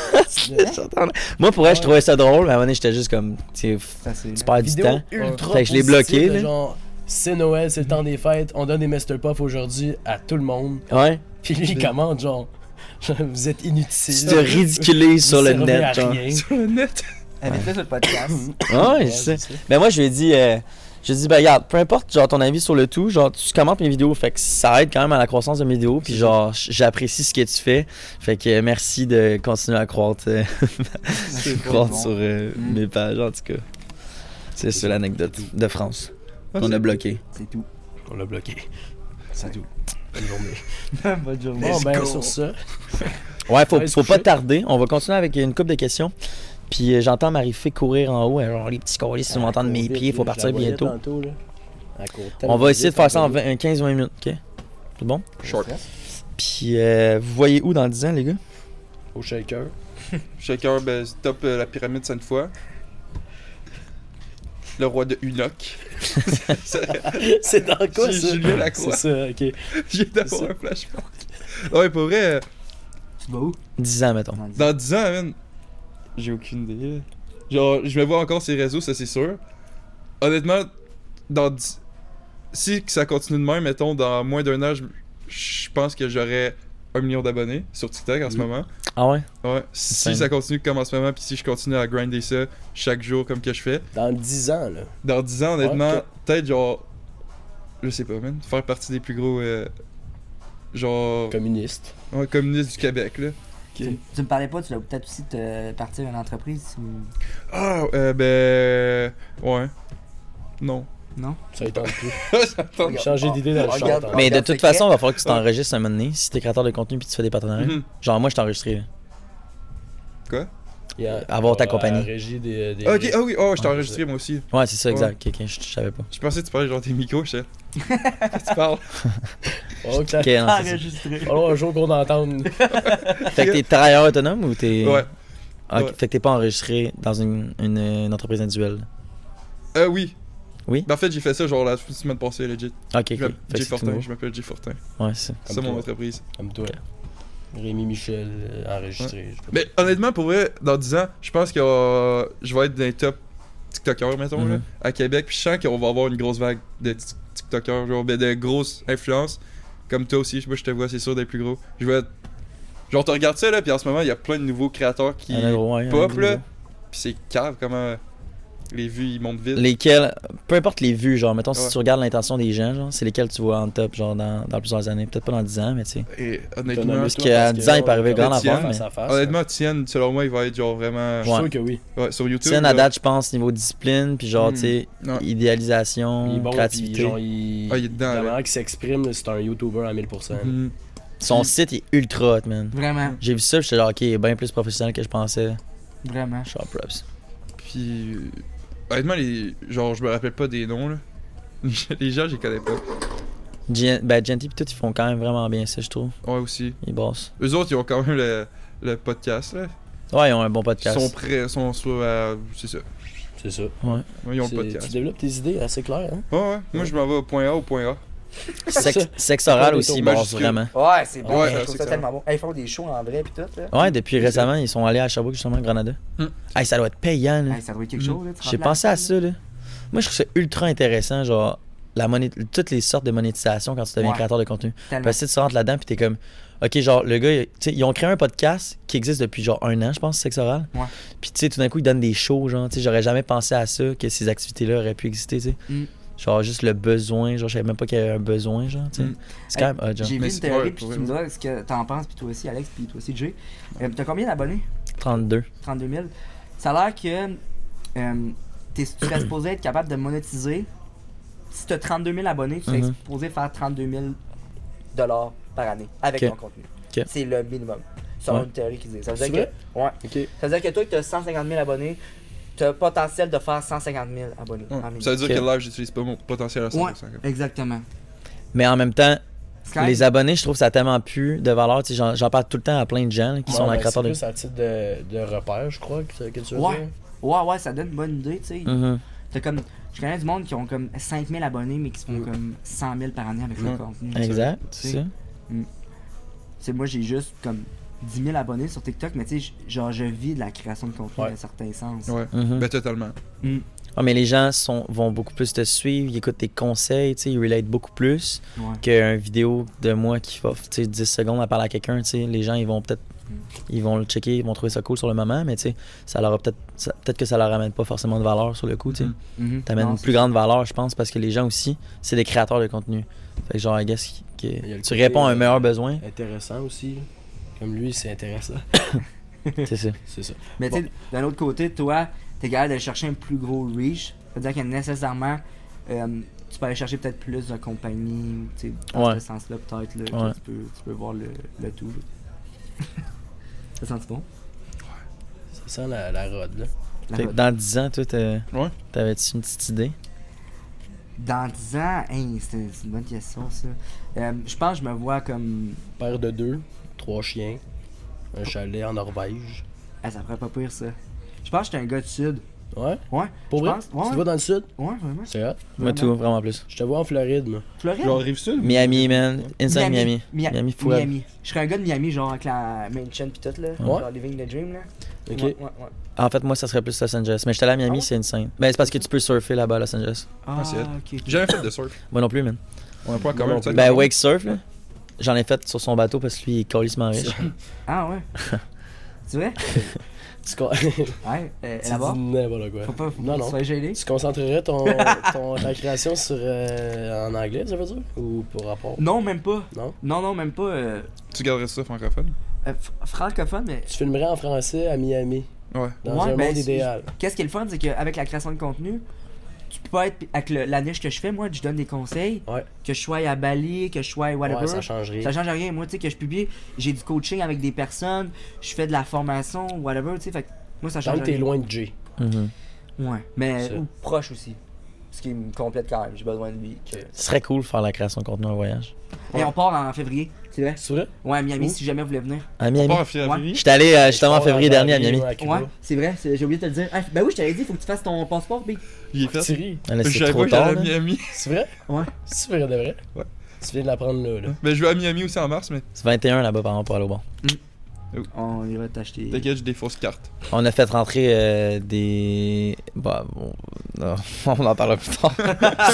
Moi pour elle je Ouais. trouvais ça drôle, mais à un moment donné j'étais juste comme tu sais Facile. tu perds du Vidéo temps. ultra Fait que je l'ai positive, bloqué, de là. genre, c'est Noël, c'est le temps des fêtes, on donne des mister Puff aujourd'hui à tout le monde. Ouais. Puis lui, il commente genre, genre, vous êtes inutiles. Tu te ridiculises sur Vous le servez à net, genre. rien. Sur le net. Invite-le sur le podcast. Ouais, je sais. Mais moi, je lui ai dit, euh, je lui ai dit, ben regarde, peu importe genre ton avis sur le tout, genre tu commentes mes vidéos, fait que ça aide quand même à la croissance de mes vidéos, puis genre j'apprécie ce que tu fais, fait que euh, merci de continuer à croître, euh, croître bon. sur euh, Mm. mes pages en tout cas. C'est ça l'anecdote de France. On a bloqué. C'est tout. On l'a bloqué. C'est tout. Bonne journée. Bonne journée. Bon, ben, go. sur ça. Ouais, faut, Allez se faut pas coucher. tarder, on va continuer avec une couple de questions. Puis euh, j'entends Marie-Fé courir en haut, alors les petits colis, si tu m'entends de mes pieds, il faut partir bientôt. On va essayer de faire ça en vingt, quinze vingt minutes, ok? C'est bon? Short. Puis euh, vous voyez où dans dix ans, les gars? Au shaker. Shaker, ben, top euh, la pyramide cinq fois. Le roi de Hulok. C'est dans quoi, J'ai- ça? Julien Lacroix. C'est ça, ok. J'ai d'avoir ça. un flashback. Ouais, pour vrai, euh, Tu te vas où? dix ans, mettons. dans dix ans, man, j'ai aucune idée. Genre, je me vois encore sur les réseaux, ça c'est sûr. Honnêtement, dans dix... si ça continue de même, mettons, dans moins d'un an, je, je pense que j'aurais un million d'abonnés sur TikTok en ce Mm. moment. Ah ouais? Ouais. Si Insane. ça continue comme en ce moment, puis si je continue à grinder ça chaque jour comme que je fais, Dans dix ans, là. dans dix ans, honnêtement, Ouais, ok. peut-être genre, je sais pas, man, faire partie des plus gros, euh, genre, Communiste. ouais, communistes du Québec, là. Tu, tu me parlais pas, tu vas peut-être aussi te partir une entreprise ou... Ah, euh, ben, ouais. Non. Non? Ça y tente plus. J'attends. Changer d'idée dans le Regarde, chant. Mais de Regarde toute secret. façon, il va falloir que tu t'enregistres un moment donné si t'es créateur de contenu puis tu fais des partenariats. Mhm. Genre, moi, je t'ai enregistré. là. Quoi? Il y a- Avoir ta euh, compagnie. la régie des, des- Ah, ok, ah oui, oh, je t'ai Ah, enregistré moi aussi. Ouais, c'est ça, exact. Ok, ok, je, je savais pas. Je pensais que tu parlais genre des micros, je sais. Qu'est-ce que tu parles? Oh, clair. Ok, non, c'est ça. Enregistré. Alors, un jour qu'on entende. Fait que t'es travailleur autonome ou t'es. Ouais. Ah, ok, Ouais. Fait que t'es pas enregistré dans une, une, une entreprise individuelle. Euh, oui. Oui? Ben, en fait, j'ai fait ça genre la semaine passée, legit. Ok, ok. Je Fait m'appelle que J c'est tout Fortin, nouveau. je m'appelle J Fortin. Ouais, c'est ça. C'est Comme ça mon toi. entreprise. Comme toi. Rémi Michel, euh, enregistré. je sais pas. Mais honnêtement, pour vrai, dans dix ans, je pense que euh, je vais être dans les top TikTokers, mettons, là, Mhm. à Québec. Puis je sens qu'on va avoir une grosse vague de Tik- TikTokers, genre ben, de grosses influences. Comme toi aussi, moi je te vois, c'est sûr, d'être plus gros. Je vais être. Genre, tu regardes ça, là, puis en ce moment, il y a plein de nouveaux créateurs qui Il y en a gros, ouais, il y en a pop, gros. là. Puis c'est cave comment les vues ils montent vite. Lesquels, peu importe les vues, genre, mettons, si Ouais. tu regardes l'intention des gens, genre, c'est lesquels tu vois en top, genre, dans, dans plusieurs années. Peut-être pas dans dix ans, mais tu sais. Et T'as honnêtement, nommé Parce toi qu'à dix ans, il peut arriver on- grand on- affaire, face mais- à face, honnêtement, Tienne, selon moi, il va être genre vraiment. Je suis Ouais. sûr que oui. Ouais, sur YouTube. Tiens, à là. date, je pense, niveau discipline, puis genre, Mm. tu sais, Ouais. idéalisation, Il est bon, puis créativité. genre, il... Ah, il est dedans, la là. manière qu'il s'exprime, là, c'est un YouTuber à mille pour cent. Mhm. Son site est ultra hot, man. Vraiment, J'ai vu ça, puis j'étais genre, ok, il est bien plus professionnel que je pensais. vraiment. Genre, props. Puis. euh, Honnêtement, les. Genre, je me rappelle pas des noms, là. Les gens, je les connais pas. Gen- ben, Genty pis tout, ils font quand même vraiment bien ça, je trouve. Ouais, aussi. Ils bossent. Eux autres, ils ont quand même le, le podcast, là. Ouais, ils ont un bon Ils podcast. sont prêts, sont soit à. C'est ça. C'est ça. Ouais. Ouais, ils ont C'est- le Tu podcast. développes tes idées assez claires, hein? Ouais, ouais. Moi, je m'en vais au point A au point A. Sexe, sexe oral Pas aussi, des ils tours bossent majuscules. vraiment. Ouais, c'est bon, Ouais, je c'est trouve ça ça. tellement bon. Hey, ils font des shows en vrai pis tout, là. Ouais, depuis récemment, ils sont allés à Sherbrooke, justement, Grenada. Hmm. Hey, ça doit être payant, là. Hey, ça doit être quelque Mm. chose, là. tu J'ai remplis pensé à la ça, là. Moi, je trouve ça ultra intéressant, genre, la moné... toutes les sortes de monétisation quand tu deviens Ouais. créateur de contenu. tellement. Parce que tu rentres là-dedans, puis t'es comme, ok, genre, le gars, il- tu sais, ils ont créé un podcast qui existe depuis genre un an, je pense, Sexe oral. Ouais. Puis, tu sais, tout d'un coup, ils donnent des shows, genre, tu sais, j'aurais jamais pensé à ça, que ces activités-là auraient pu exister, tu sais. Mm. Genre, juste le besoin, genre, je savais même pas qu'il y avait un besoin, genre, tu sais. Mm. C'est quand même hot, genre. J'ai vu Mais une c'est- théorie, ouais, puis pour tu me vrai. diras ce que t'en penses, puis toi aussi, Alex, puis toi aussi, Jay. Euh, T'as combien d'abonnés? trente-deux. trente-deux mille. Ça a l'air que euh, t'es, tu serais supposé être capable de monétiser. Si t'as trente-deux mille abonnés, tu serais Mhm. supposé faire trente-deux mille dollars par année avec Ok. ton contenu. Ok. C'est le minimum. C'est Ouais. une théorie qui dit. Ça veut C'est dire que, ouais. Ok. Ça veut dire que toi, tu as cent cinquante mille abonnés, tu as le potentiel de faire cent cinquante mille abonnés. Ouais. en minimum. Ça veut dire Ok. que live, j'utilise pas mon potentiel à cent pour cent. Ouais, exactement. Mais en même temps, C'est quand même- les abonnés, je trouve que ça a tellement plus de valeur, tu sais, j'en, j'en parle tout le temps à plein de gens là, qui Ouais, sont dans ben, le créateur c'est de... plus à titre de, de repère, je crois, que, que tu veux Ouais. dire. Ouais, ouais, ça donne une bonne idée, tu sais. Mhm. T'as comme. Je connais du monde qui ont comme cinq mille abonnés, mais qui se font Mm. comme cent mille par année avec Ouais. leur contenu. Exact, c'est Tu ça. Tu sais, moi, j'ai juste comme dix mille abonnés sur TikTok, mais tu sais, j- genre, je vis de la création de contenu Ouais. dans certains sens. Ouais. Mhm. Ben, totalement. Mm. Ah, mais les gens sont, vont beaucoup plus te suivre, ils écoutent tes conseils, tu sais, ils relate beaucoup plus Ouais. qu'une vidéo de moi qui va, tu sais, dix secondes à parler à quelqu'un, tu sais. Les gens, ils vont peut-être, Mm. ils vont le checker, ils vont trouver ça cool sur le moment, mais tu sais, ça leur a peut-être, ça- peut-être que ça leur amène pas forcément de valeur sur le coup, tu sais. Mhm. Mhm. T'amènes Non, une c'est plus ça. grande valeur, je pense, parce que les gens aussi, c'est des créateurs de contenu. Fait que genre, I guess, que Il y a le tu côté, réponds à un euh, meilleur besoin, Intéressant aussi. Comme lui, c'est intéressant. c'est ça. C'est ça. Mais tu sais, d'un autre côté, toi, t'es capable d'aller chercher un plus gros reach. C'est-à-dire que nécessairement, euh, tu peux aller chercher peut-être plus de compagnie, tu sais, dans Ouais. ce sens-là, peut-être, là, que Ouais. tu, peux, tu peux voir le, le tout. là. Ça sent bon? Ça sent la, la rod, là. La Fait que route. dans dix ans, toi, t'as- Ouais. t'avais-tu une petite idée? Dans dix ans, hey, c'est c'est une bonne question, ça. Euh, je pense que je me vois comme. Père de deux, trois chiens, un chalet en Norvège. Ah, ça ferait pas pire, ça. Je pense que j'étais un gars du Sud. Ouais? Ouais. Pour je vrai? pense. Tu Ouais, te vois dans le sud? ouais, vraiment. C'est hot. Moi, Vraiment. tout, vraiment plus. Je te vois en Floride, moi. Floride? Genre Rive-Sud? Miami, man. Inside Miami. Mia- Miami, fou. Miami. Je serais un gars de Miami, genre avec la mansion pis tout, là. Ouais. Genre Living the Dream, là. Ok. Ouais, ouais, ouais. En fait, moi, ça serait plus Los Angeles. Mais j'étais allé à Miami, Ah ouais? c'est insane. Ben, c'est parce que tu peux surfer là-bas à Los Angeles. Ah, c'est hot. ok. J'ai jamais fait de surf. Moi non plus, man. On a pas en Non, commun, non tu sais. Ben, wake surf, là. J'en ai fait sur son bateau parce que lui, il est colissement riche. Ah, ouais. Tu vois? Tu, con- Ouais, euh, tu là-bas. dis n'importe quoi. Faut pas, faut Non, pas non. que tu sois gêné. Tu concentrerais ton, ton, ta création sur euh, en anglais, ça veut dire? Ou pour rapport? Non, même pas. Non? Non, non, même pas. Euh, Tu garderais ça francophone? euh, f- francophone, mais Tu filmerais en français à Miami, Ouais. dans Ouais, un ben, monde c'est- idéal. qu'est-ce qui est le fun, c'est qu'avec la création de contenu, tu peux pas être avec le- la niche que je fais, moi, je donne des conseils, Ouais. que je sois à Bali, que je sois à whatever. Ouais, ça change rien. Ça change rien. Moi, tu sais, que je publie, j'ai du coaching avec des personnes, je fais de la formation, whatever, tu sais. Fait que moi, ça Tant change que t'es rien. loin de Jay. Mhm. Ouais, mais Ça. ou proche aussi. Ce qui me complète quand même, j'ai besoin de lui. Que... Ce serait cool de faire la création de contenu en voyage. Et on part en février, c'est vrai? C'est vrai? Ouais, à Miami, Où? si jamais vous voulez venir. À Miami. Pas en février. J'étais allé euh, justement en février dernier à Miami. Ouais, c'est vrai, c'est- j'ai oublié de te le dire. Ah, ben oui, je t'avais dit, faut que tu fasses ton passeport, B. Il est fait. Thierry, Ah, là, Je c'est savais trop pas que j'allais tard. à là. Miami. c'est vrai? Ouais. C'est vrai de vrai? Ouais. Tu viens de l'apprendre là, là. Ben, je vais à Miami aussi en mars, mais C'est vingt et un là-bas par exemple pour aller au bon. On ira t'acheter. t'inquiète, j'ai des fausses cartes. On a fait rentrer euh, des. Bah, bon, non, on en parlera plus tard.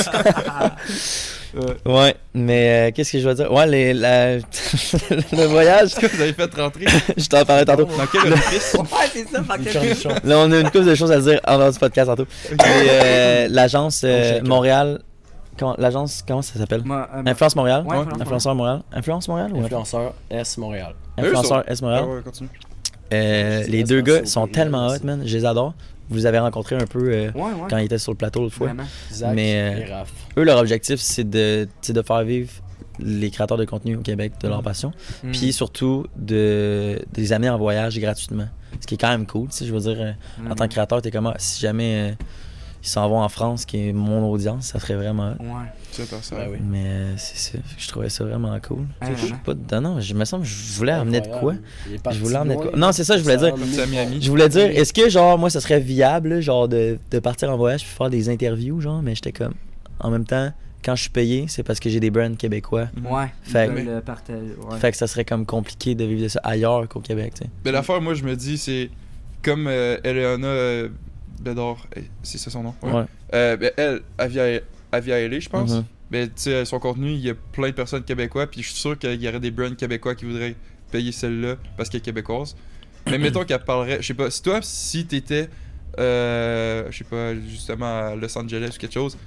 Ouais, mais euh, qu'est-ce que je veux dire? Ouais, les, la... le voyage, Est-ce que vous avez fait rentrer? je t'en parlais tantôt. Dans quel office? Ouais, c'est ça, par Des quel- cornichons. Là, on a une couple de choses à dire en dehors du podcast tantôt. Mais, euh, l'agence euh, Oh, chacun. Montréal. Comment, l'agence, comment ça s'appelle? Moi, euh, Influence Montréal? Ouais, Influence Influenceur Montréal? Influence Montréal ou Influenceur S Montréal. Influenceur Eux S Montréal? Ah ouais, continue. Euh, Je les sais deux pas si gars c'est sont au tellement Péril, hot, man. Je les adore. Vous les avez rencontrés un peu euh, Ouais, ouais. quand ils étaient sur le plateau l'autre fois. Vraiment. Zach Mais, euh, et Raph. Eux, leur objectif, c'est de, tu sais, de faire vivre les créateurs de contenu au Québec de leur passion. Mm. Puis surtout, de, de les amener en voyage gratuitement. Ce qui est quand même cool, tu sais. Je veux dire, euh, en tant que créateur, t'es comme, ah, si jamais euh, ils s'en vont en France, qui est mon audience, ça serait vraiment hot. Ouais. Tu sais, ça. Ben oui. Mais euh, c'est ça. Je trouvais ça vraiment cool. Ah, Je sais vraiment? pas de- non, non, je me semble que je voulais amener de quoi. Il est parti Je voulais emmener de loin. quoi. Non, c'est ça, je voulais dire. Parti à Miami. Je voulais dire, est-ce que, genre, moi, ça serait viable, là, genre, de, de partir en voyage puis faire des interviews, genre, mais j'étais comme, en même temps, quand je suis payé, c'est parce que j'ai des brands québécois. Ouais. Fait ils que- veulent le partager. Ouais. Fait que ça serait comme compliqué de vivre de ça ailleurs qu'au Québec, tu sais. Mais l'affaire, moi, je me dis, c'est comme euh, Eleana euh, Bédard, eh, c'est ça son nom? Ouais. Euh, ben, elle, elle vient, elle vient à L A, je pense. Mhm. Mais tu sais, son contenu, il y a plein de personnes québécois, puis je suis sûr qu'il y aurait des brands québécois qui voudraient payer celle-là parce qu'elle est québécoise. Mais mettons qu'elle parlerait, je sais pas, si toi, si t'étais, euh, je sais pas, justement à Los Angeles ou quelque chose,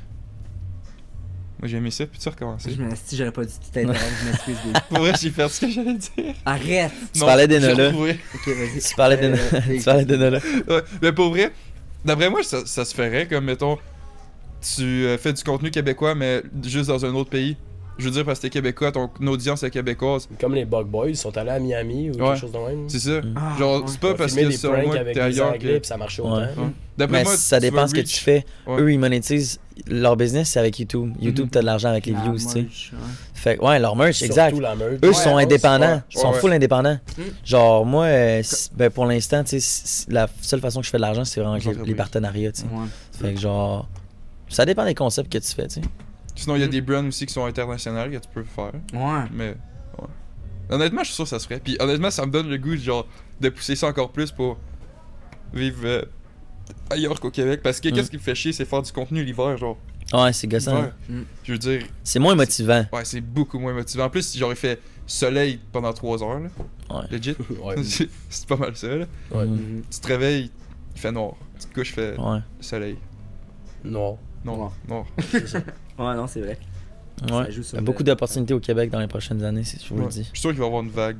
moi j'ai aimé ça, puis tu recommencer. Je me si j'aurais pas dit tout t'interrompre, je m'excuse. Dave. Pour vrai, j'ai fait ce que j'allais dire. Arrête! Tu parlais j'ai d'Enola. retrouvé. Ok, vas-y. Tu parlais de, Euh, tu parlais de Nola. Ouais, mais pour vrai, d'après moi, ça, ça se ferait comme, mettons, tu euh, fais du contenu québécois, mais juste dans un autre pays. Je veux dire, parce que t'es québécois, ton audience est québécoise. Comme les Bug Boys, ils sont allés à Miami ou Ouais. quelque chose de même. C'est ça. Mm. Ah, Genre, ouais. c'est pas Ils parce filmaient que des sur pranks moi que avec t'es des ailleurs Anglais que. puis ça marchait Ouais. autant. Ouais. D'après Mais moi, ça tu dépend vas ce que reach- tu fais. Ouais. Eux, ils monétisent. Leur business, c'est avec YouTube. YouTube, Mhm. t'as de l'argent avec les La views, tu sais. merch, ouais. Fait que, ouais, leur merch, Surtout exact. la merch. Eux Ouais, sont ouais, indépendants. ouais, Ils sont ouais. full indépendants. Mm. Genre, moi, euh, si- ben, pour l'instant, tu sais, si- la seule façon que je fais de l'argent, c'est vraiment avec les, Entreprise. les partenariats, tu sais. Ouais. Fait que, genre, ça dépend des concepts que tu fais, tu sais. Sinon, il y a Mm. des brands aussi qui sont internationales que tu peux faire. Ouais. Mais, ouais. Honnêtement, je suis sûr que ça se ferait. Puis, honnêtement, ça me donne le goût, genre, de pousser ça encore plus pour vivre euh, ailleurs qu'au Québec. Parce que Mm. qu'est-ce qui me fait chier, c'est faire du contenu l'hiver, genre. Ouais, c'est gossant. L'hiver. Mm. Je veux dire, C'est moins motivant. ouais, c'est beaucoup moins motivant. En plus, si j'aurais fait soleil pendant trois heures, là, Ouais. legit, Ouais. c'est c'est pas mal ça, là. Ouais. Mhm. Mhm. Tu te réveilles, il fait noir. Tu te couches, il fait Ouais. soleil. Non. Non, non. C'est ça. Ouais, non, c'est vrai. Ouais. Ça joue sur Il y a beaucoup le- d'opportunités au Québec dans les prochaines années, si je vous Ouais. le dis. Je suis sûr qu'il va y avoir une vague.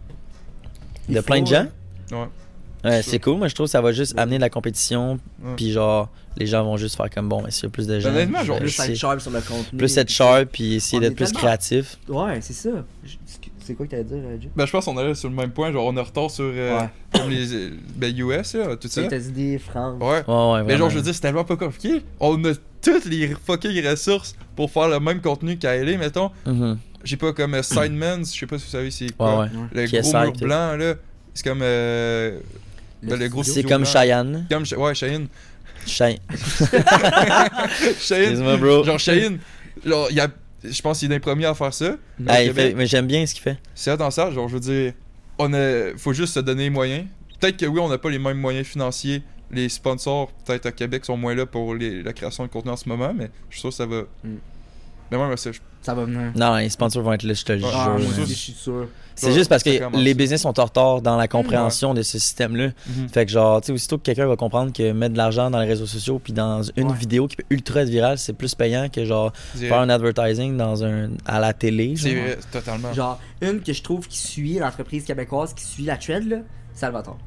Il y a Il plein de faut, gens. Ouais. Ouais, sûr. c'est cool, mais je trouve que ça va juste amener de la compétition. Ouais. Puis genre, les gens vont juste faire comme bon, mais s'il y a plus de gens. honnêtement, je genre, vais Plus être essayer- sharp sur le contenu. plus être sharp, puis essayer On d'être est plus tellement- créatif. Ouais, c'est ça. Je- C'est quoi que t'allais dire, euh, Jay? Ben, je pense qu'on allait sur le même point. Genre, on est en retard sur euh, Ouais. comme les euh, ben, U S, là, tout ça. Les États-Unis, France. Ouais. Ouais, ouais, Mais genre, vraiment. je veux dire, c'est tellement pas compliqué. On a toutes les fucking ressources pour faire le même contenu qu'à L A, mettons. Mhm. J'ai pas comme euh, Sidemen, je sais pas si vous savez c'est Ouais, quoi. ouais. Le Qui est gros side, mur tu sais. blanc, là. C'est comme. Euh, ben, le gros C'est studio comme blanc. Cheyenne. Comme. Ch- Ouais, Cheyenne. Cheyenne. Cheyenne. Excuse-moi, bro. Genre, Cheyenne. Genre, il y a. Je pense qu'il est un premier à faire ça. Ah, au il Québec. fait- mais j'aime bien ce qu'il fait. C'est dans ça, genre, je veux dire, on a, faut juste se donner les moyens. Peut-être que oui, on n'a pas les mêmes moyens financiers. Les sponsors, peut-être à Québec, sont moins là pour les- la création de contenu en ce moment, mais je suis sûr que ça va. Mm. Mais moi, ça, je- Ça va venir. Non, les sponsors vont être là, je te le Ah, jure. Ah, moi juste- aussi, je suis sûr. C'est Ouais, juste parce ça que commence. les business sont en retard dans la compréhension de ce système-là. Mhm. Fait que genre, tu sais, aussitôt que quelqu'un va comprendre que mettre de l'argent dans les réseaux sociaux puis dans une Ouais. vidéo qui peut ultra être virale, c'est plus payant que genre C'est faire un advertising dans un à la télé. c'est genre. vrai, totalement. Genre, une que je trouve qui suit l'entreprise québécoise, qui suit la trend, là, Salvatore.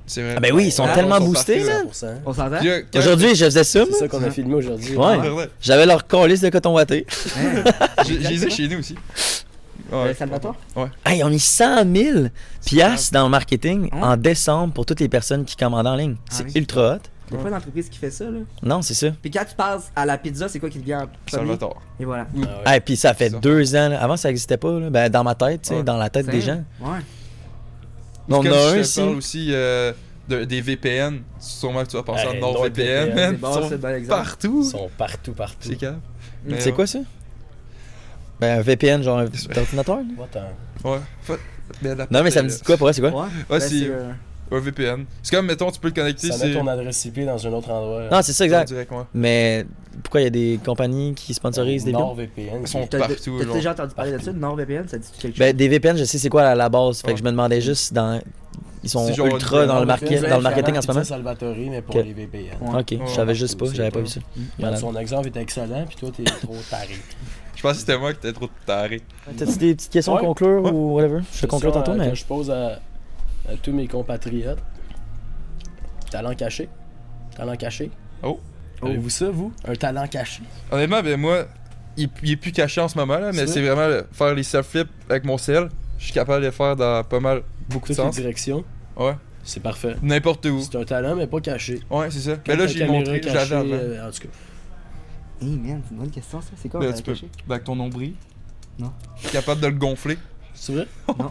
C'est vrai. Ah ben oui, ils sont Ah, tellement ils sont boostés, parfaits, man. cent pour cent. On s'entend? Puis là, quand- Aujourd'hui, je faisais ça, C'est moi. ça qu'on a filmé aujourd'hui. Ouais. C'est vrai. J'avais leur calice de coton watté. Hein? J'ai j'ai les ai chez nous aussi. Euh, Ouais. Salvatore? Hey, ils ont mis cent mille piastres dans le marketing Hein? en décembre pour toutes les personnes qui commandent en ligne. Ah C'est oui. ultra hot. Il y a pas d'entreprise qui fait ça, là. Non, c'est ça. Puis quand tu passes à la pizza, c'est quoi qui te vient en premier? Salvatore. Et voilà. Ah ouais. Hey, puis ça fait Ça. deux ans. là. Avant, ça n'existait pas. Là. Ben, dans ma tête, tu sais, Ouais. dans la tête des gens. Ouais. On Comme en a je un te ici. parle aussi euh, de- des V P N. Sûrement que tu vas penser Hey, à NordVPN. NordVPN, man. C'est bon, Ils sont c'est un bon exemple. partout. Ils sont partout, partout. C'est calme. Mais C'est ouais. quoi ça? Ben, un V P N, genre un ordinateur? là? What the- Ouais. Fa- ben, la- Non, mais ça me dit quoi pour vrai, c'est quoi? Ouais. Ouais, Ben, c'est euh, un V P N. C'est comme, mettons, tu peux le connecter. Ça c'est met ton adresse I P dans un autre endroit. Non, c'est ça, exact. direct, ouais. Mais pourquoi il y a des compagnies qui sponsorisent des vidéos? NordVPN. Ils sont qui- T'as partout. t'as genre. déjà entendu parler de ça? NordVPN, ça dit quelque chose? Ben, des V P N, je sais c'est quoi à la base. Fait que Ouais. je me demandais juste dans. Ils sont C'est genre ultra une- dans le, NordVPN, market, c'est dans le marketing en ce Pizza moment. Salvatore, mais pour Ok. les V P N. Ouais. Ok, Ouais, je savais ouais, juste pas, c'est j'avais pas pas- vu ça. Regarde, Malade. Son exemple est excellent, puis toi, t'es trop taré. Je pense que c'était moi qui étais trop taré. T'as-tu des petites questions à Ouais. conclure Ouais. ou whatever? Je te C'est conclure ça, tantôt, euh, mais. que je pose à, à tous mes compatriotes. Talent caché. Talent caché. Oh. Avez-vous ça, vous? Un talent caché. Honnêtement, ben moi, il, il est plus caché en ce moment, là, mais C'est c'est vraiment le- faire les self-flips avec mon sel. Je suis capable de les faire dans pas mal, beaucoup de Toutes les sens. directions. Ouais. C'est parfait. N'importe où. C'est un talent, mais pas caché. Ouais, c'est ça. Quand Mais là, ta j'ai caméra montré, est je l'avais cachée, avant. euh, en tout cas. Hey man, c'est une bonne question ça. C'est quoi Ben, on tu va peux. cacher? Ben, avec ton nombril. Non. Je suis capable de le gonfler. C'est vrai? Non.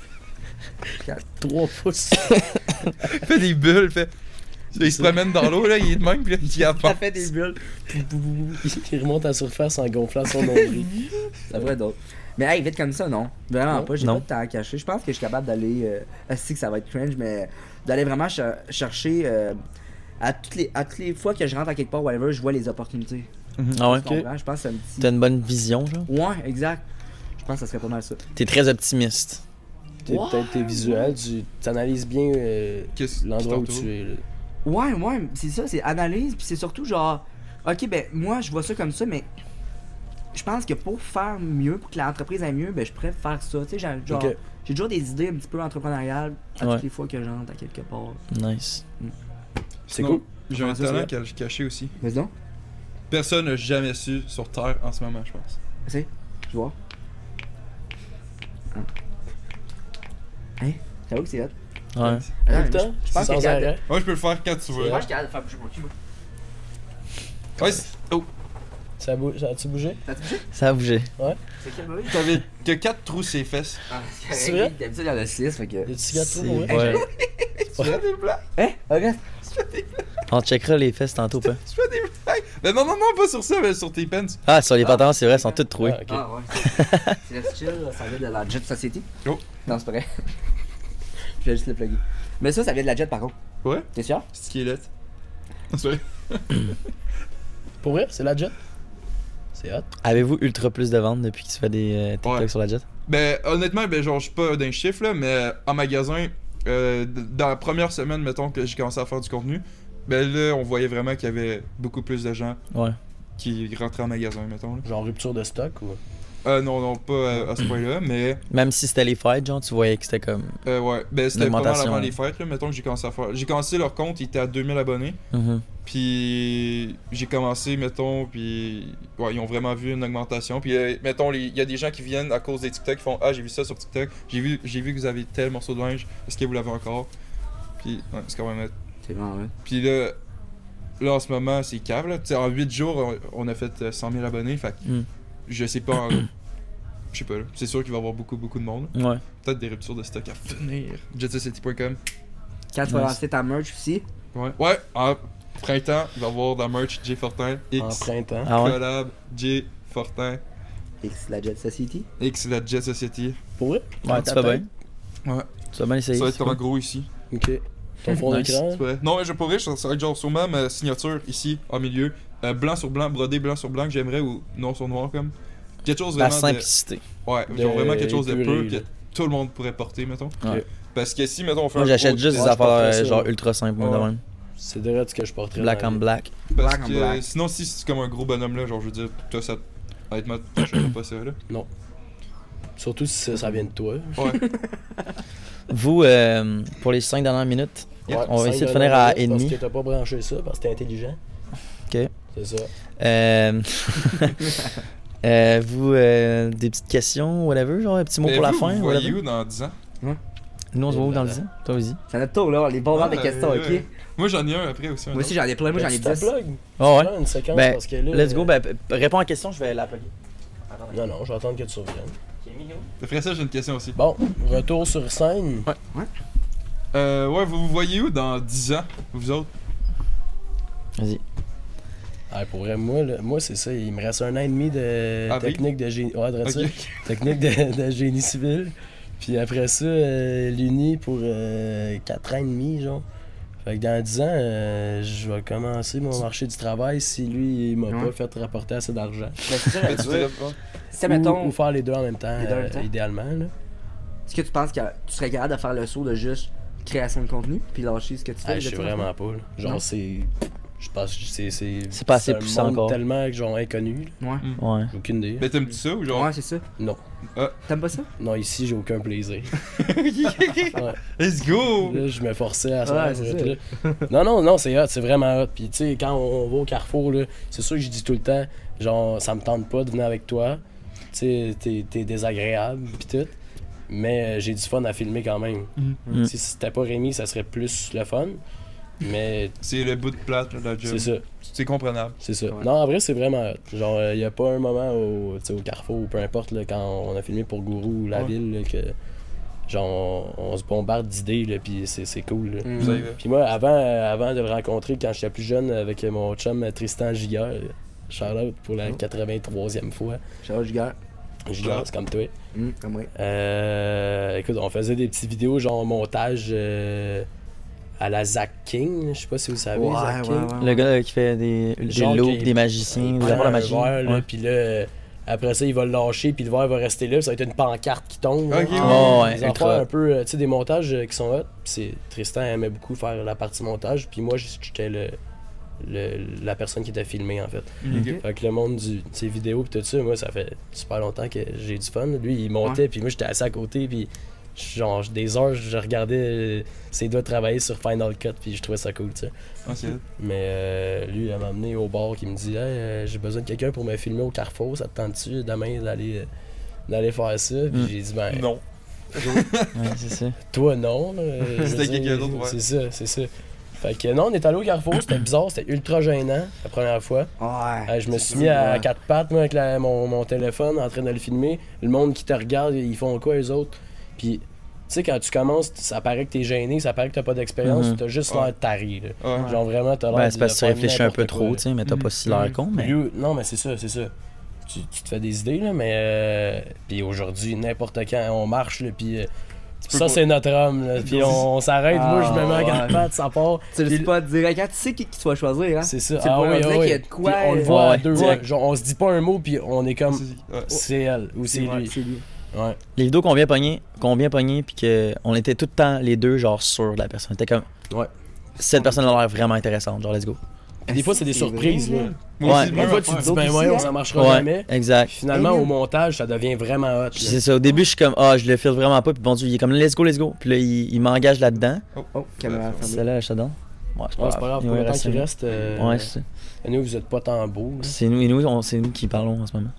trois pouces. Il fait des bulles, il fait. Il se promène dans l'eau, là, il est de même, puis là, il Ça avance. fait des bulles. Il remonte à la surface en gonflant son nombril. Ça pourrait être d'autres. Mais hey, vite comme ça, non. Vraiment Non. pas. J'ai Non. pas de temps à cacher. Je pense que je suis capable d'aller. Euh, ah, si que ça va être cringe, mais d'aller vraiment cher- chercher. Euh, à, toutes les, à toutes les fois que je rentre à quelque part, whatever, je vois les opportunités. Ah ouais? Tu comprends? Je pense que c'est un petit. T'as une bonne vision, genre? Ouais, exact. Je pense que ça serait pas mal ça. T'es très optimiste. T'es Ouais. peut-être tes visuels, tu analyses bien euh, Qu'est-ce qui l'endroit où t'entoure? tu es. là. Ouais, ouais, c'est ça, c'est analyse, puis c'est surtout genre, ok, ben moi je vois ça comme ça, mais je pense que pour faire mieux, pour que l'entreprise aille mieux, ben je pourrais faire ça, tu sais, j'ai genre, Ok. j'ai toujours des idées un petit peu entrepreneuriales à Ouais. toutes les fois que j'entre à quelque part. Nice. C'est Sinon, cool. J'ai un Comment ça, talent c'est ca- caché aussi. Vas-y donc, Personne n'a jamais su sur Terre en ce moment, je pense. tu sais, tu vois. Hein? Hein? J'avoue que c'est hot. Ouais. Tout Attends, le temps, je, je pense que sans je suis arrêt. Ouais, je peux le faire quand tu veux. C'est capable de faire bouger mon cul, moi. Ouais, c'est- oh, Ça, bouge, ça a-tu bougé? T'as bougé? Ça a bougé. C'est quel bruit? t'avais que quatre trous sur les fesses. Ah, C'est vrai? D'habitude, il y en a six, fait que. Y a-tu gâteau C'est- pour vrai? Ouais. Tu fais des blagues? Hein? Regarde. On checkera les fesses tantôt, pas. Tu fais des blagues? Mais non, non, non, pas sur ça, mais sur tes pants. Ah, sur les pantalons, c'est vrai, ils sont tous troués. Ah, ok. Ah ouais, c'est c'est la chill, ça vient de la Jet Society. Oh. Non, c'est pas vrai. Je vais juste le plugger. Mais ça, ça vient de la Jet par contre. Ouais? T'es sûr? C'est qui est lettre. C'est vrai? Pour vrai, c'est la jet? C'est hot. Avez-vous ultra plus de ventes depuis que tu fais des euh, TikTok Ouais. sur la jet? Ben, honnêtement, ben, genre, je suis pas d'un chiffre, là, mais en magasin, euh, d- dans la première semaine, mettons, que j'ai commencé à faire du contenu, ben là, on voyait vraiment qu'il y avait beaucoup plus de gens Ouais. qui rentraient en magasin, mettons. Là. Genre rupture de stock ou. Euh, non, non, pas euh, à ce point-là, mais Même si c'était les fêtes, genre, tu voyais que c'était comme. euh, ouais, ben c'était pas mal L'augmentation. avant les fêtes, là, mettons que j'ai commencé à faire. J'ai commencé leur compte, il était à deux mille abonnés, Mhm. puis j'ai commencé, mettons, puis ouais, ils ont vraiment vu une augmentation, puis euh, mettons, les- il y a des gens qui viennent à cause des TikTok, qui font ah j'ai vu ça sur TikTok, j'ai vu, j'ai vu que vous avez tel morceau de linge, est-ce que vous l'avez encore, puis ouais, c'est quand même. C'est vraiment vrai. Puis là, là en ce moment c'est cave là, tu sais en huit jours on, on a fait euh, cent mille abonnés, fait que Mm. je sais pas, en- je sais pas là, c'est sûr qu'il va y avoir beaucoup beaucoup de monde. Ouais. Peut-être des ruptures de stock à finir. jetcity point com. Quand tu vas Nice. lancer ta merch aussi, Ouais. Ouais, en printemps, il va y avoir de la merch J Fortin, En X, printemps. Ah ouais? collab, J Fortin, X, la Jet Society. X la Jet Society. Pour vrai? Ouais, tu fais bien. Ouais. Tu vas bien essayer. Ça va c'est être en cool. gros ici. Ok. Ton fond Nice. d'écran? C'est vrai. Non, mais je pourrais, ça va être genre sûrement ma signature ici, en milieu. Euh, blanc sur blanc, brodé blanc sur blanc que j'aimerais, ou noir sur noir comme. Quelque chose La vraiment de... simplicité. Ouais, de genre vraiment quelque chose de épuré, peu que là. tout le monde pourrait porter, mettons. Ouais. Parce que si, mettons, on fait Moi, un j'achète gros- juste des Ouais, je affaires porterais euh, ça, genre ouais. ultra simples, moi, de Ouais. même. C'est de ce que je porterais. Black dans on la vie. black. Parce Black on que black. sinon, si c'est comme un gros bonhomme là, genre je veux dire, toi, ça. Honnêtement, t'achèterais pas ça là. Surtout si ça, ça vient de toi. Ouais. Vous, euh, pour les cinq dernières minutes, Ouais, On va cinq essayer de dans finir la à minute et Parce demi. que t'as pas branché ça, parce que t'es intelligent. Ok. C'est ça. Euh... euh, vous, euh, des petites questions, whatever, genre un petit mot Mais pour la vous, fin, vous voyez whatever. où dans dix ans? Nous, on se voit où dans le dix ans? Toi aussi? C'est notre tour, là. Les bons vents de Ouais, questions, ouais, ok? ouais. Moi, j'en ai un après aussi. un Moi aussi, autre. j'en ai plein. Moi, j'en ai Tu te dix. plug? Oh, ouais. Tu prends une séquence Ben, parce que là. let's go. euh, Ben, p- réponds à la question, je vais la plugger. Non, non, je vais attendre que tu reviennes. Après ça, j'ai une question aussi. Bon, retour sur scène. Euh, ouais, vous vous voyez où dans dix ans, vous autres? Vas-y. Ah, pour vrai, moi, là, moi c'est ça. Il me reste un an et demi de Ah, oui? technique de génie. Ouais, de Ok. ça. Technique de, de génie civil. Puis après ça, euh, l'Uni pour euh, quatre ans et demi, genre. Fait que dans dix ans, euh, je vais commencer mon marché du travail si lui, il m'a Ouais. pas fait rapporter assez d'argent. Ben, c'est ça, Ben, je tu veux dire. dirais pas. Si, Ou, mettons, ou faire les deux en même temps, Les deux en même euh, temps? idéalement. Là. est-ce que tu penses que tu serais capable de faire le saut de juste création de contenu puis lâcher ce que tu fais? Ah, je sais exactement? vraiment pas. Là. Genre, Non? c'est. Je pense que c'est. C'est C'est pas assez un puissant monde encore. tellement genre inconnu. là. Ouais. Ouais. J'ai aucune idée. Ben, t'aimes-tu ça ou genre? Ouais, c'est ça. Non. T'aimes pas ça? Non, ici, j'ai aucun plaisir. Ouais. Let's go! Là, je me forçais à Ouais, ça. c'est là. Non, non, non, c'est hot, c'est vraiment hot. Puis, tu sais, quand on va au Carrefour, là, c'est sûr que je dis tout le temps, genre, ça me tente pas de venir avec toi. Tu sais, t'es, t'es désagréable, pis tout. Mais euh, j'ai du fun à filmer quand même. Mm. Si c'était pas Rémi, ça serait plus le fun. Mais C'est le bout de plate, là, la job. c'est ça, C'est comprenable. c'est ça. Ouais. Non, en vrai, c'est vraiment hot. Genre, il y a pas un moment au, tu sais, au Carrefour ou peu importe, là, quand on a filmé pour Gourou ou La Ouais. Ville, là, que genre, on, on se bombarde d'idées, là, pis c'est, c'est cool. Là. Mm. Vous avez... Puis moi, avant, euh, avant de le rencontrer, quand j'étais plus jeune, avec mon chum euh, Tristan Giguère, shout-out pour la Oh. quatre-vingt-troisième fois. Charles Giguère. Giguère, c'est comme toi. Hum, comme moi. Euh, écoute, on faisait des petites vidéos, genre montage euh, à la Zach King. Je sais pas si vous savez, Ouais, Zach ouais, King. ouais. Le gars là, qui fait des, des Genre loops, qui- des magiciens, Il des prend affaires de un magie. verre, là, Ouais. puis là, euh, après ça, il va le lâcher, puis le verre va rester là, puis ça va être une pancarte qui tombe. Ok, là. ouais. Oh, ouais, Des ultra. affaires un peu, euh, tu sais, des montages euh, qui sont hot. Puis c'est- Tristan aimait beaucoup faire la partie montage, puis moi, j'étais le, le- la personne qui était filmée, en fait. Ok. Fait que le monde du, de ces vidéos pis tout ça, moi, ça fait super longtemps que j'ai du fun. Lui, il montait, puis moi, j'étais assis à côté, puis genre, des heures, je regardais euh, ses doigts travailler sur Final Cut, puis je trouvais ça cool, tu sais. Ah, c'est hot. Mais euh, lui, il m'a amené au bar, qui me dit, hey, euh, j'ai besoin de quelqu'un pour me filmer au Carrefour, ça te tente-tu demain d'aller, euh, d'aller faire ça? Puis Mm. j'ai dit, ben, Non. Ouais, c'est ça. toi, non. là. Je veux C'était dire, quelqu'un d'autre, ouais. C'est ça, c'est ça. Fait que non, on est allé au Carrefour, c'était bizarre, c'était ultra gênant la première fois. Ouais. Euh, je me C'est suis mis à ouais. quatre pattes, moi, avec la- mon, mon téléphone, en train de le filmer. Le monde qui te regarde, ils font quoi, les autres? Puis, tu sais, quand tu commences, ça paraît que t'es gêné, ça paraît que t'as pas d'expérience, Mhm. t'as juste Ouais. l'air taré, là. Ouais. Genre, vraiment, t'as l'air Ben, de c'est parce que tu faire réfléchis un peu n'importe quoi, trop, là. tu sais, mais t'as pas si l'air con, mais. Puis lui- non, mais c'est ça, c'est ça. Tu, tu te fais des idées, là, mais... Euh, puis aujourd'hui, n'importe quand, on marche, là, puis... euh, peux ça, pas- c'est notre homme, là. Puis on, on s'arrête, moi, je me mets à Ah, quatre ouais. pattes, ça part. Tu le Puis sais pas direct. Quand tu sais qui, qui tu vas choisir, hein? C'est ça. Tu sais Ah pas, oui, on ah dirait oui. qu'il y a de quoi, Puis on le euh, voit à ouais, deux. direct. Genre, on se dit pas un mot, puis on est comme... Ouais. C'est elle ou c'est Ouais, lui. C'est lui. Ouais. Les vidéos qu'on vient pogner, qu'on vient pogner, puis qu'on était tout le temps les deux, genre, sûrs de la personne. C'était comme. Ouais. Cette personne a l'air vraiment intéressante, genre, let's go. Puis des fois, c'est des C'est surprises, vrai, là. là. Moi Ouais. aussi, Des même fois, tu te affaire. dis, ben D'autres voyons, aussi, ça hein? marchera Ouais, jamais. exact. Puis finalement, Hey, au man. montage, ça devient vraiment hot. là. C'est ça. Au début, je suis comme, ah, je le file vraiment pas, puis bon Dieu, il est comme, let's go, let's go. Puis là, il, il m'engage là-dedans. Oh, caméra fermée. Celle-là, je te donne. Ouais, c'est Ouais, c'est pas grave, Il pour va le temps rester qu'il là. reste, euh, Ouais, c'est ça. nous, vous êtes pas tant beaux. là. C'est nous, et nous, on- c'est nous qui parlons en ce moment.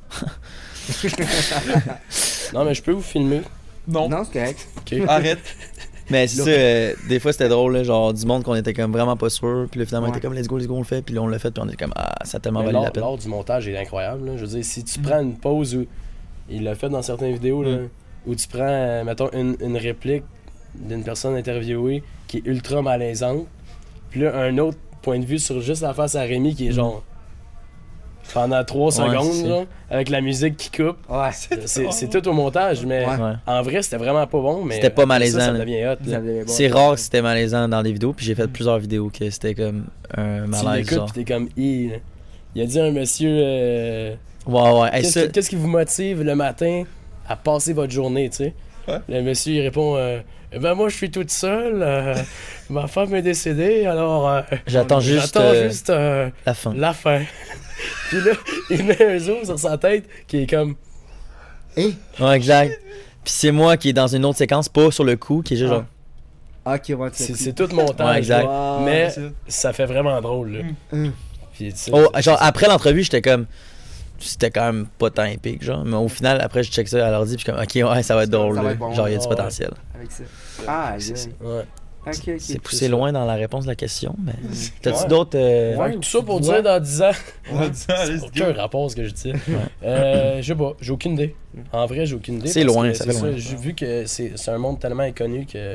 Non, mais je peux vous filmer. Non. Non, c'est correct. Ok. Arrête. Mais c'est ça, euh, des fois c'était drôle, là, genre du monde qu'on était comme vraiment pas sûr, puis là finalement on Ouais. était comme let's go, let's go, on le fait, puis là on l'a fait, puis on était comme ah, ça a tellement Mais valu la l'art, peine. l'art du montage est incroyable. là. Je veux dire, si tu Mm. prends une pause où il l'a fait dans certaines vidéos, là, Mm. où tu prends, euh, mettons, une, une réplique d'une personne interviewée qui est ultra malaisante, puis là, un autre point de vue sur juste la face à Rémi qui est genre pendant trois Ouais, secondes, c'est- là, avec la musique qui coupe. Ouais. C'est, c'est tout au montage, mais Ouais. Ouais. en vrai, c'était vraiment pas bon. Mais C'était pas après malaisant, Ça, ça là. devient hot. Ça Là. devait bon. C'est rare que c'était malaisant dans les vidéos, puis j'ai fait plusieurs vidéos que c'était comme un Tu malaise l'écoutes, genre. pis t'es comme, Hi, là. Il a dit à un monsieur. euh, Ouais ouais, hey, Qu'est-ce, ça, qui, qu'est-ce qui vous motive le matin à passer votre journée, tu sais? Ouais. Le monsieur, il répond euh, Eh ben moi, je suis toute seule, euh, ma femme est décédée, alors euh, j'attends juste, j'attends euh, juste euh, la fin. la fin. Puis là, il met un zoom sur sa tête qui est comme Ouais, exact. Puis c'est moi qui est dans une autre séquence, pas sur le coup, qui est juste Ah. genre Ok, ouais, tu C'est l'as c'est tout montage. Ouais, exact. Wow. Mais c'est- ça fait vraiment drôle, là. Hum. Puis, tu sais, Oh, c'est- genre, après l'entrevue, j'étais comme. C'était quand même pas tant épique, genre. Mais au final, après, je check ça à l'ordi, puis je suis comme, ok, ouais, ça va être Ça drôle. va là. être bon, Genre, il y a du ouais. potentiel. Avec ça. Ah, C'est aïe. ça. Ouais. Ok, ok. C'est poussé ça. loin dans la réponse de la question, mais. T'as-tu Ouais. d'autres. euh, Fait que tout ça pour Ouais. dire dans dix ans. Ouais, ça, let's go. Aucun rapport ce que je dis. Euh, je sais pas, j'ai aucune idée. En vrai, j'ai aucune idée. C'est parce loin, que ça c'est fait loin. J'ai vu que c'est c'est un monde tellement inconnu que.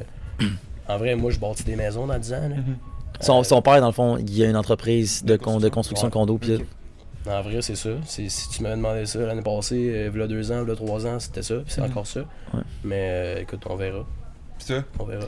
En vrai, moi, je bâtis des maisons dans dix ans. Là. Son, son père, dans le fond, il y a une entreprise de, con- de construction Ouais. de condos, puis Ok. En vrai, c'est ça. C'est- Si tu m'avais demandé ça l'année passée, euh, il y a deux ans, il y a trois ans, c'était ça. Puis c'est Mhm. encore ça. Ouais. Mais euh, écoute, on verra. Pis ça, On verra.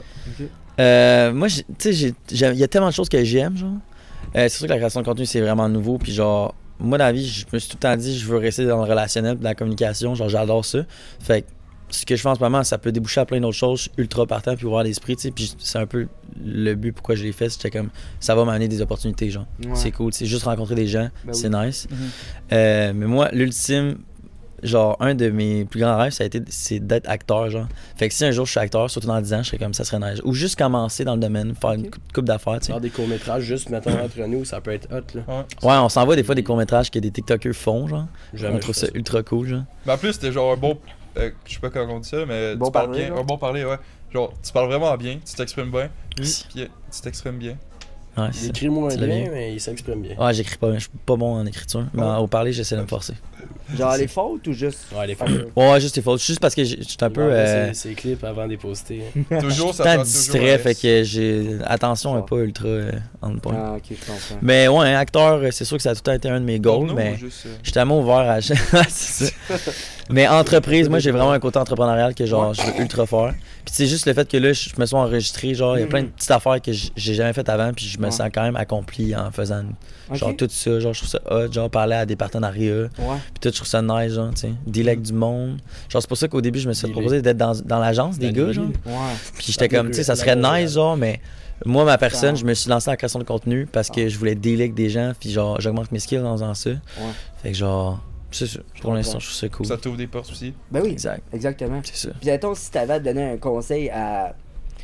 Euh, moi, j'ai- tu sais, j'ai- j'ai- il y a tellement de choses que j'aime, genre. Euh, c'est sûr que la création de contenu, c'est vraiment nouveau. Puis, genre, moi, dans la vie, je me suis tout le temps dit, je veux rester dans le relationnel, puis dans la communication. Genre, j'adore ça. Fait que ce que je fais en ce moment, ça peut déboucher à plein d'autres choses. Je suis ultra partant, puis ouvert l'esprit, tu sais. Puis, c'est un peu le but pourquoi je l'ai fait. C'était comme, ça va m'amener des opportunités, genre. Ouais. C'est cool. C'est juste rencontrer des gens, Ben c'est nice. Mhm. Euh, mais moi, l'ultime, genre, un de mes plus grands rêves, ça a été c'est d'être acteur, genre. Fait que si un jour je suis acteur, surtout dans dix ans, je serais comme ça serait nice. Ou juste commencer dans le domaine, faire une Ok. cou- coupe d'affaires, tu sais. Faire des courts-métrages juste maintenant entre nous, ça peut être hot. Là. ouais. Ouais, on s'envoie des fois des courts-métrages que des TikTokers font, genre. Jamais On trouve je ça fais ultra cool, genre. Mais en plus, c'était genre un bon. euh, je sais pas comment on dit ça, mais Bon tu parles parler, bien. genre. Un bon parler, ouais. Genre, tu parles vraiment bien, tu t'exprimes bien. Merci. Puis euh, tu t'exprimes bien. Ouais, Il c'est ça. écrit moins Tu l'as bien, bien. mais il s'exprime bien. Ouais, j'écris pas bien, je suis pas bon en écriture. Mais Ouais. au parler, j'essaie de me forcer. Genre les fautes ou juste. Ouais, les Ah, femmes. Ouais, juste tes fautes. Juste parce que j'ai- j'étais un peu. euh, C'est clips avant de les poster. Toujours, ça Tant fait toujours distrait, un fait S. que j'ai. Attention, est pas ultra euh, on point. Ah, ok, je comprends. Mais ouais, un acteur, euh, c'est sûr que ça a tout le temps été un de mes goals, Porno mais. ou juste, euh, Je suis tellement ouvert à. c'est ça. Mais entreprise, moi j'ai vraiment un côté entrepreneurial que genre je veux ultra faire. Puis c'est juste le fait que là je je me suis enregistré, genre il y a plein de petites affaires que j- j'ai jamais faites avant, puis je me Ouais. sens quand même accompli en faisant Ok. genre tout ça, genre je trouve ça hot, genre parler à des partenariats, Ouais. puis tout je trouve ça nice, genre tu sais, dealer avec du monde. Genre c'est pour ça qu'au début je me suis fait Dealer. proposer d'être dans, dans l'agence des gars, genre. Ouais. Puis j'étais Dans comme les tu sais deux, ça serait la nice, genre, mais moi ma personne, Ça- je me suis lancé en création de contenu parce que je voulais dealer avec des gens, puis genre j'augmente mes skills en faisant ça. Fait que genre c'est ça. Pour l'instant je trouve ça cool. Ça t'ouvre des portes aussi. Ben oui, Exact. exactement. C'est ça. Puis attends, si t'avais à donner un conseil à,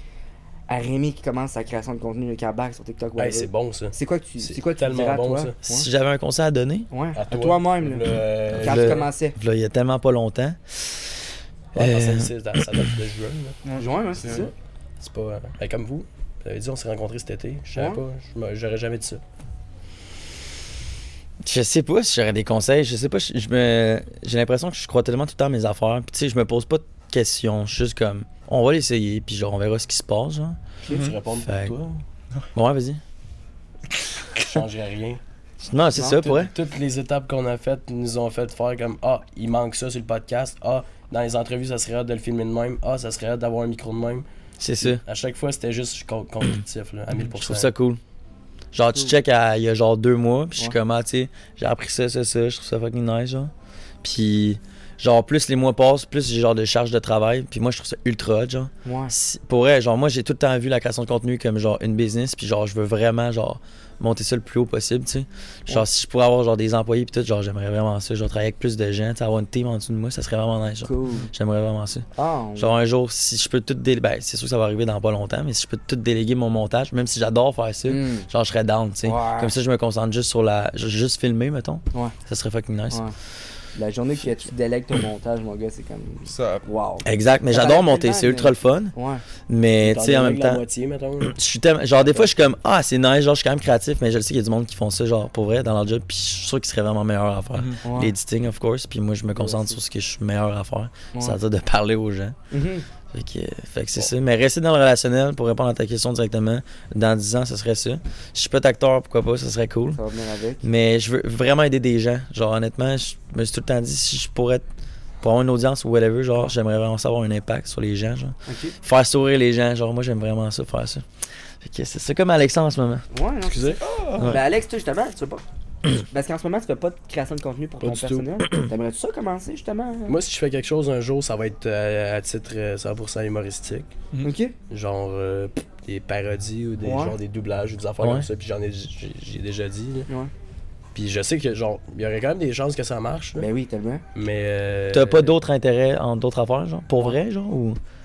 à Rémi qui commence sa création de contenu, le carbac sur TikTok, Hey, whatever, c'est bon ça. c'est quoi que tu, C'est c'est quoi que tu tellement dirais à bon, toi? ça. Ouais. Si j'avais un conseil à donner, Ouais. À À, toi. toi-même, là. Le- Quand le- tu commençais. là, il y a tellement pas longtemps. Ouais, parce que Euh, c'est- ça date de juin. Là. Juin, ouais, c'est ça. C'est pas. Ben, comme vous. Vous avez dit, on s'est rencontrés cet été. Je savais Ouais. pas. je m'a- J'aurais jamais dit ça. Je sais pas si j'aurais des conseils. Je sais pas. Je, je me, j'ai l'impression que je crois tellement tout le temps à mes affaires. Puis tu sais, je me pose pas de questions. Je suis juste comme, on va l'essayer. Puis genre, on verra ce qui se passe. Genre. Tu Mhm. réponds Fait- pour toi. Ouais, vas-y. Je changerais rien. Non, c'est Non, ça, Toutes- pour vrai. Toutes les étapes qu'on a faites nous ont fait faire comme ah, il manque ça sur le podcast. Ah, dans les entrevues, ça serait hâte de le filmer de même. Ah, ça serait hâte d'avoir un micro de même. C'est ça. À chaque fois, c'était juste con- constructif, là, à mille pour Je cent. trouve ça cool. Genre, tu Cool. check à- il y a genre deux mois. Puis je suis Ouais. comme, ah, tu sais, j'ai appris ça, ça, ça. Je trouve ça fucking nice, genre. Puis, genre, plus les mois passent, plus j'ai genre de charge de travail. Puis moi, je trouve ça ultra hot, genre. Ouais. Si- pour vrai, genre moi j'ai tout le temps vu la création de contenu comme genre une business, puis genre je veux vraiment genre monter ça le plus haut possible, tu sais. Genre Ouais. si je pourrais avoir genre des employés puis tout, genre j'aimerais vraiment ça, genre travailler avec plus de gens, tu sais, avoir une team en dessous de moi, ça serait vraiment nice, genre. Cool. J'aimerais vraiment ça. Ah, ouais. Genre un jour si je peux tout déléguer, ben c'est sûr que ça va arriver dans pas longtemps, mais si je peux tout déléguer mon montage, même si j'adore faire ça, Hmm. genre je serais down, tu sais. Ouais. Comme ça je me concentre juste sur la ju- juste filmer mettons. Ouais. Ça serait fucking nice. Ouais. La journée que tu délègues ton montage, mon gars, c'est comme. Ça, Wow. Exact, mais Ça j'adore paraît monter, tellement, c'est ultra le fun, Ouais. mais tu sais en même La temps moitié, mettons. je suis tellement- genre des fois je suis comme ah c'est nice, genre je suis quand même créatif, mais je le sais qu'il y a du monde qui font ça genre pour vrai dans leur job, puis je suis sûr qu'ils seraient vraiment meilleurs à faire. Mhm. Ouais. L'editing of course, puis moi je me concentre aussi. sur ce que je suis meilleur à faire, Ouais. c'est-à-dire de parler aux gens. Mhm. Fait que, fait que c'est ça, mais rester dans le relationnel pour répondre à ta question directement, dans dix ans ce serait ça. Si je peux être acteur, pourquoi pas, ça serait cool. Ça va venir avec. Mais je veux vraiment aider des gens, genre honnêtement, je me suis tout le temps dit si je pourrais être- pour avoir une audience ou whatever, genre j'aimerais vraiment ça avoir un impact sur les gens, genre. Ok. Faire sourire les gens, genre moi j'aime vraiment ça, faire ça. Fait que c'est c'est comme Alexandre en ce moment. Ouais, non. Excusez. Ouais. Ben Alex, toi justement, tu veux pas. Parce qu'en ce moment, tu fais pas de création de contenu pour Pas ton du tout. personnel. T'aimerais-tu ça commencer justement? Moi, si je fais quelque chose un jour, ça va être euh, à titre euh, cent pour cent humoristique. Ok. Genre euh, pff, des parodies ou des, Ouais. genre des doublages ou des affaires Ouais. comme ça. Puis j'en ai, j'ai j'ai déjà dit. là. Ouais. Puis je sais que genre, il y aurait quand même des chances que ça marche. là. Ben oui, tellement. Mais. euh, T'as pas d'autres intérêts en d'autres affaires, genre? Pour vrai, genre? Ou...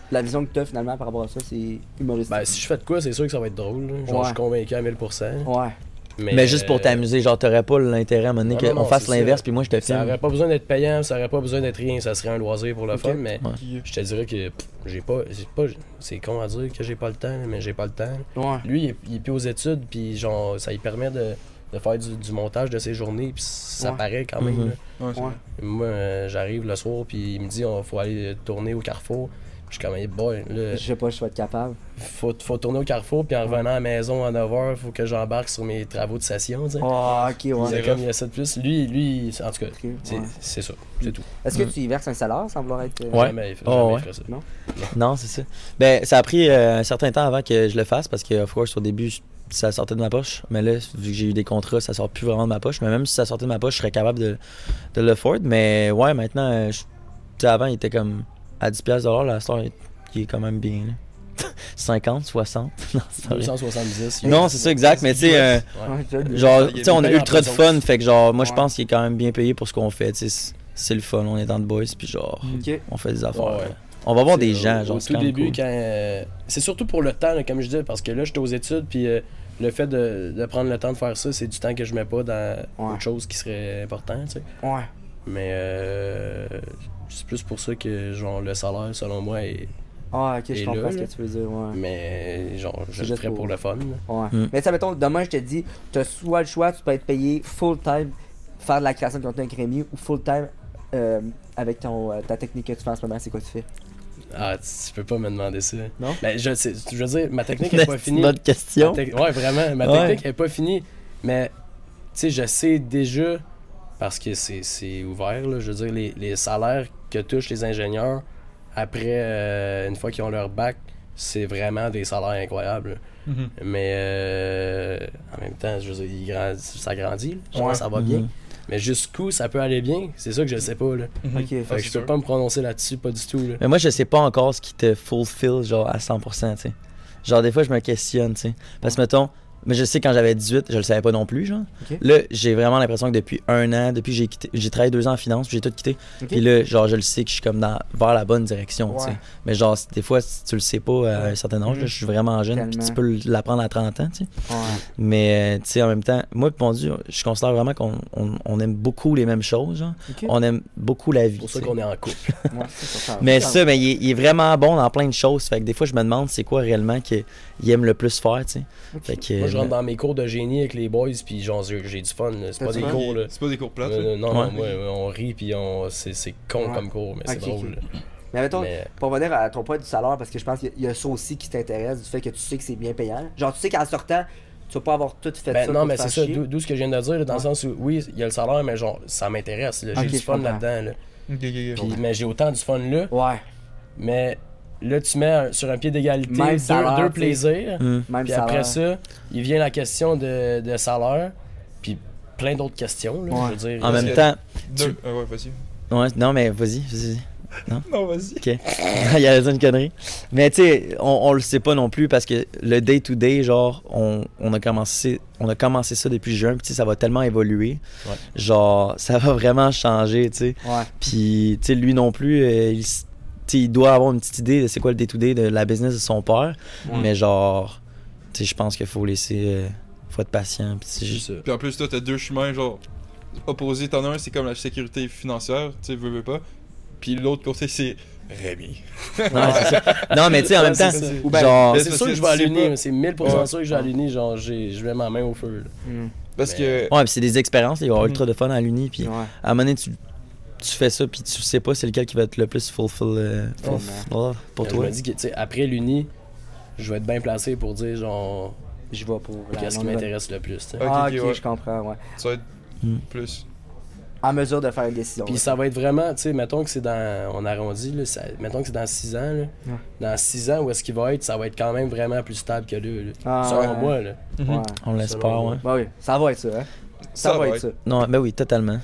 la vision que t'as finalement par rapport à ça, c'est humoristique. Ben, si je fais de quoi, c'est sûr que ça va être drôle. Là. Genre, Ouais. je suis convaincu à mille pour cent. Ouais. Mais, mais juste pour euh, t'amuser, genre, t'aurais pas l'intérêt à un moment donné non, non, qu'on non, fasse c'est l'inverse, ça. puis moi je te Ça filme. aurait pas besoin d'être payant, ça aurait pas besoin d'être rien, ça serait un loisir pour le Ok. fun, mais Ouais. Puis, je te dirais que pff, j'ai pas, j'ai pas. C'est con à dire que j'ai pas le temps, mais j'ai pas le temps. Ouais. Lui, il est, il est plus aux études, puis genre, ça lui permet de, de faire du, du montage de ses journées, puis ça Ouais. paraît quand même. Mhm. là. ouais, c'est Ouais. vrai. Moi, euh, j'arrive le soir, puis il me dit, on faut aller tourner au Carrefour. Puis je suis comme, hey boy, là, Je sais pas, je vais être capable. faut, faut tourner au Carrefour, puis en revenant à la maison à neuf heures, faut que j'embarque sur mes travaux de session, tu sais. Oh, ok, Il y a ouais. comme il y a ça de plus. Lui, lui, en tout cas, Ok, c'est ouais. c'est ça, c'est tout. Est-ce que Mm. tu y verses un salaire sans vouloir être. euh, Ouais. Jamais, Oh, jamais ouais. ferait ça. Non, c'est ça. Ben, ça a pris euh, un certain temps avant que je le fasse parce que, of course, au début, je- ça sortait de ma poche. Mais là, vu que j'ai eu des contrats, ça sort plus vraiment de ma poche. Mais même si ça sortait de ma poche, je serais capable de, de le afford. Mais ouais, maintenant, euh, je- tu sais, avant, il était comme à dix piastres de l'heure. La star, il est quand même bien. Là. cinquante, soixante. Non, c'est pas deux vrai. cent soixante-dix. Non, c'est ça, exact. Mais tu sais, euh, Ouais. Ouais, je- genre, Il tu est sais, on a payé en ultra de présence. fun. Fait que, genre, moi, je Ouais. pense qu'il est quand même bien payé pour ce qu'on fait. Tu sais, c'est- c'est le fun. On est dans le boys. Puis, genre, Ok. on fait des affaires. Ouais, ouais. On va voir des C'est, gens. au- Genre, Au c'est tout quand même début, cool. quand. euh, c'est surtout pour le temps, là, comme je disais, parce que là, j'étais aux études, puis euh, le fait de, de prendre le temps de faire ça, c'est du temps que je mets pas dans Ouais. autre chose qui serait important, tu sais. Ouais. Mais euh, c'est plus pour ça que, genre, le salaire, selon moi, est. Ah, ok, je Et comprends là, ce que là. tu veux dire, ouais. Mais, genre, je C'est le juste ferais pour- pour le fun. là. Ouais. Mm. Mais ça, mettons, demain, je te dis, t'as soit le choix, tu peux être payé full-time, faire de la création de contenu avec Rémi, ou full-time euh, avec ton, euh, ta technique que tu fais en ce moment, c'est quoi tu fais? Ah, tu peux pas me demander ça. Non? Mais je, sais- je veux dire, ma technique est pas C'est finie. une bonne question. Ma tec- Ouais, vraiment, ma Ouais. technique est pas finie. Mais, tu sais, je sais déjà, parce que c'est c'est ouvert, là, je veux dire, les, les salaires que touchent les ingénieurs après, euh, une fois qu'ils ont leur bac, c'est vraiment des salaires incroyables. là. Mhm. Mais, euh, en même temps, je veux dire, il grandit- ça grandit, là. Genre, Ouais. ça va bien. Mhm. Mais jusqu'où ça peut aller bien, c'est ça que je sais pas, là. Mhm. Ok. Fait Ah, que c'est je peux sûr. pas me prononcer là-dessus, pas du tout, là. Mais moi, je sais pas encore ce qui te fulfill, genre, à cent pour cent, tu sais. Genre, des fois, je me questionne, tu sais. Parce que, mettons, mais je sais, quand j'avais dix-huit, je le savais pas non plus, genre. Ok. Là, j'ai vraiment l'impression que depuis un an, depuis que j'ai quitté, j'ai travaillé deux ans en finance, puis j'ai tout quitté. Ok. Puis là, genre, je le sais que je suis comme dans, vers la bonne direction, tu sais. Ouais. Mais genre, des fois, si tu le sais pas à un certain âge, Mhm. là, je suis vraiment jeune, puis Tellement. tu peux l'apprendre à trente ans, tu sais. Ouais. Mais, euh, tu sais, en même temps, moi, pour mon Dieu, je considère vraiment qu'on on, on aime beaucoup les mêmes choses, genre. Ok. On aime beaucoup la vie. C'est pour ça tu sais. qu'on est en couple. Ouais, c'est ça, ça- Mais ça- ça, ben, il, est, il est vraiment bon dans plein de choses. Fait que des fois, je me demande c'est quoi réellement qu'il aime le plus faire, tu sais. Ok. Fait que, Moi, je rentre euh, dans mes cours de génie avec les boys, puis genre, j'ai j'ai du fun, là. C'est T'as pas du des fun? cours, là. C'est pas des cours plates. Euh, là. non, non, Ouais. moi, on rit, puis on... c'est c'est con Ouais. comme cours, mais c'est Ok, drôle. ok. là. Mais mettons, Mais- pour revenir à ton point du salaire, parce que je pense qu'il y a- il y a ça aussi qui t'intéresse, du fait que tu sais que c'est bien payant. Genre, tu sais qu'en sortant, tu vas pas avoir tout fait Ben ça. non, pour mais te c'est faire ça, chier. d'où d'où ce que je viens de dire, là, dans Ouais. le sens où, oui, il y a le salaire, mais genre, ça m'intéresse, là. J'ai Ok, du je fun comprends. là-dedans, là. Ok, ok, ok. Puis, mais j'ai autant du fun là, Ouais, mais là, tu mets un- sur un pied d'égalité Même deux, salaire, deux tu sais. plaisirs, hum. même puis salaire. après ça, il vient la question de, de salaire, puis plein d'autres questions, là, Ouais. je veux dire. En Parce même que- temps, Deux. Ah ouais, vas-y. ouais, non, mais vas-y, vas-y. Non, vas-y. Ok. Il y a une connerie. Mais tu sais, on, on le sait pas non plus parce que le day-to-day, genre, on, on a commencé on a commencé ça depuis juin, puis tu sais, ça va tellement évoluer. Ouais. Genre, ça va vraiment changer, tu sais. Ouais. Puis, tu sais, lui non plus, euh, il, s- tu sais, il doit avoir une petite idée de c'est quoi le day-to-day de la business de son père. Ouais. Mais genre, tu sais, je pense qu'il faut laisser. euh, faut être patient. Puis c'est C'est juste. ça. Puis en plus, toi, t'as deux chemins, genre, opposés. T'en as un, c'est comme la sécurité financière, tu sais, veux, veux pas. Puis l'autre côté, c'est Rémi. Non, c'est ça. Non, mais tu sais, en Ouais, même temps, c'est ça. Ou ben, genre. Mais C'est parce sûr que que je vais tu sais à l'Uni, pas- c'est mille pour cent Ouais. sûr que je vais à l'Uni, genre, j'ai- je mets ma main au feu, là. Hmm. Parce Mais- que. Ouais, puis c'est des expériences, il va y avoir Mhm. ultra de fun à l'Uni. Puis Ouais. à un moment donné, tu, tu fais ça, puis tu sais pas c'est lequel qui va être le plus fulfill euh, Oh, fulfill- pour Je toi. me dis que, tu sais, après l'Uni, je vais être bien placé pour dire, genre, Je vais pour la qu'est-ce qui longue- m'intéresse le plus, tu sais. Ok, Ah, ok, ok, ouais. je comprends, ouais. Ça va être Mm. plus. En mesure de faire une décision. Puis là. ça va être vraiment, tu sais, mettons que c'est dans, on arrondit, là, ça- mettons que c'est dans six ans, là. Ouais. Dans six ans, où est-ce qu'il va être, ça va être quand même vraiment plus stable que là, là. Ah, Selon ouais. moi, là. Ouais. On l'espère, Selon moi. ouais. Bah oui, ça va être ça, hein. Ça, va être ça. Non, ben oui, totalement.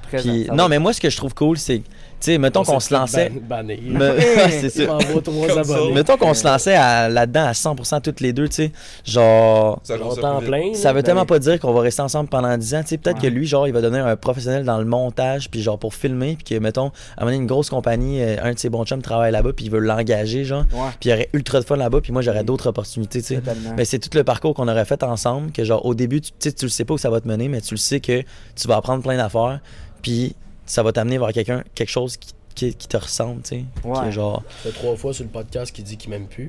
Présent, Puis, ça non, va. mais moi, ce que je trouve cool, c'est, tu sais, mettons qu'on se lançait. Banné. Me- Ouais, c'est Il ça. m'envoie trois Comme ça. abonnés. Mettons qu'on se lançait à- là-dedans à cent pour cent toutes les deux, tu sais. Genre, Ça va, ça Longtemps peut- plein. ça veut là. tellement ben- pas dire qu'on va rester ensemble pendant dix ans, tu sais. Peut-être Ouais. que lui, genre, il va devenir un professionnel dans le montage, puis genre pour filmer, puis que, mettons, à un moment donné, une grosse compagnie, euh, un de ses bons chums travaille là-bas, puis il veut l'engager, genre. Ouais, Puis il y aurait ultra de fun là-bas, puis moi, j'aurais Oui. d'autres opportunités, tu sais. totalement. Mais c'est tout le parcours qu'on aurait fait ensemble, que genre, au début, tu tu sais, tu le sais pas où ça va te mener, mais tu le sais que tu vas apprendre plein d'affaires, puis ça va t'amener vers quelqu'un, quelque chose qui, qui, qui te ressemble, tu sais. Qui Ouais. est genre, Ça fait trois fois sur le podcast qu'il dit qu'il m'aime plus.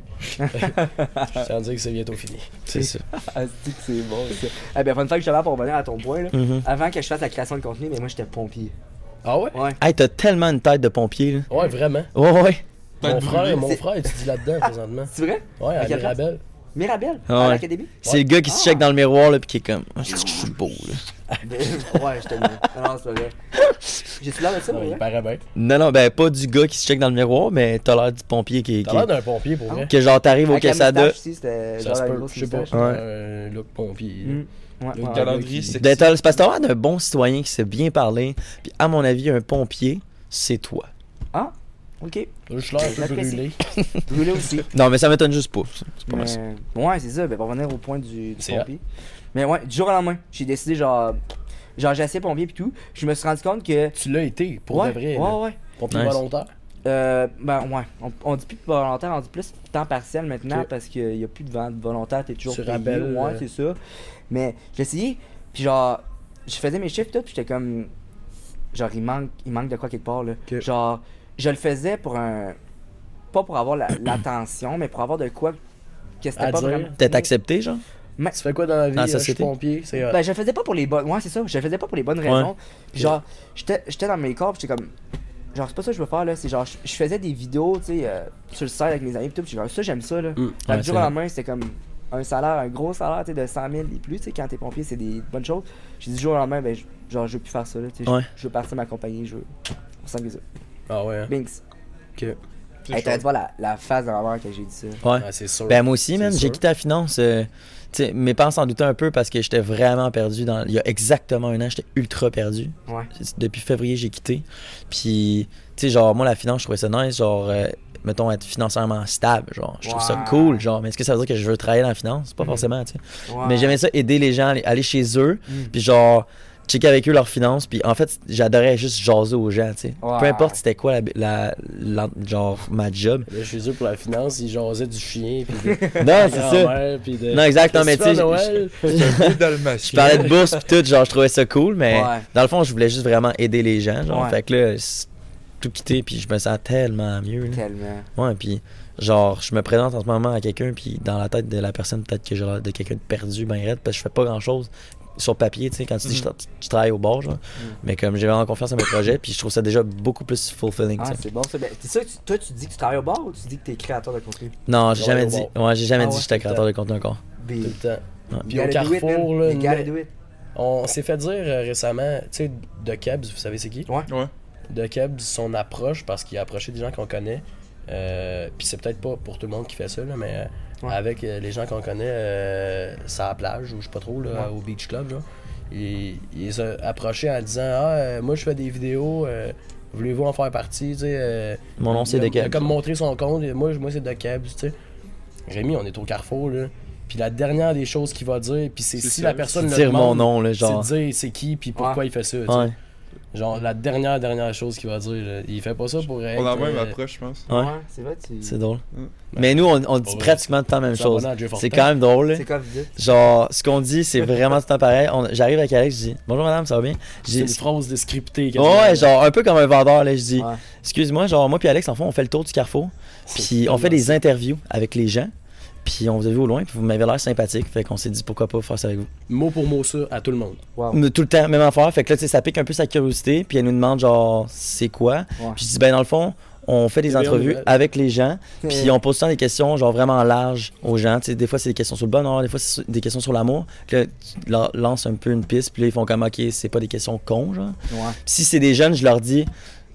Je tiens à dire que c'est bientôt fini. c'est ça. Ah, c'est que c'est bon, ça. Eh ben, fun fact, justement, pour revenir à ton point, là. Mhm. Avant que je fasse la création de contenu, mais moi, j'étais pompier. Ah ouais? Ouais. Hey, t'as tellement une tête de pompier, là. Ouais, vraiment. Ouais, ouais. Tête Mon frère, brûlée. mon C'est- frère étudie là-dedans présentement. C'est vrai? Ouais, à quelle place? Mirabel. Mirabel? Ah À ouais. l'académie? C'est le gars qui se check Ah. dans le miroir, là, puis qui est comme, ah, je suis beau, là. Ouais, je te le dis. Non, c'est pas vrai. J'ai-tu l'air de ça, Non, pour il vrai? paraît bien. Non, non, ben, pas du gars qui se check dans le miroir, mais t'as l'air du pompier qui, T'as qui- l'air d'un pompier pour vrai. que genre, t'arrives au Avec la Quesada. moustache aussi, c'était Ça genre se la peut, grosse je sais pas. moustache. Ouais. Un look pompier. Mm. Ouais, Le ouais, calendrier, ouais. c'est- Ben, t'as- c'est parce que t'as l'air d'un bon citoyen qui sait bien parler, puis à mon avis, un pompier, c'est toi. Ah, ok. Je suis l'air un peu J'apprécie. brûlé. Brûlé aussi. Non, mais ça m'étonne juste pas. C'est pas mal ça. Mais, ouais, c'est ça. Ben, pour revenir au point du, du C'est pompier. Mais ouais, du jour au lendemain, j'ai décidé, genre, genre j'ai essayé pompier pis tout. Je me suis rendu compte que. Tu l'as été, pour ouais, de vrai. ouais, là. ouais. Pompier Nice. volontaire. Euh, ben ouais, on, on dit plus volontaire, on dit plus temps partiel maintenant Ok. parce qu'il y a plus de vente volontaire, t'es toujours Tu payé. rappelles, Ouais, euh, c'est ça. Mais j'ai essayé, puis genre, je faisais mes chiffres tout, puis j'étais comme, genre il manque, il manque de quoi quelque part là. Ok. Genre, je le faisais pour un, pas pour avoir la- l'attention, mais pour avoir de quoi que c'était À pas dire. vraiment. T'es accepté, genre? Tu fais quoi dans la vie? Dans la euh, Je suis société? pompier. C'est hot. Ben, je le faisais pas pour les bonnes. Ouais, c'est ça. Je le faisais pas pour les bonnes raisons. Puis genre, j'étais j'étais dans mes corps, puis j'étais comme. Genre, c'est pas ça que je veux faire, là. C'est genre, je, je faisais des vidéos, tu sais, euh, sur le site avec mes amis, pis tout. Puis genre, ça, j'aime ça, là. Mm. Fait Ouais, que du c'est jour au vrai. lendemain, c'était comme un salaire, un gros salaire, tu sais, de cent mille et plus, tu sais, quand t'es pompier, c'est des bonnes choses. J'ai dit, du jour au lendemain, ben, je- genre, je veux plus faire ça, là. Tu sais, Ouais. je, je veux partir ma compagnie, je veux. On sent que ça. Ah ouais. hein. Binks. Ok. C'est Hey, chaud. t'aurais dû voir la, la face de ma mère quand j'ai dit ça. Ouais. Ah, c'est sûr. Ben moi aussi, C'est man, j'ai sûr. quitté la finance. euh, tu sais, mes parents s'en doutaient un peu parce que j'étais vraiment perdu. Dans, il y a exactement un an, j'étais ultra perdu. Ouais. Depuis février, j'ai quitté. Puis, tu sais, genre, moi, la finance, je trouvais ça nice. Genre, euh, mettons, être financièrement stable. Genre, je trouve ça Ouais. cool. Genre, mais est-ce que ça veut dire que je veux travailler dans la finance? Pas Mhm. forcément, tu sais. Ouais. Mais j'aimais ça, aider les gens, aller, aller chez eux. Mm. Puis, genre, checker avec eux leurs finances. Puis, en fait, j'adorais juste jaser aux gens, tu sais. Ouais. Peu importe c'était quoi, la, la- la- genre, ma job. Là, chez eux pour la finance, ils jasaient du chien. Puis de Non, c'est ça. grand-mère, puis de. Non, exact, non, mais Qu'est-ce tu sais, que fais à Noël? Deux Je dalmatiens. parlais de bourse pis tout, genre je trouvais ça cool, mais Ouais. dans le fond, je voulais juste vraiment aider les gens, genre. Ouais. Fait que là, c'est tout quitté, puis je me sens tellement mieux, là. Tellement. Ouais, puis genre, je me présente en ce moment à quelqu'un, puis dans la tête de la personne, peut-être que j'ai l'air de quelqu'un de perdu, ben raide, parce que je fais pas grand-chose sur papier, tu sais, quand tu dis Mhm. que tu, tu travailles au bord, genre. Mais comme j'ai vraiment confiance en mes projets, puis je trouve ça déjà beaucoup plus fulfilling, Ah, tu sais. c'est bon ça. Ben, c'est ça que tu- toi, tu dis que tu travailles au bar ou tu dis que t'es créateur de contenu? Non, j'ai Ouais, jamais au dit. bord. Ouais, j'ai jamais Ah dit ouais, que j'étais tout le créateur de contenu encore. B. Tout le temps. Ouais. Puis au Carrefour, là, You gotta mais- do it. on s'est fait dire euh, récemment, tu sais, de Kebs, vous savez c'est qui? Ouais. Ouais. De Kebs, son approche, parce qu'il a approché des gens qu'on connaît. Euh, Puis c'est peut-être pas pour tout le monde qui fait ça, là, mais euh, Ouais. avec euh, les gens qu'on connaît, euh, ça à la plage, ou je sais pas trop, là, Ouais. au Beach Club, genre. Il, il les a approchés en disant Ah, euh, moi je fais des vidéos, euh, voulez-vous en faire partie? Tu sais, euh, Mon nom, c'est il a- de Il a Kebs. comme montré son compte, et moi, moi c'est de Kebs, tu sais. Rémi, on est au Carrefour, là. Puis la dernière des choses qu'il va dire, puis c'est C'est si ça, la personne le Dire mon demande, nom, là, c'est genre. de dire c'est qui, puis pourquoi Ouais. il fait ça, tu sais. Ouais. Genre, la dernière, dernière chose qu'il va dire, là, il fait pas ça pour être. On a la même euh, approche, je pense. Ouais. c'est vrai, tu. C'est drôle. Mm. Mais nous, on, on dit Ouais. pratiquement tout le temps la même c'est chose. abonné à Jay C'est Fortin. quand même drôle, là. C'est quoi vous dites? Genre, ce qu'on dit, c'est vraiment tout le temps pareil. On- J'arrive avec Alex, je dis bonjour madame, ça va bien? Je C'est une dis, phrase de scripté. ouais, genre un peu comme un vendeur, là. Je dis, Ouais. excuse-moi, genre moi puis Alex, en fond, on fait le tour du Carrefour, puis on fait des interviews avec les gens, puis on vous a vu au loin, puis vous m'avez l'air sympathique, fait qu'on s'est dit pourquoi pas faire ça avec vous. Mot pour mot ça à tout le monde. Wow. Mais tout le temps, même affaire, fait que là, tu sais, ça pique un peu sa curiosité, puis elle nous demande genre, c'est quoi? Ouais. Puis je dis, ben dans le fond, on fait des T V A entrevues nouvelles. avec les gens, puis on pose tout le temps des questions genre vraiment larges aux gens. Tu sais, des fois, c'est des questions sur le bonheur, des fois, c'est sur- des questions sur l'amour. Puis là, tu leur lances un peu une piste, puis là, ils font comme, OK, c'est pas des questions cons, genre. Ouais. Puis si c'est des jeunes, je leur dis,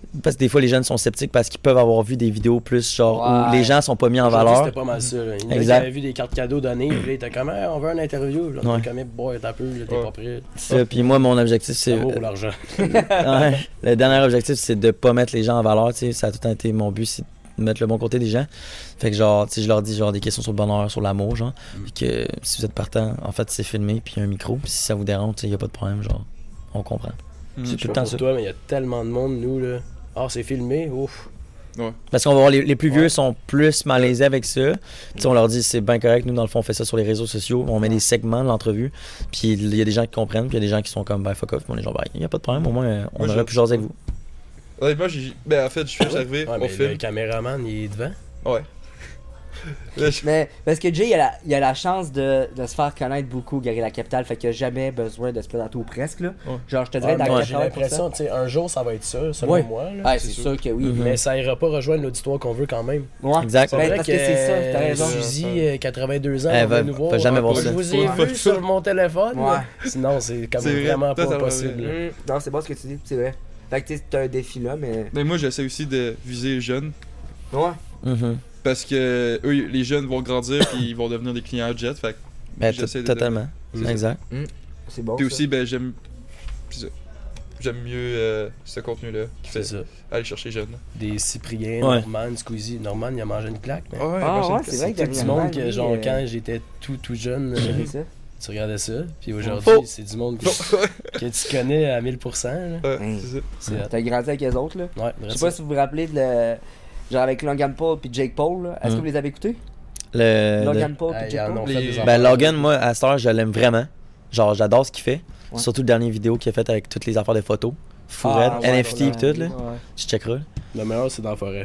Parce que des fois, les jeunes sont sceptiques parce qu'ils peuvent avoir vu des vidéos plus genre Ouais. où les gens sont pas mis en Aujourd'hui, valeur. C'était pas mal ça. Là. Il y en a qui Exact. avaient vu des cartes cadeaux données, puis là, ils étaient comme, hey, on veut une interview. Là, Ouais. t'es comme, boy, t'as peu, là, t'es Ouais. pas prêt. Ça, puis moi, mon objectif, c'est. L'amour ou l'argent. Ouais. Le dernier objectif, c'est de pas mettre les gens en valeur. Tu sais, ça a tout le temps été mon but, c'est de mettre le bon côté des gens. Fait que genre, tu sais, je leur dis genre des questions sur le bonheur, sur l'amour, genre. Puis que si vous êtes partant, en fait, c'est filmé, puis il y a un micro. Puis si ça vous dérange, tu sais, y a pas de problème, genre, on comprend. Mm. C'est Je tout sais le pas temps pour ça. toi, mais il y a tellement de monde, nous, là. Ah, c'est filmé, ouf. Parce qu'on va voir les, les plus vieux Ouais. sont plus malaisés avec ça. Puis on leur dit c'est bien correct, nous dans le fond on fait ça sur les réseaux sociaux, on met des segments de l'entrevue. Puis il y a des gens qui comprennent, puis il y a des gens qui sont comme ben fuck off, puis on est genre ben il y a pas de problème, au moins euh, on Moi, aurait je- pu jaser avec vous. Honnêtement, j'ai. Ben, en fait, je suis juste arrivé Ouais, au mais film. le caméraman, il est devant. Ouais. Là, je- Mais parce que Jay, il a la, il a la chance de, de se faire connaître beaucoup, Gary la capitale, fait qu'il a jamais besoin de se présenter ou presque, là. Ouais. Genre, je te Ouais, dirais, dans mais le j'ai quatre-vingts pour cent. l'impression, tu sais, un jour, ça va être ça, selon Ouais. moi. Là. Ouais, c'est C'est sûr que oui. Mhm. Mais ça ira pas rejoindre l'auditoire qu'on veut quand même. Ouais. Exact. C'est Ben, vrai parce que c'est ça, t'as raison. Suzy, euh, quatre-vingt-deux ans, Elle elle va- va nous voir. va jamais voir Je ça. vous ai Ouais. vu sur mon téléphone. Ouais. là. Sinon, c'est comme C'est vrai, vraiment pas totalement possible. vrai. là. Hum, Non, c'est bon ce que tu dis, c'est vrai. Fait que tu sais, t'as un défi là, mais. Ben, moi, j'essaie aussi de viser les jeunes. Ouais. Mhm. Parce que eux, les jeunes vont grandir puis ils vont devenir des clients Jet. Fait que Ben, j'essaie t- de- totalement. C'est ça. Exact. C'est bon. Puis ça. aussi, ben, j'aime. c'est ça. J'aime mieux euh, ce contenu-là qui fait C'est ça. aller chercher les jeunes. Des Cyprien, Ouais. Norman, Squeezy. Norman, il a mangé une claque. Mais... Ouais, Ah, moi, ouais, j'aime c'est ça. vrai C'est que tout du dernièrement, monde que, lui, genre, euh, quand j'étais tout, tout jeune, c'est euh, ça. tu regardais ça. Puis Faux. aujourd'hui, c'est du monde que, que tu connais à mille pour cent. là. Ouais, Hey. c'est ça. C'est hot. T'as grandi avec les autres, là. Ouais, Je sais pas si vous vous rappelez de le. Genre avec Logan Paul puis Jake Paul, là. Est-ce que Mm. vous les avez écoutés? Le, Logan Paul Ah, puis ils Jake en ont Paul? fait Les- des le- affaires. ben Logan, moi à cette heure, je l'aime vraiment. Genre j'adore ce qu'il fait. Ouais. Surtout le dernier vidéo qu'il a fait avec toutes les affaires de photos. Fou Ah, raide, ouais, N F T ouais, et tout là. ouais. Tu checkeras. Le meilleur, c'est dans la forêt.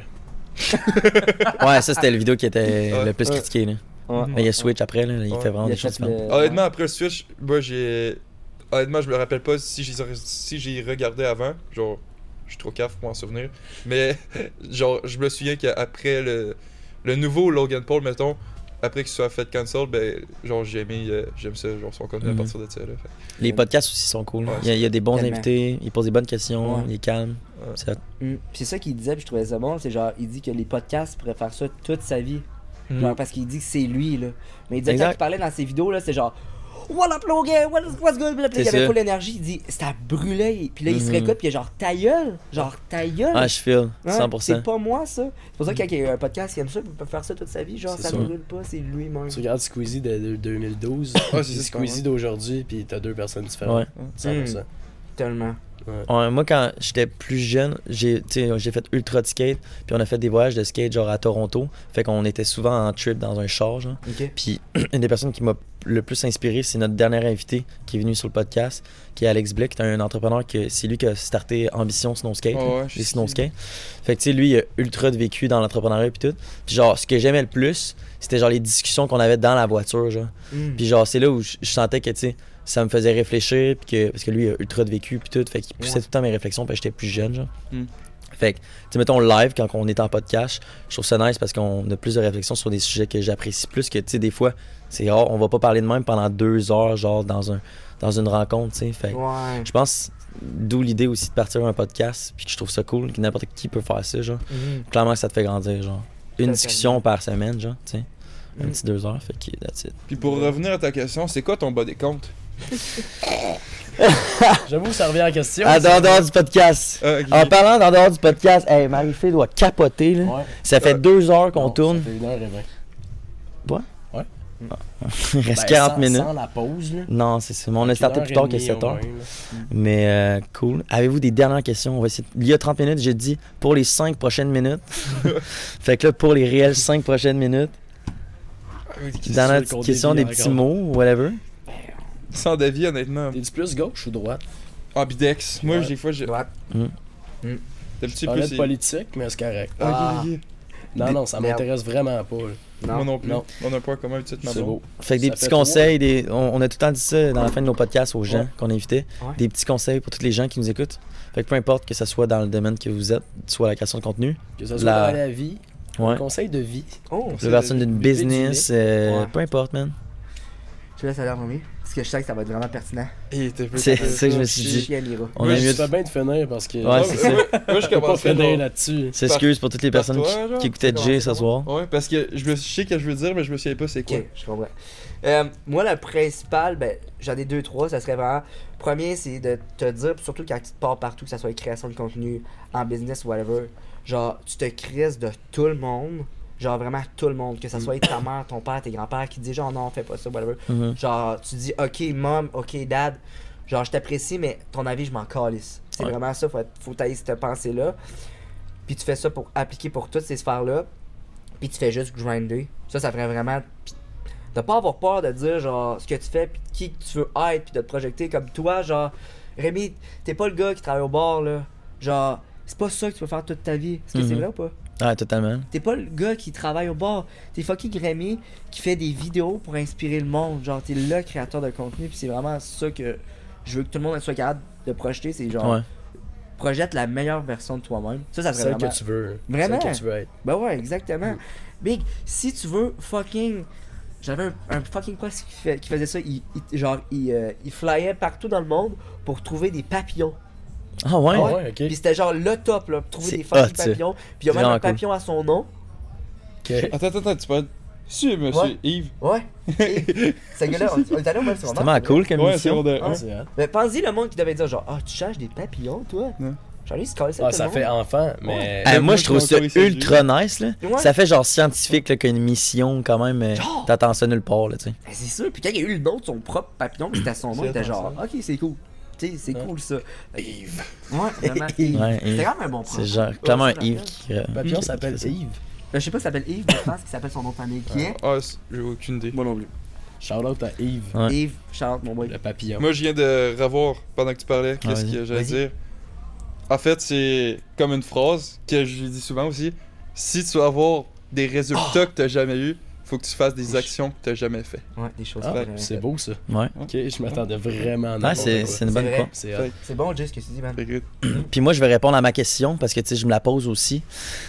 Ouais, ça c'était la vidéo qui était Ouais. le plus Ouais. critiquée là. Ouais. Mais il y a Switch après là, il Ouais. fait vraiment Il a des choses fait différentes. le- Honnêtement, après le Switch, moi j'ai. Honnêtement, je me rappelle pas si j'ai si j'ai regardé avant. Genre, je suis trop caf pour m'en souvenir. Mais, genre, je me souviens qu'après le, le nouveau Logan Paul, mettons, après qu'il soit fait cancel, ben, genre, j'ai aimé, euh, j'aime ça, genre, son contenu Mhm. à partir de ça. Là, fait. Les podcasts aussi sont cool. Ouais, il, y a, il y a des bons tellement. invités, ils posent des bonnes questions, Ouais. il est calme. Ouais. C'est hot. Mm. Puis c'est ça qu'il disait, puis je trouvais ça bon. C'est genre, il dit que les podcasts il pourrait faire ça toute sa vie. Mm. Genre, parce qu'il dit que c'est lui, là. Mais il disait, Exact. quand il parlait dans ses vidéos, là, c'est genre, What up, Logan? What is- What's good? Puis là, il y C'est avait ça. full l'énergie. Il dit, c'est à brûler. Puis là, il se Mhm. réécoute, puis il est genre, ta gueule. Genre, ta gueule. Ah, je feel, Ouais, cent pour cent. C'est pas moi, ça. C'est pour ça qu'il y a qu'il y a un podcast qui aime ça, il peut faire ça toute sa vie. Genre, C'est ça ça. brûle pas, c'est lui-même. Tu regardes Squeezie de, de deux mille douze, Ouais, et c'est ça, Squeezie d'aujourd'hui, puis t'as deux personnes différentes. Ouais. cent pour cent. Tellement. Ouais, moi, quand j'étais plus jeune, j'ai tu sais, j'ai fait ultra de skate, puis on a fait des voyages de skate genre à Toronto. Fait qu'on était souvent en trip dans un char, genre. Ok. Puis une des personnes qui m'a le plus inspiré, c'est notre dernier invité qui est venu sur le podcast, qui est Alex Blake, qui est un entrepreneur que c'est lui qui a starté Ambition Snow Skate, Ah là, ouais, je les sais snow qui. skate. Fait que tu sais, lui, il a ultra de vécu dans l'entrepreneuriat puis tout. Puis genre, ce que j'aimais le plus, c'était genre les discussions qu'on avait dans la voiture, genre. Mm. Puis genre, c'est là où je je sentais que, tu sais, ça me faisait réfléchir, puis que, parce que lui, il a ultra de vécu, puis tout, fait qu'il poussait Ouais. tout le temps mes réflexions, puis j'étais plus jeune, genre. Mm. Fait que, tu sais, mettons, live, quand on est en podcast, je trouve ça nice parce qu'on a plus de réflexions sur des sujets que j'apprécie plus, que, tu sais, des fois, c'est rare, on va pas parler de même pendant deux heures, genre, dans, un, dans une rencontre, tu sais. Fait que, Ouais. je pense, d'où l'idée aussi de partir un podcast, puis que je trouve ça cool, que n'importe qui peut faire ça, genre. Mhm. Clairement, que ça te fait grandir, genre. Une Totalement. discussion par semaine, genre, tu sais. Un Mm. petit deux heures, fait que, that's it. Puis pour revenir à ta question, c'est quoi ton bas des comptes? J'avoue, ça revient en question. Ah, ça. en dehors du podcast. Ah, ok. En parlant d'en dehors du podcast, hey, Marie-Fé doit capoter, là. Ouais. Ça fait Euh, deux heures qu'on Non, tourne. Ça fait une heure et vingt. Il reste Ben, quarante sans- minutes. Sans la pause, là. Non, c'est ça. Mais on a starté Une plus tard heure que et demie sept au heures. moins, là. Mais euh, cool. Avez-vous des dernières questions? On va essayer. Il y a trente minutes, j'ai dit pour les cinq prochaines minutes. Fait que là, pour les réelles cinq prochaines minutes, Ah, oui, dernière sûr qu'on petite question, dévie des petits encore. mots, whatever. Sans d'avis, honnêtement. T'es-tu plus gauche ou droite? Ambidex. Moi, Ouais. des fois, j'ai. Droite. D'habitude, Parler plus. de c'est- politique, mais c'est correct. Ah, ok, Ah. ok. Non, non, ça Merde. m'intéresse vraiment pas. là. Moi non plus. non. On a pas un commun titre, ma C'est blonde. beau. Fait que des Ça petits fait conseils, des... On, on a tout le temps dit ça dans la fin de nos podcasts aux gens Ouais. qu'on invitait. Ouais. Des petits conseils pour tous les gens qui nous écoutent. Fait que peu importe que ce soit dans le domaine que vous êtes, soit la création de contenu, Que ça soit La- dans la vie, ouais. un conseil de vie. Oh, C'est l'ouverture d'une lever du business, euh, Ouais. peu importe, man. je te laisse aller en premier. Parce que je sens que ça va être vraiment pertinent. Et t'es peu- C'est t'es- c'est ça que je me suis Chier. dit. Chien Mira. On Moi, a je mieux Ça de bien de finir parce que. Ouais, c'est ça. Moi, moi, je Je peux pas commencerais finir genre- là-dessus. s'excuse pour toutes les par personnes toi, qui, genre. qui écoutaient Comment Jay c'est ce bon? soir. Ouais, parce que je me je sais ce que je veux dire, mais je me souviens pas c'est quoi. Ok, je comprends. Euh, moi, le principal, ben, j'en ai deux, trois. Ça serait vraiment. Premier, c'est de te dire, puis surtout quand tu te pars partout, que ça soit création de contenu, en business, whatever. Genre, tu te crises de tout le monde. Genre, vraiment tout le monde. Que ça soit ta mère, ton père, tes grands-pères qui disent, genre, non, fais pas ça, whatever. Mhm. Genre, tu dis, ok, mom, ok, dad. Genre, je t'apprécie, mais ton avis, je m'en calisse. C'est Ouais. vraiment ça. Faut, être- faut tailler cette pensée-là. Puis tu fais ça pour appliquer pour toutes ces sphères-là. Puis tu fais juste grinder. Ça, ça ferait vraiment. Puis de pas avoir peur de dire, genre, ce que tu fais, puis qui que tu veux être, puis de te projeter comme toi. Genre, Rémi, t'es pas le gars qui travaille au bar, là. Genre, c'est pas ça que tu veux faire toute ta vie. Est-ce que c'est Mhm. vrai ou pas? Ah, totalement. T'es pas le gars qui travaille au bar. T'es fucking Rémi qui fait des vidéos pour inspirer le monde. Genre, t'es le créateur de contenu. Puis c'est vraiment ça que je veux que tout le monde soit capable de projeter. C'est genre, Ouais. projette la meilleure version de toi-même. Ça, ça serait Celle vraiment... que tu veux. Vraiment? Celle que tu veux être. Ben ouais, exactement. Big, si tu veux fucking... J'avais un, un fucking pote qui, fait- qui faisait ça. Il, il- genre, il, euh, il flyait partout dans le monde pour trouver des papillons. Ah ouais? Ah ouais, ok. Puis c'était genre le top, là, pour trouver C'est des fucking hot, ça. papillons. Puis il y a même Vraiment un cool. papillon à son nom. Ok. Attends, attends, attends, tu parles. Si, monsieur Ouais. Yves. Ouais. Et ce gars-là, on, on est allé au même C'est secondaire. tellement cool comme Ouais, c'est mission. bon de. Ah, c'est hot. Mais pensez le monde qui devait dire genre, ah, tu cherches des papillons, toi? Ouais. Genre, il se cassait Ah, tout ça le fait monde. enfant, mais. Eh, Même moi, moi, je trouve j'ai ça encore essayé. ultra nice, là. Ouais. Ça fait genre scientifique, là, qu'une mission, quand même. euh, Genre. T'attends ça nulle part, là, tu sais. Ben, c'est ça. Puis quand il y a eu le nom de son propre papillon, qui était à son nom, il était genre, ok, c'est cool. Tu sais, c'est Ouais. cool ça. Yves. Ouais, vraiment. Yves. Ouais, C'était Yves. quand même un bon prof. C'est genre Ouais, clairement un ça, Yves j'appelle. qui. euh, Le papillon qui- s'appelle qui fait ça. Yves. Ben, je sais pas s'il s'appelle Yves, mais je pense qu'il s'appelle son nom de famille qui est. Ah, c'est- j'ai aucune idée. Moi non plus. Shout out à Yves, Ouais. Yves, Charlotte, mon boy. le papillon. Moi, je viens de revoir pendant que tu parlais. Qu'est-ce vas-y. que j'allais Vas-y. dire? En fait, c'est comme une phrase que je dis souvent aussi. Si tu veux avoir des résultats que t'as jamais eu, faut que tu fasses des actions que t'as jamais fait. Ouais, des choses Ah, pas vraies. c'est beau ça. Ouais. Ok, je m'attendais vraiment à Ouais, n'importe c'est quoi. c'est une bonne C'est vrai. fois. C'est hot. C'est bon, Jay, ce que tu dis, man. Fait que- Puis moi, je vais répondre à ma question parce que, tu sais, je me la pose aussi.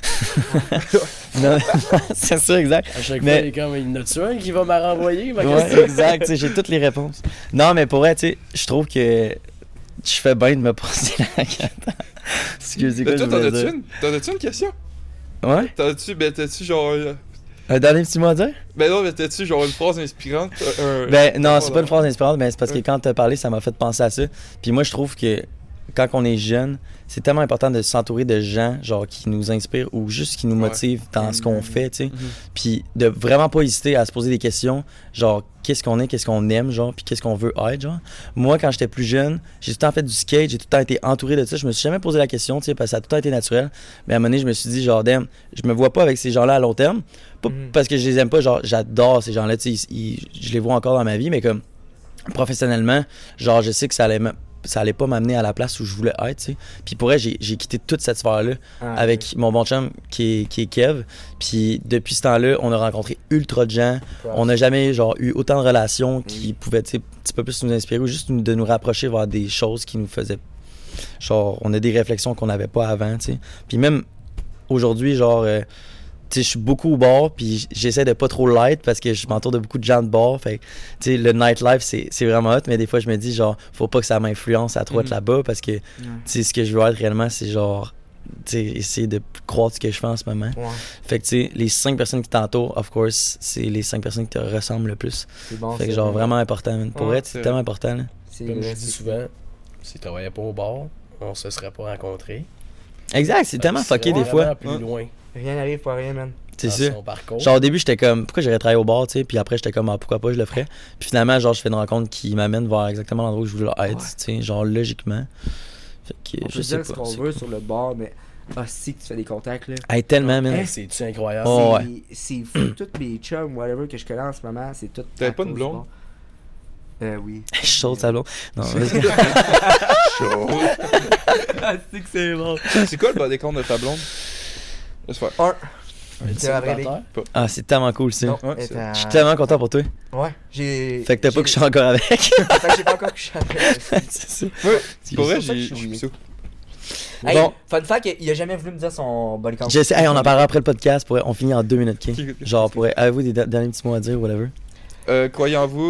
Non, c'est ça, exact. À chaque Mais- fois, il est comme, il y en a-tu un qui va me renvoyer ma Ouais, question? exact, tu sais, j'ai toutes les réponses. Non, mais pour vrai, tu sais, je trouve que je fais bien de me poser la question. Excusez Mais quoi, je toi, t'en voulais as-tu dire. une? T'en as-tu une question? Ouais? T'en as-tu, ben t'as-tu genre... euh, Un dernier petit mot à dire? Ben non, mais t'as-tu genre une phrase inspirante? euh, un- Ben non, c'est Oh, pas une phrase inspirante, mais c'est parce que Ouais. quand t'as parlé, ça m'a fait penser à ça. Puis moi, je trouve que quand on est jeune, c'est tellement important de s'entourer de gens genre qui nous inspirent ou juste qui nous Ouais. motivent dans ce qu'on fait, tu sais. Mhm. Puis de vraiment pas hésiter à se poser des questions, genre qu'est-ce qu'on est, qu'est-ce qu'on aime, genre, puis qu'est-ce qu'on veut être, genre. Moi, quand j'étais plus jeune, j'ai tout le temps fait du skate, j'ai tout le temps été entouré de ça. Je me suis jamais posé la question, tu sais, parce que ça a tout le temps été naturel. Mais à un moment donné, je me suis dit, genre, damn, je me vois pas avec ces gens-là à long terme. Pas Mhm. parce que je les aime pas, genre, j'adore ces gens-là, tu sais, ils- ils- je les vois encore dans ma vie, mais comme professionnellement, genre, je sais que ça allait me- ça allait pas m'amener à la place où je voulais être, tu sais. Puis pour vrai, j'ai j'ai quitté toute cette sphère-là Ah, avec mon bon chum qui est, qui est Kev. Puis depuis ce temps-là, on a rencontré ultra de gens. On n'a jamais genre eu autant de relations qui pouvaient tu sais, un petit peu plus nous inspirer ou juste nous- de nous rapprocher vers des choses qui nous faisaient. Genre, on a des réflexions qu'on n'avait pas avant, tu sais. Puis même aujourd'hui, genre, euh, tu sais, je suis beaucoup au bar, puis j'essaie de pas trop l'être parce que je m'entoure de beaucoup de gens de bar. Fait que, tu sais, le nightlife, c'est c'est vraiment hot, mais des fois, je me dis, genre, faut pas que ça m'influence à trop être Mhm. là-bas parce que, tu sais, ce que je veux être réellement, c'est genre, tu sais, essayer de croire ce que je fais en ce moment. Ouais, Fait que, tu sais, les cinq personnes qui t'entourent, of course, c'est les cinq personnes qui te ressemblent le plus. c'est bon. Fait que, c'est genre, vrai. vraiment important, man. Pour Ouais, vrai, c'est c'est vrai. tellement important, là. C'est Comme vrai, je dis c'est- souvent, si tu travaillais pas au bar, on se serait pas rencontrés. Exact, c'est tellement Fait que fucké des c'est fois. vraiment plus Ouais. loin Rien n'arrive pour rien, man. C'est dans ça. son parcours. Genre au début j'étais comme pourquoi j'irais travailler au bar, tu sais, puis après j'étais comme ah, pourquoi pas je le ferais. Puis finalement genre je fais une rencontre qui m'amène vers exactement l'endroit où je voulais être, Ouais. tu sais, genre logiquement. Fait que On je peut sais dire ce pas. qu'on c'est veut cool. sur le bar, mais ah, si que tu fais des contacts, là. Hey, tellement man. Hein? Hey, C'est-tu incroyable? Oh, C'est- ouais. C'est fou. Tous mes chums, whatever, que je connais en ce moment, c'est tout. T'avais à pas une cause blonde? du bar. Euh, oui. Je saute ça blonde. Non, vas-y. Ah, c'est que c'est bon. C'est quoi le bas des comptes de ta blonde? Laisse faire. Un. Un C'est la vraie célibataire? Ah, c'est tellement cool ça. Non, Ouais, elle c'est- est à- Je suis tellement content pour toi. Ouais, j'ai. Fait que t'as pas j'ai- couché encore avec. Fait que j'ai pas encore couché avec. c'est ça. Ouais, C'est pour vrai, pour ça que j'ai je je suis suis sous. Hey, Bon. fun fact, il a jamais voulu me dire son body count. Je sais, hey, on en parlera après le podcast, pour... on finit en deux minutes, ok? Ok, ok, ok. Genre, pour... avez-vous des da- derniers petits mots à dire, whatever? Euh, croyez en vous,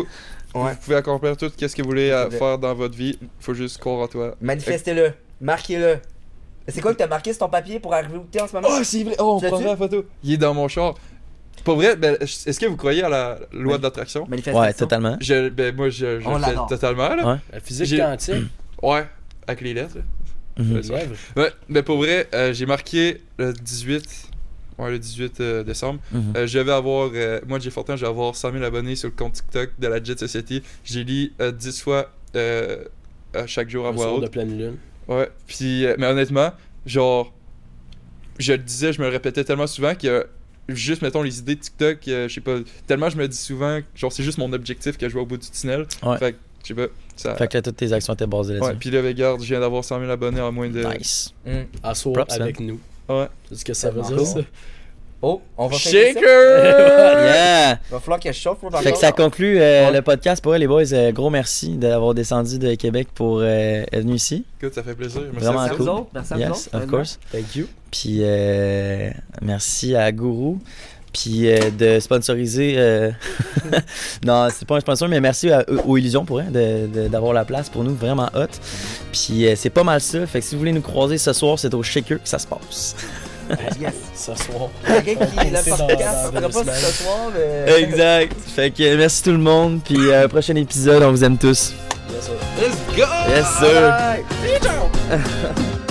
Ouais. Vous pouvez accomplir tout ce que vous voulez à C'est vrai. faire dans votre vie. Faut juste croire en toi. Manifestez-le. Marquez-le. C'est quoi que t'as marqué sur ton papier pour arriver où t'es en ce moment? Oh, c'est vrai! Oh, on Tu l'as-tu? prendra la photo. Il est dans mon char. Pas vrai, ben, est-ce que vous croyez à la loi Oui. de l'attraction? Manifestation. Ouais, totalement. Je, ben, moi, je, je On le fais l'adore. totalement, là. Ouais. La physique J'ai- quantique. Ouais, avec les lettres, là. Mhm. Ouais, ça. Lèvres. Ouais, mais pour vrai, euh, j'ai marqué le dix-huit. Ouais, le dix-huit euh, décembre. Mhm. Euh, je vais avoir. euh, moi, Jay Fortin, je vais avoir cent mille abonnés sur le compte TikTok de la Jet Society. J'ai lu euh, dix fois euh, à chaque jour à Un voix soir de haute. pleine lune. Ouais, puis, euh, mais honnêtement, genre, je le disais, je me le répétais tellement souvent que juste, mettons, les idées de TikTok, euh, je sais pas, tellement je me dis souvent, genre, c'est juste mon objectif que je vois au bout du tunnel. Ouais. Fait que, je sais pas, ça. Fait que là, toutes tes actions étaient basées Ouais, là-dessus. puis là, regarde, je viens d'avoir cent mille abonnés en moins de. Nice. Mm. À soir Props, avec nous. Ouais. Tu sais ce que ça veut Tellement dire, cool. ça? Oh, on va faire ça. Shaker! Yeah! Va falloir que je chauffe pour Fait que ça conclut euh, Ouais. le podcast. Pour eux, les boys, euh, gros merci d'avoir descendu de Québec pour euh, être venu ici. Écoute, ça fait plaisir. Merci Vraiment à Merci à vous. vous cool. autres. Merci à vous Yes, autres. of honnêtement. course. Thank you. Puis euh, merci à Gourou. Puis euh, de sponsoriser. euh, non, c'est pas un sponsor, mais merci à- aux Illusions pour hein, de- de- d'avoir la place pour nous. Vraiment hot. Puis euh, c'est pas mal ça. Fait que si vous voulez nous croiser ce soir, c'est au Shaker que ça se passe. Yes. Ce soir. Quelqu'un qui le C'est dans- podcast, dans ça fera deux pas semaines. ce soir, mais. Exact. Fait que euh, merci tout le monde. Puis euh, prochain épisode, on vous aime tous. Bien sûr. Let's go! Yes, sir. Bye.